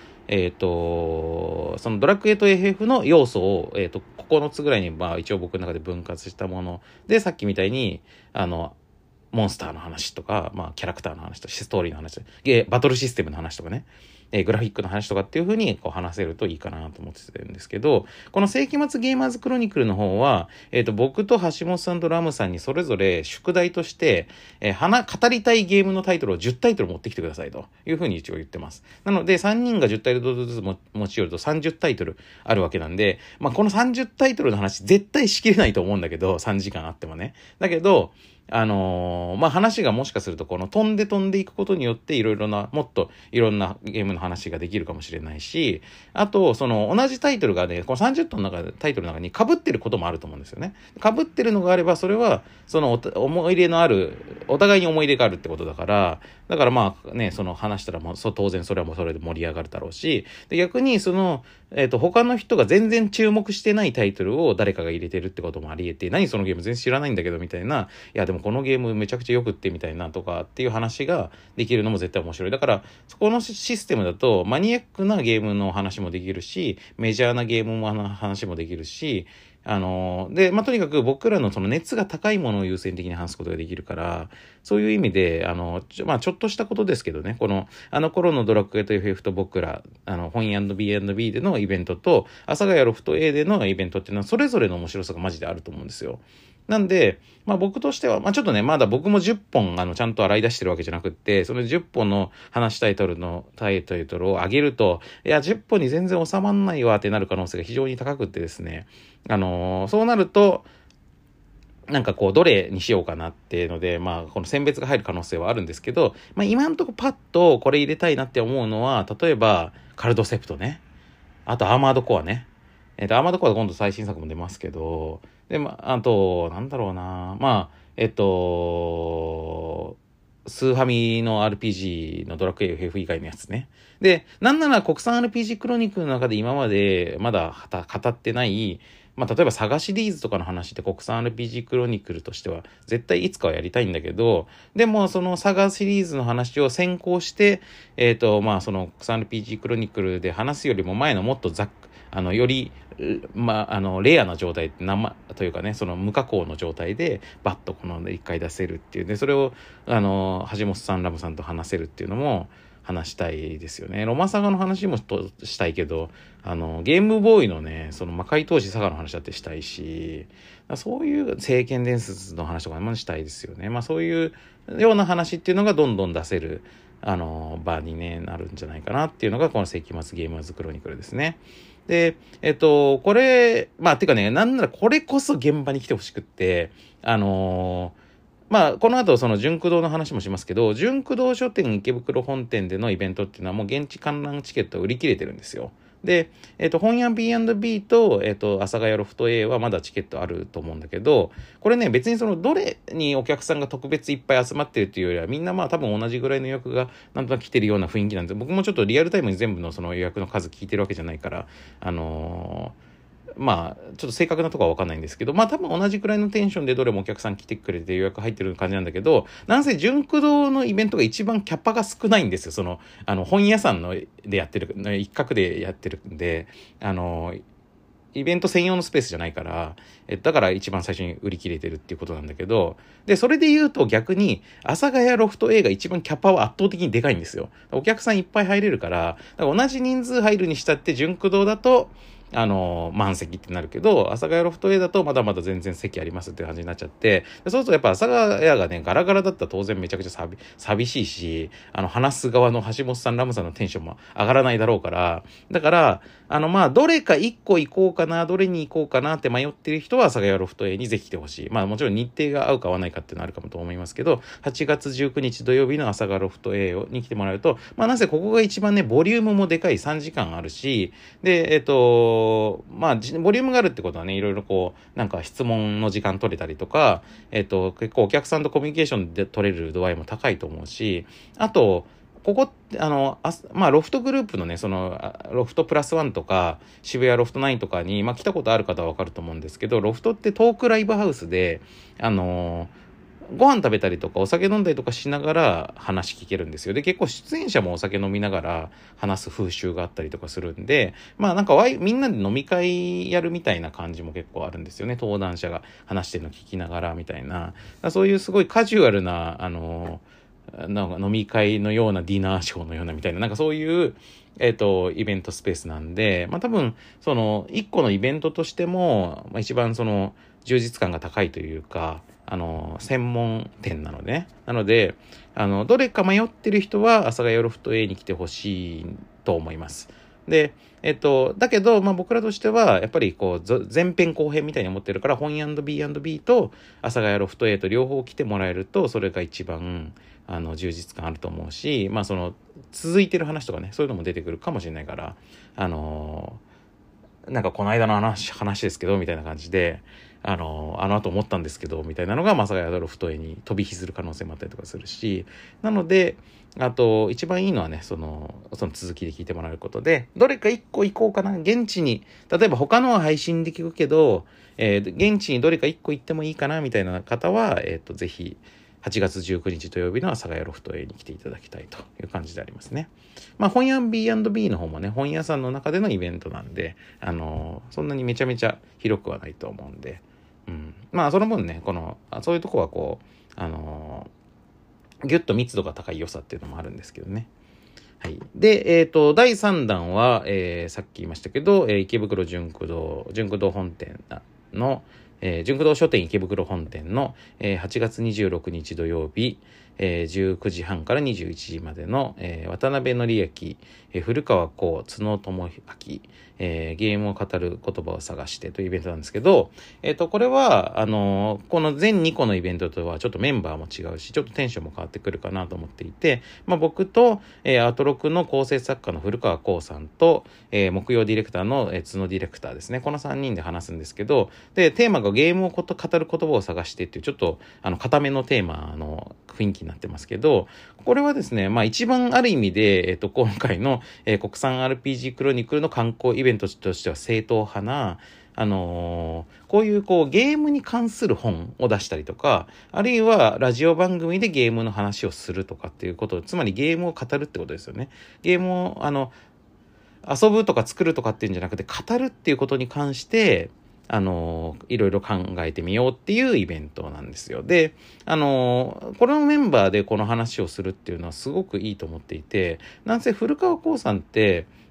[SPEAKER 1] ドラクエと FF の要素を、9つぐらいに、まあ一応僕の中で分割したもので、さっきみたいに、モンスターの話とか、まあキャラクターの話とか、ストーリーの話とか、バトルシステムの話とかね、グラフィックの話とかっていう風にこう話せるといいかなと思ってるんですけど、この世紀末ゲーマーズクロニクルの方は、僕と橋本さんとラムさんにそれぞれ宿題として、語りたいゲームのタイトルを10タイトル持ってきてくださいという風に一応言ってます。なので3人が10タイトルずつ持ち寄ると30タイトルあるわけなんで、まあこの30タイトルの話絶対しきれないと思うんだけど、3時間あってもね。だけど、まあ、話がもしかするとこの飛んでいくことによってもっといろんなゲームの話ができるかもしれないし、あと、同じタイトルがね、この30トンのタイトルの中に被ってることもあると思うんですよね。被ってるのがあれば、それは、思い入れのある、お互いに思い入れがあるってことだから、まあね、話したらもう、当然それはもうそれで盛り上がるだろうし、で逆に他の人が全然注目してないタイトルを誰かが入れてるってこともあり得て、何そのゲーム全然知らないんだけどみたいな、いやでもこのゲームめちゃくちゃよくってみたいなとかっていう話ができるのも絶対面白い。だからそこのシステムだとマニアックなゲームの話もできるし、メジャーなゲームの話もできるし、で、まあ、とにかく僕らのその熱が高いものを優先的に話すことができるから、そういう意味で、まあ、ちょっとしたことですけどね、あの頃のドラクエと FF と僕ら、本屋 B&B でのイベントと、阿佐ヶ谷ロフト A でのイベントっていうのは、それぞれの面白さがマジであると思うんですよ。なんで、まあ僕としては、まあちょっとね、まだ僕も10本、ちゃんと洗い出してるわけじゃなくって、その10本の話したタイトルを上げると、いや、10本に全然収まんないわってなる可能性が非常に高くってですね、そうなると、なんかこう、どれにしようかなっていうので、まあ、この選別が入る可能性はあるんですけど、まあ今んとこパッとこれ入れたいなって思うのは、例えば、カルドセプトね。あと、アーマードコアね。アーマードコアは今度最新作も出ますけど、で、まあ、あと、なんだろうな、まあ、スーファミの RPG のドラクエ FF 以外のやつね。で、なんなら国産 RPG クロニクルの中で今までまだ語ってない、まあ、例えばサガシリーズとかの話って国産 RPG クロニクルとしては絶対いつかはやりたいんだけど、でもそのサガシリーズの話を先行して、まあその国産 RPG クロニクルで話すよりも前のもっとより、まあ、レアな状態というかね、その無加工の状態でバッとこの一回出せるっていうで、それを橋本さんラムさんと話せるっていうのも話したいですよね。ロマサガの話もしたいけど、ゲームボーイのね、その魔界闘士サガの話だってしたいし、そういう聖剣伝説の話とかもしたいですよね。まあそういうような話っていうのがどんどん出せる場にね、なるんじゃないかなっていうのが、この世紀末ゲームズクロニクルですね。で、これ、てかね、なんならこれこそ現場に来てほしくって、この後その純駆動の話もしますけど、純駆動書店池袋本店でのイベントっていうのはもう現地観覧チケット売り切れてるんですよ。で、本屋 B&B と、阿佐ヶ谷ロフト A はまだチケットあると思うんだけど、これね、別にそのどれにお客さんが特別いっぱい集まってるっていうよりは、みんな多分同じぐらいの予約がなんとなく来てるような雰囲気なんで、僕もちょっとリアルタイムに全部のその予約の数聞いてるわけじゃないから、ちょっと正確なところは分かんないんですけど、多分同じくらいのテンションでどれもお客さん来てくれて予約入ってる感じなんだけど、なんせ純駆動のイベントが一番キャパが少ないんですよ。その、本屋さんのでやってる、一角でやってるんで、イベント専用のスペースじゃないから、だから一番最初に売り切れてるっていうことなんだけど、で、それで言うと逆に、阿佐ヶ谷ロフト A が一番キャパは圧倒的にでかいんですよ。お客さんいっぱい入れるから、同じ人数入るにしたって純駆動だと、満席ってなるけど、阿佐ヶ谷ロフト A だとまだまだ全然席ありますって感じになっちゃって、そうするとやっぱ阿佐ヶ谷がね、ガラガラだったら当然めちゃくちゃ寂しいし、話す側の橋本さん、ラムさんのテンションも上がらないだろうから、だから、どれか一個行こうかな、どれに行こうかなって迷ってる人は阿佐ヶ谷ロフト A にぜひ来てほしい。もちろん日程が合うか合わないかっていうのはあるかもと思いますけど、8月19日土曜日の阿佐ヶ谷ロフト A に来てもらうと、なぜここが一番ね、ボリュームもでかい3時間あるし、で、ボリュームがあるってことはね、いろいろなんか質問の時間取れたりとか、結構お客さんとコミュニケーションで取れる度合いも高いと思うし、あと、ここって、ロフトグループのね、その、ロフトプラスワンとか、渋谷ロフト9とかに、来たことある方はわかると思うんですけど、ロフトってトークライブハウスで、ご飯食べたりとかお酒飲んだりとかしながら話聞けるんですよ。で、結構出演者もお酒飲みながら話す風習があったりとかするんで、みんなで飲み会やるみたいな感じも結構あるんですよね。登壇者が話してるの聞きながらみたいな。そういうすごいカジュアルな、なんか飲み会のようなディナーショーのようなみたいな、なんかそういう、イベントスペースなんで、多分、その、一個のイベントとしても、一番その、充実感が高いというか、専門店なのでね。なので、どれか迷ってる人は、阿佐ヶ谷ロフト A に来てほしいと思います。で、だけど、僕らとしては、やっぱり前編後編みたいに思ってるから、本屋 B&B と阿佐ヶ谷ロフト A と両方来てもらえると、それが一番、充実感あると思うし、その、続いてる話とかね、そういうのも出てくるかもしれないから、なんかこの間の話ですけど、みたいな感じで、あの後思ったんですけど、みたいなのが、阿佐ヶ谷ロフト A に飛び火する可能性もあったりとかするし、なので、あと、一番いいのはね、その続きで聞いてもらうことで、どれか一個行こうかな、現地に、例えば他のは配信で聞くけど、現地にどれか一個行ってもいいかな、みたいな方は、ぜひ、8月19日土曜日の阿佐ヶ谷ロフト A に来ていただきたいという感じでありますね。本屋 B&B の方もね、本屋さんの中でのイベントなんで、そんなにめちゃめちゃ広くはないと思うんで、その分ね、そういうとこはギュッと密度が高い良さっていうのもあるんですけどね。はい。で、第3弾は、さっき言いましたけど、池袋純駆動本店の、純駆動書店池袋本店の、8月26日土曜日、19時半から21時までの、渡辺則明、古川光、角智明、ゲームを語る言葉を探してというイベントなんですけど、これは、この全2個のイベントとはちょっとメンバーも違うし、ちょっとテンションも変わってくるかなと思っていて、僕と、アトロクの構成作家の古川光さんと、木曜ディレクターの、角ディレクターですね。この3人で話すんですけど、で、テーマがゲームを語る言葉を探してっていう、ちょっと、固めのテーマの雰囲気になってますけど、これはですね、一番ある意味で、今回の、国産 RPG クロニクルの観光イベントとしては正統派な、こういうゲームに関する本を出したりとか、あるいはラジオ番組でゲームの話をするとかっていうこと、つまりゲームを語るってことですよね。ゲームを、遊ぶとか作るとかっていうんじゃなくて、語るっていうことに関して、いろいろ考えてみようっていうイベントなんですよ。で、このメンバーでこの話をするっていうのはすごくいいと思っていて、なんせ古川光さんって、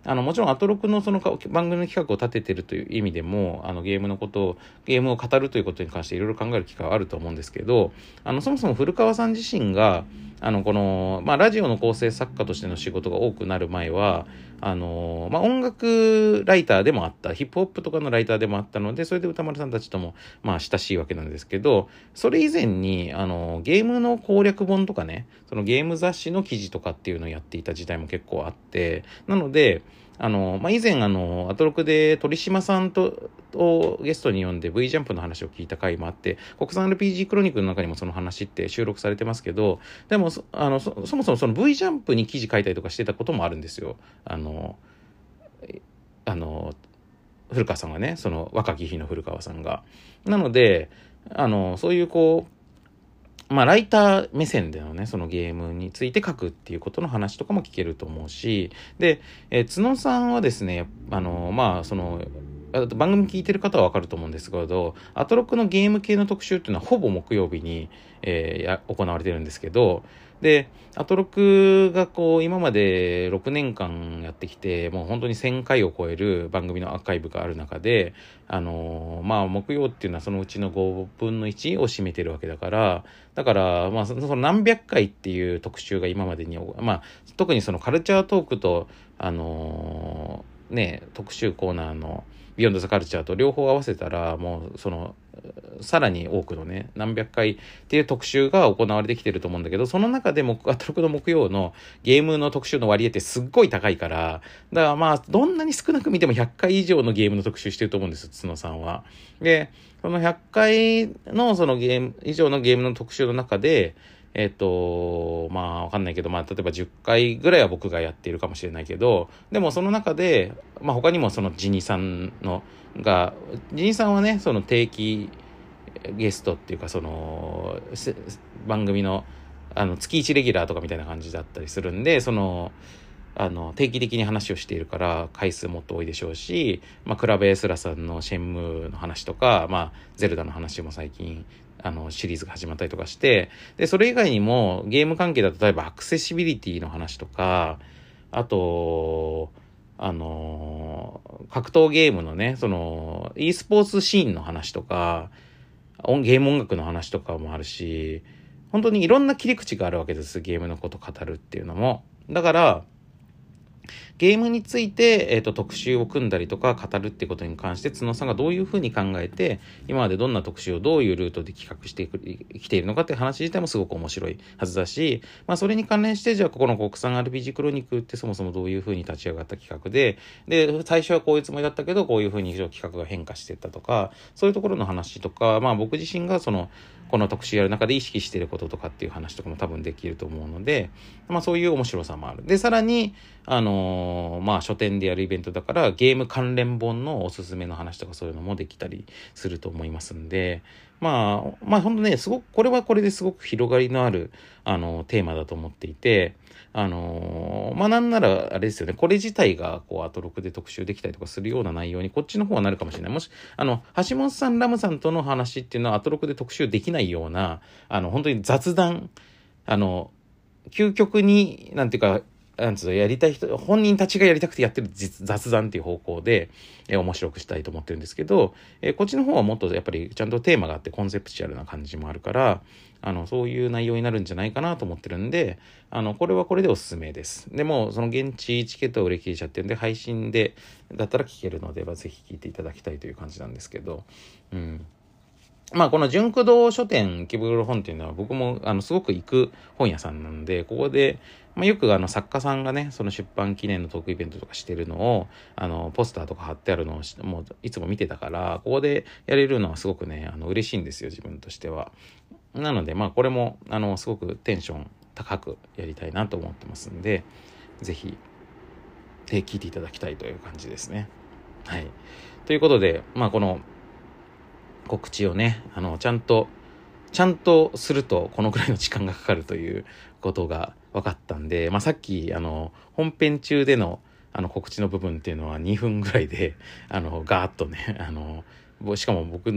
[SPEAKER 1] もちろんアトロクのその番組の企画を立ててるという意味でも、ゲームを語るということに関していろいろ考える機会はあると思うんですけど、そもそも古川さん自身が、この、ラジオの構成作家としての仕事が多くなる前は、音楽ライターでもあった、ヒップホップとかのライターでもあったので、それで歌丸さんたちとも、親しいわけなんですけど、それ以前に、ゲームの攻略本とかね、そのゲーム雑誌の記事とかっていうのをやっていた時代も結構あって、なので、以前アトロクで鳥島さんをゲストに呼んで V ジャンプの話を聞いた回もあって、国産 RPG クロニクルの中にもその話って収録されてますけど、でもそもそもその V ジャンプに記事書いたりとかしてたこともあるんですよ。古川さんがね、その若き日の古川さんが。なので、そういうライター目線でのね、そのゲームについて書くっていうことの話とかも聞けると思うし、で、角さんはですね、番組聞いてる方はわかると思うんですけど、アトロクのゲーム系の特集っていうのはほぼ木曜日に、行われてるんですけど、で、アトロクが今まで6年間やってきて、もう本当に1000回を超える番組のアーカイブがある中で、木曜っていうのはそのうちの5分の1を占めてるわけだから、その何百回っていう特集が今までに、特にそのカルチャートークと、特集コーナーのビヨンドザカルチャーと両方合わせたら、もうさらに多くのね、何百回っていう特集が行われてきてると思うんだけど、その中でもアトロクの木曜のゲームの特集の割合ってすっごい高いから、だからどんなに少なく見ても100回以上のゲームの特集してると思うんです、角さんは。で、その100回のその以上のゲームの特集の中で、わかんないけど、例えば10回ぐらいは僕がやっているかもしれないけど、でもその中で、他にもそのジニさんはね、その定期ゲストっていうか、その、番組の、月1レギュラーとかみたいな感じだったりするんで、定期的に話をしているから回数もっと多いでしょうし、クラブエスラさんのシェンムーの話とか、ゼルダの話も最近、シリーズが始まったりとかして、で、それ以外にもゲーム関係だと例えばアクセシビリティの話とか、あと、格闘ゲームのね、その、e スポーツシーンの話とか、ゲーム音楽の話とかもあるし、本当にいろんな切り口があるわけです、ゲームのことを語るっていうのも。だから、ゲームについて、特集を組んだりとか語るってことに関して角さんがどういうふうに考えて、今までどんな特集をどういうルートで企画してきているのかっていう話自体もすごく面白いはずだし、それに関連して、じゃあここの国産 RPG クロニクルってそもそもどういうふうに立ち上がった企画で、最初はこういうつもりだったけど、こういうふうに企画が変化していったとか、そういうところの話とか、僕自身がこの特集やる中で意識していることとかっていう話とかも多分できると思うので、そういう面白さもある。で、さらに、書店でやるイベントだからゲーム関連本のおすすめの話とかそういうのもできたりすると思いますんで、本当ね、すごく、これはこれですごく広がりのある、テーマだと思っていて、なんなら、あれですよね、これ自体が、アトロクで特集できたりとかするような内容に、こっちの方はなるかもしれない。もし、橋本さん、ラムさんとの話っていうのは、アトロクで特集できないような、本当に雑談、究極に、なんていうか、やりたい人、本人たちがやりたくてやってる雑談っていう方向で、面白くしたいと思ってるんですけど、こっちの方はもっとやっぱりちゃんとテーマがあってコンセプチュアルな感じもあるから、そういう内容になるんじゃないかなと思ってるんで、これはこれでおすすめです。でも、その現地チケットは売り切れちゃってるんで、配信で、だったら聞けるので、ぜひ聞いていただきたいという感じなんですけど、この純駆動書店池袋本っていうのは僕もすごく行く本屋さんなんで、ここで、よく作家さんがね、その出版記念のトークイベントとかしてるのを、ポスターとか貼ってあるのをもういつも見てたから、ここでやれるのはすごくね、嬉しいんですよ、自分としては。なので、これも、すごくテンション高くやりたいなと思ってますんで、ぜひ、聞いていただきたいという感じですね。はい。ということで、この、告知をね、ちゃんとするとこのくらいの時間がかかるということが分かったんで、さっき本編中での告知の部分っていうのは2分ぐらいでガーッとねしかも僕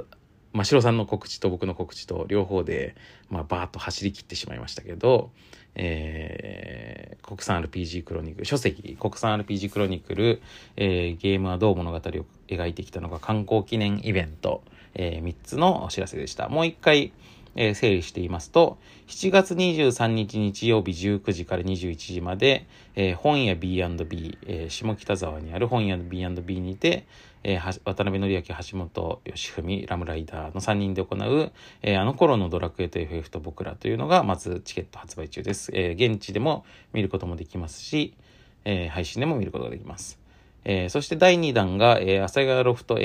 [SPEAKER 1] 真城さんの告知と僕の告知と両方でバーッと走り切ってしまいましたけど、 国産 RPG クロニクル、書籍、国産 RPG クロニクル、ゲームはどう物語を描いてきたのか観光記念イベント、3つのお知らせでした。もう一回、整理していますと、7月23日日曜日19時から21時まで、本屋 B&B、下北沢にある本屋 B&B にて、渡辺則明、橋本義文、ラムライダーの3人で行う、あの頃のドラクエと FF と僕らというのがまずチケット発売中です。現地でも見ることもできますし、配信でも見ることができます。そして第2弾が、阿佐ヶ谷ロフト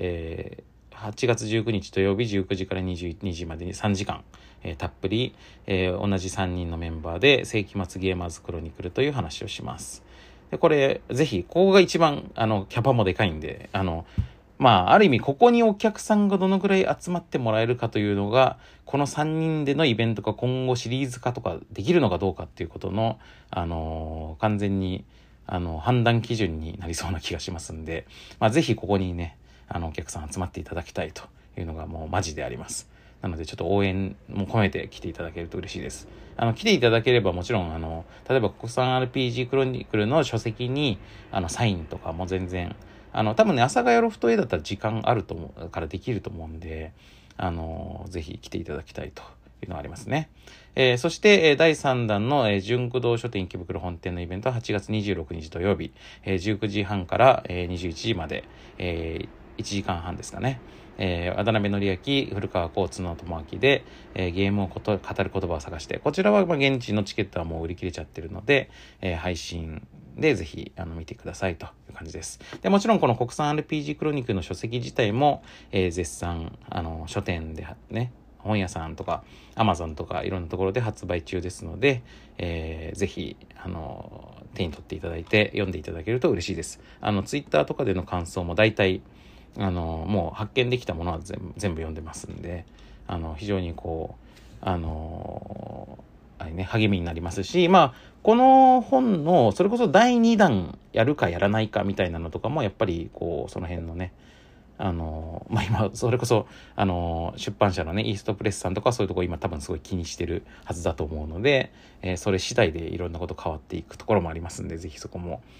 [SPEAKER 1] A、8月19日土曜日19時から22時までに3時間、たっぷり、同じ3人のメンバーで世紀末ゲーマーズクロニクルという話をします。でこれぜひここが一番キャパもでかいんである意味ここにお客さんがどのぐらい集まってもらえるかというのがこの3人でのイベントが今後シリーズ化とかできるのかどうかっていうことの完全に判断基準になりそうな気がしますんで、ぜひここにねお客さん集まっていただきたいというのがもうマジであります。なのでちょっと応援も込めて来ていただけると嬉しいです。来ていただければもちろん例えば国産 RPG クロニクルの書籍にサインとかも全然多分ね阿佐ヶ谷ロフト A だったら時間あると思うからできると思うんでぜひ来ていただきたいというのがありますね。そして、第3弾の、純駆動書店池袋本店のイベントは8月26日土曜日、19時半から、21時まで、1時間半ですかね。渡辺則明、古川光、角智明で、ゲームを語る言葉を探して、こちらは現地のチケットはもう売り切れちゃってるので、配信でぜひ見てくださいという感じです。でもちろんこの国産 RPG クロニクルの書籍自体も、絶賛書店でね本屋さんとか Amazon とかいろんなところで発売中ですので、ぜひ手に取っていただいて読んでいただけると嬉しいです。Twitter とかでの感想も大体もう発見できたものは全部読んでますんで非常にこう励みになりますしこの本のそれこそ第2弾やるかやらないかみたいなのとかもやっぱりこうその辺のね今それこそ出版社のねイーストプレスさんとかそういうところ今多分すごい気にしてるはずだと思うので、それ次第でいろんなこと変わっていくところもありますんでぜひそこも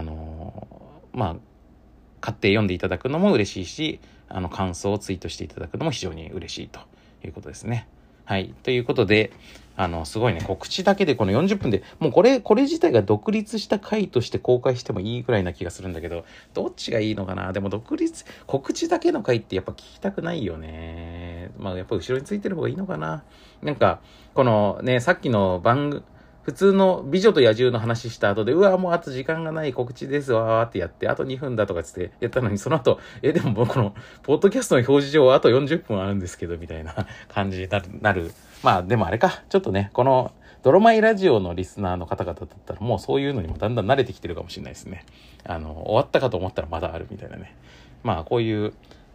[SPEAKER 1] 買って読んでいただくのも嬉しいし感想をツイートしていただくのも非常に嬉しいということですね。はいということですごいね告知だけでこの40分でもうこれ自体が独立した回として公開してもいいぐらいな気がするんだけどどっちがいいのかな。でも告知だけの回ってやっぱ聞きたくないよね。やっぱ後ろについてる方がいいのかな。なんかこのねさっきの普通の美女と野獣の話した後で、もうあと時間がない告知ですわーってやって、あと2分だとかつってやったのに、その後、でも僕この、ポッドキャストの表示上はあと40分あるんですけど、みたいな感じになる。でもあれか、ちょっとね、この、ドロマイラジオのリスナーの方々だったら、もうそういうのにもだんだん慣れてきてるかもしれないですね。終わったかと思ったらまだあるみたいなね。こういう、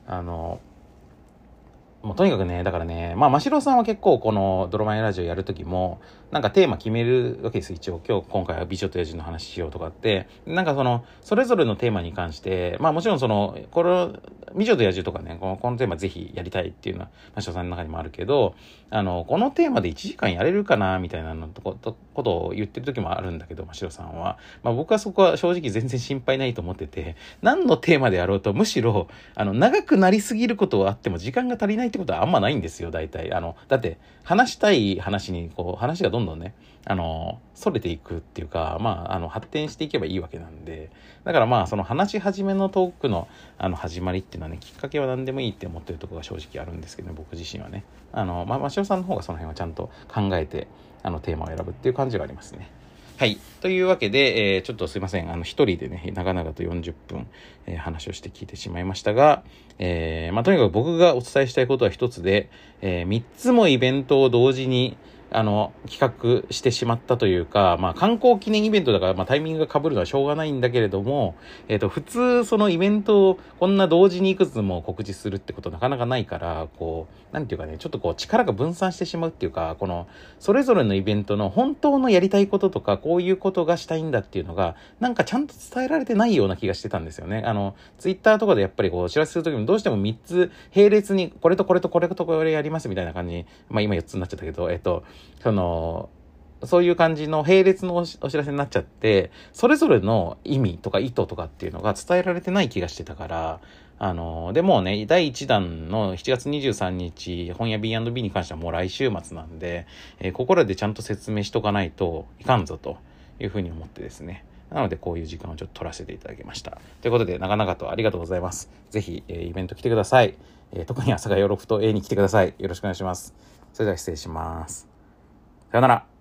[SPEAKER 1] もうとにかくね、だからね、真城さんは結構このドロマイラジオやるときも、なんかテーマ決めるわけです。一応今回は美女と野獣の話しようとかって、なんかそれぞれのテーマに関して、もちろんこれ、美女と野獣とかね、このテーマぜひやりたいっていうのは、真城さんの中にもあるけど、このテーマで1時間やれるかな、みたいなことを言ってる時もあるんだけど、真城さんは。僕はそこは正直全然心配ないと思ってて、何のテーマでやろうと、むしろ、長くなりすぎることはあっても時間が足りないってことはあんまないんですよ、大体。だって、話したい話に、話がどんどんね、逸れていくっていうか、発展していけばいいわけなんで、だからその話し始めのトークの、始まりっていうのはね、きっかけは何でもいいって思ってるところが正直あるんですけどね、僕自身はね。真城さんの方がその辺はちゃんと考えて、テーマを選ぶっていう感じがありますね。はい。というわけで、ちょっとすいません。一人でね、長々と40分、話をして聞いてしまいましたが、とにかく僕がお伝えしたいことは一つで、3つもイベントを同時に、企画してしまったというか、観光記念イベントだから、タイミングが被るのはしょうがないんだけれども、普通そのイベントをこんな同時にいくつも告知するってことなかなかないから、なんていうかね、ちょっと力が分散してしまうっていうか、それぞれのイベントの本当のやりたいこととか、こういうことがしたいんだっていうのが、なんかちゃんと伝えられてないような気がしてたんですよね。ツイッターとかでやっぱり知らせするときもどうしても3つ並列にこれとこれとこれとこれやりますみたいな感じに、今4つになっちゃったけど、 そういう感じの並列のお知らせになっちゃって、それぞれの意味とか意図とかっていうのが伝えられてない気がしてたから、でもうね、第1弾の7月23日、本屋 B&B に関してはもう来週末なんで、ここらでちゃんと説明しとかないといかんぞというふうに思ってですね。なのでこういう時間をちょっと取らせていただきました。ということで、長々とありがとうございます。ぜひ、イベント来てください。特に阿佐ヶ谷ロフト A に来てください。よろしくお願いします。それでは失礼します。さよなら。